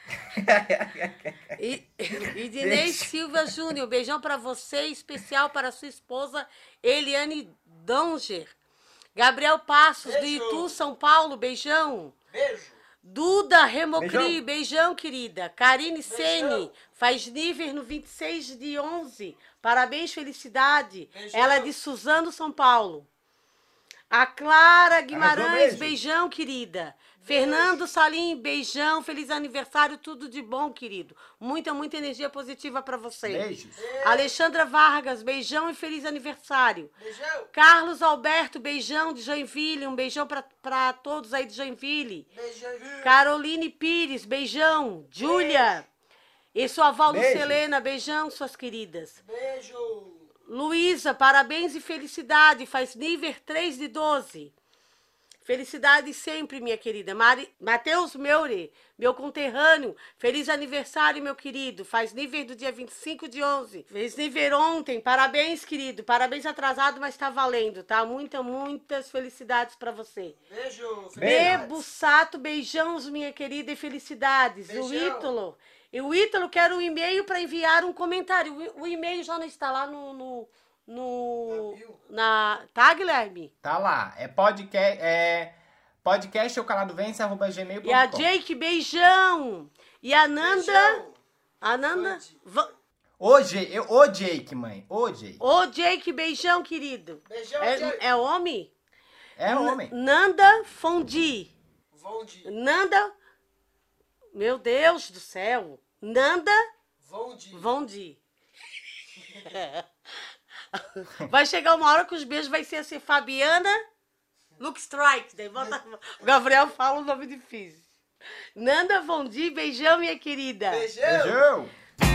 E Dinei Silva Júnior, beijão pra você, especial para sua esposa Eliane Donger. Gabriel Passos, Beijo. do Itu, São Paulo, beijão. Beijo. Duda Remocri, beijão, querida. Karine Sene, faz nível no 26/11. Parabéns, felicidade. Beijão. Ela é de Suzano, São Paulo. A Clara Guimarães, beijo. beijão, querida. Fernando Salim, beijão, feliz aniversário, tudo de bom, querido. Muita energia positiva pra você. Beijos. Alexandra Vargas, beijão e feliz aniversário. Beijão. Carlos Alberto, beijão de Joinville, um beijão pra todos aí de Joinville. Beijão. Caroline Pires, beijão. Júlia. E sua avó Beijo. Lucelena, beijão, suas queridas. Beijo. Luísa, parabéns e felicidade. Faz nível 3/12. Felicidade sempre, minha querida. Matheus Meure, meu conterrâneo. Feliz aniversário, meu querido. Faz nível do dia 25/11. Fez nível ontem. Parabéns, querido. Parabéns atrasado, mas tá valendo, tá? Muitas felicidades pra você. Beijo. Bebo Sato, beijãos, minha querida, e felicidades. Beijão. O Ítalo. E o Ítalo quer um e-mail para enviar um comentário. O e-mail já não está lá Tá, Guilherme? Tá lá. É podcasteucaladovence@gmail.com. E a Jake, beijão. E a Nanda. Beijão. A Nanda. Ô, Jake, mãe. Ô, Jake. Ô, Jake, beijão, querido. Beijão, Jake. É homem? É homem. Nanda Fondi. Vondi. Nanda. Meu Deus do céu. Nanda Vondi. Vondi. Vai chegar uma hora que os beijos vai ser assim, Fabiana Luke Strike. Daí o Gabriel fala um nome difícil. Nanda Vondi, beijão, minha querida. Beijão.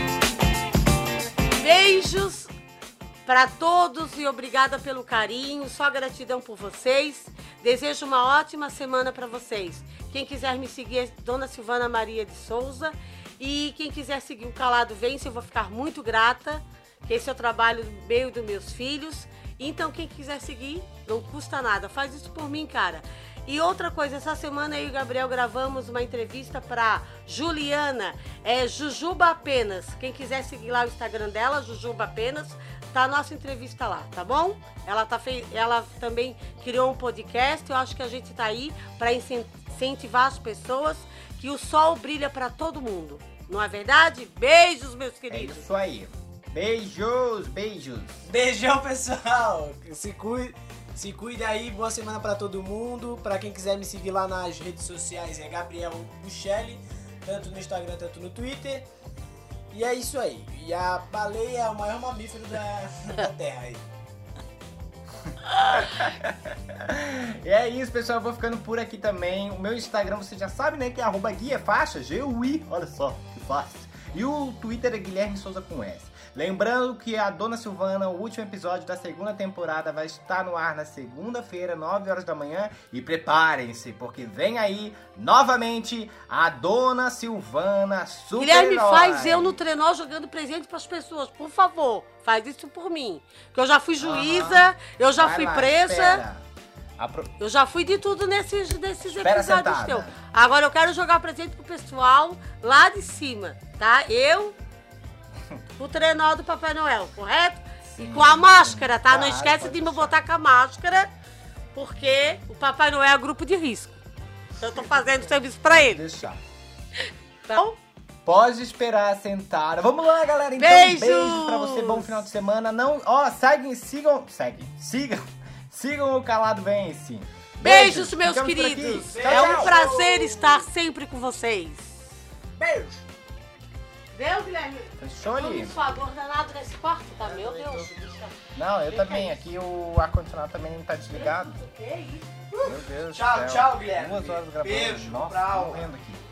Beijos para todos e obrigada pelo carinho. Só gratidão por vocês. Desejo uma ótima semana para vocês. Quem quiser me seguir é Dona Silvana Maria de Souza. E quem quiser seguir o Calado Vence, eu vou ficar muito grata. Que esse é o trabalho meu e dos meus filhos. Então, quem quiser seguir, não custa nada. Faz isso por mim, cara. E outra coisa, essa semana eu e o Gabriel gravamos uma entrevista para Juliana. É Jujuba Apenas. Quem quiser seguir lá o Instagram dela, Jujuba Apenas, tá a nossa entrevista lá, tá bom? Ela também criou um podcast. Eu acho que a gente tá aí para incentivar as pessoas que o sol brilha para todo mundo. Não é verdade? Beijos, meus É queridos. isso aí. Beijos. Beijão, pessoal. Se cuida aí. Boa semana pra todo mundo. Pra quem quiser me seguir lá nas redes sociais é Gabriel Buchelli, tanto no Instagram, tanto no Twitter. E é isso aí. E a baleia é o maior mamífero da Terra aí. E é isso, pessoal. Eu vou ficando por aqui também. O meu Instagram você já sabe, né? Que é @guiafaixa, GUI. Olha só, que fácil. E o Twitter é Guilherme Souza com S. Lembrando que a Dona Silvana, o último episódio da segunda temporada, vai estar no ar na segunda-feira, 9 horas da manhã. E preparem-se, porque vem aí, novamente, a Dona Silvana Super Guilherme, faz eu no trenó jogando presente pras pessoas, por favor. Faz isso por mim. Que eu já fui juíza, eu já Vai fui lá, presa. espera. Eu já fui de tudo nesses Espera episódios sentada. teus. Agora eu quero jogar presente pro pessoal lá de cima, tá? O trenó do Papai Noel, correto? Sim, e com a máscara, tá? Não claro, esquece pode de me deixar. botar com a máscara, porque o Papai Noel é grupo de risco. Então eu tô fazendo serviço pra ele. Deixar. Então, Pode esperar sentada. Vamos lá, galera. Então, Beijos! beijo pra você. Bom final de semana. Não, sigam o Calado Vence. beijos, meus Ficamos por aqui. queridos. Tchau, É um tchau. prazer estar sempre com vocês. Beijo. Deu, Guilherme? Fechou Tô ali? um favor danado nesse quarto, tá? Meu Deus. Não, eu também. Aqui o ar-condicionado também não tá desligado. Que isso? Meu Deus do Tchau, céu. tchau, Guilherme. 2 horas gravando. Beijo, Nossa, pra tô aula. morrendo aqui.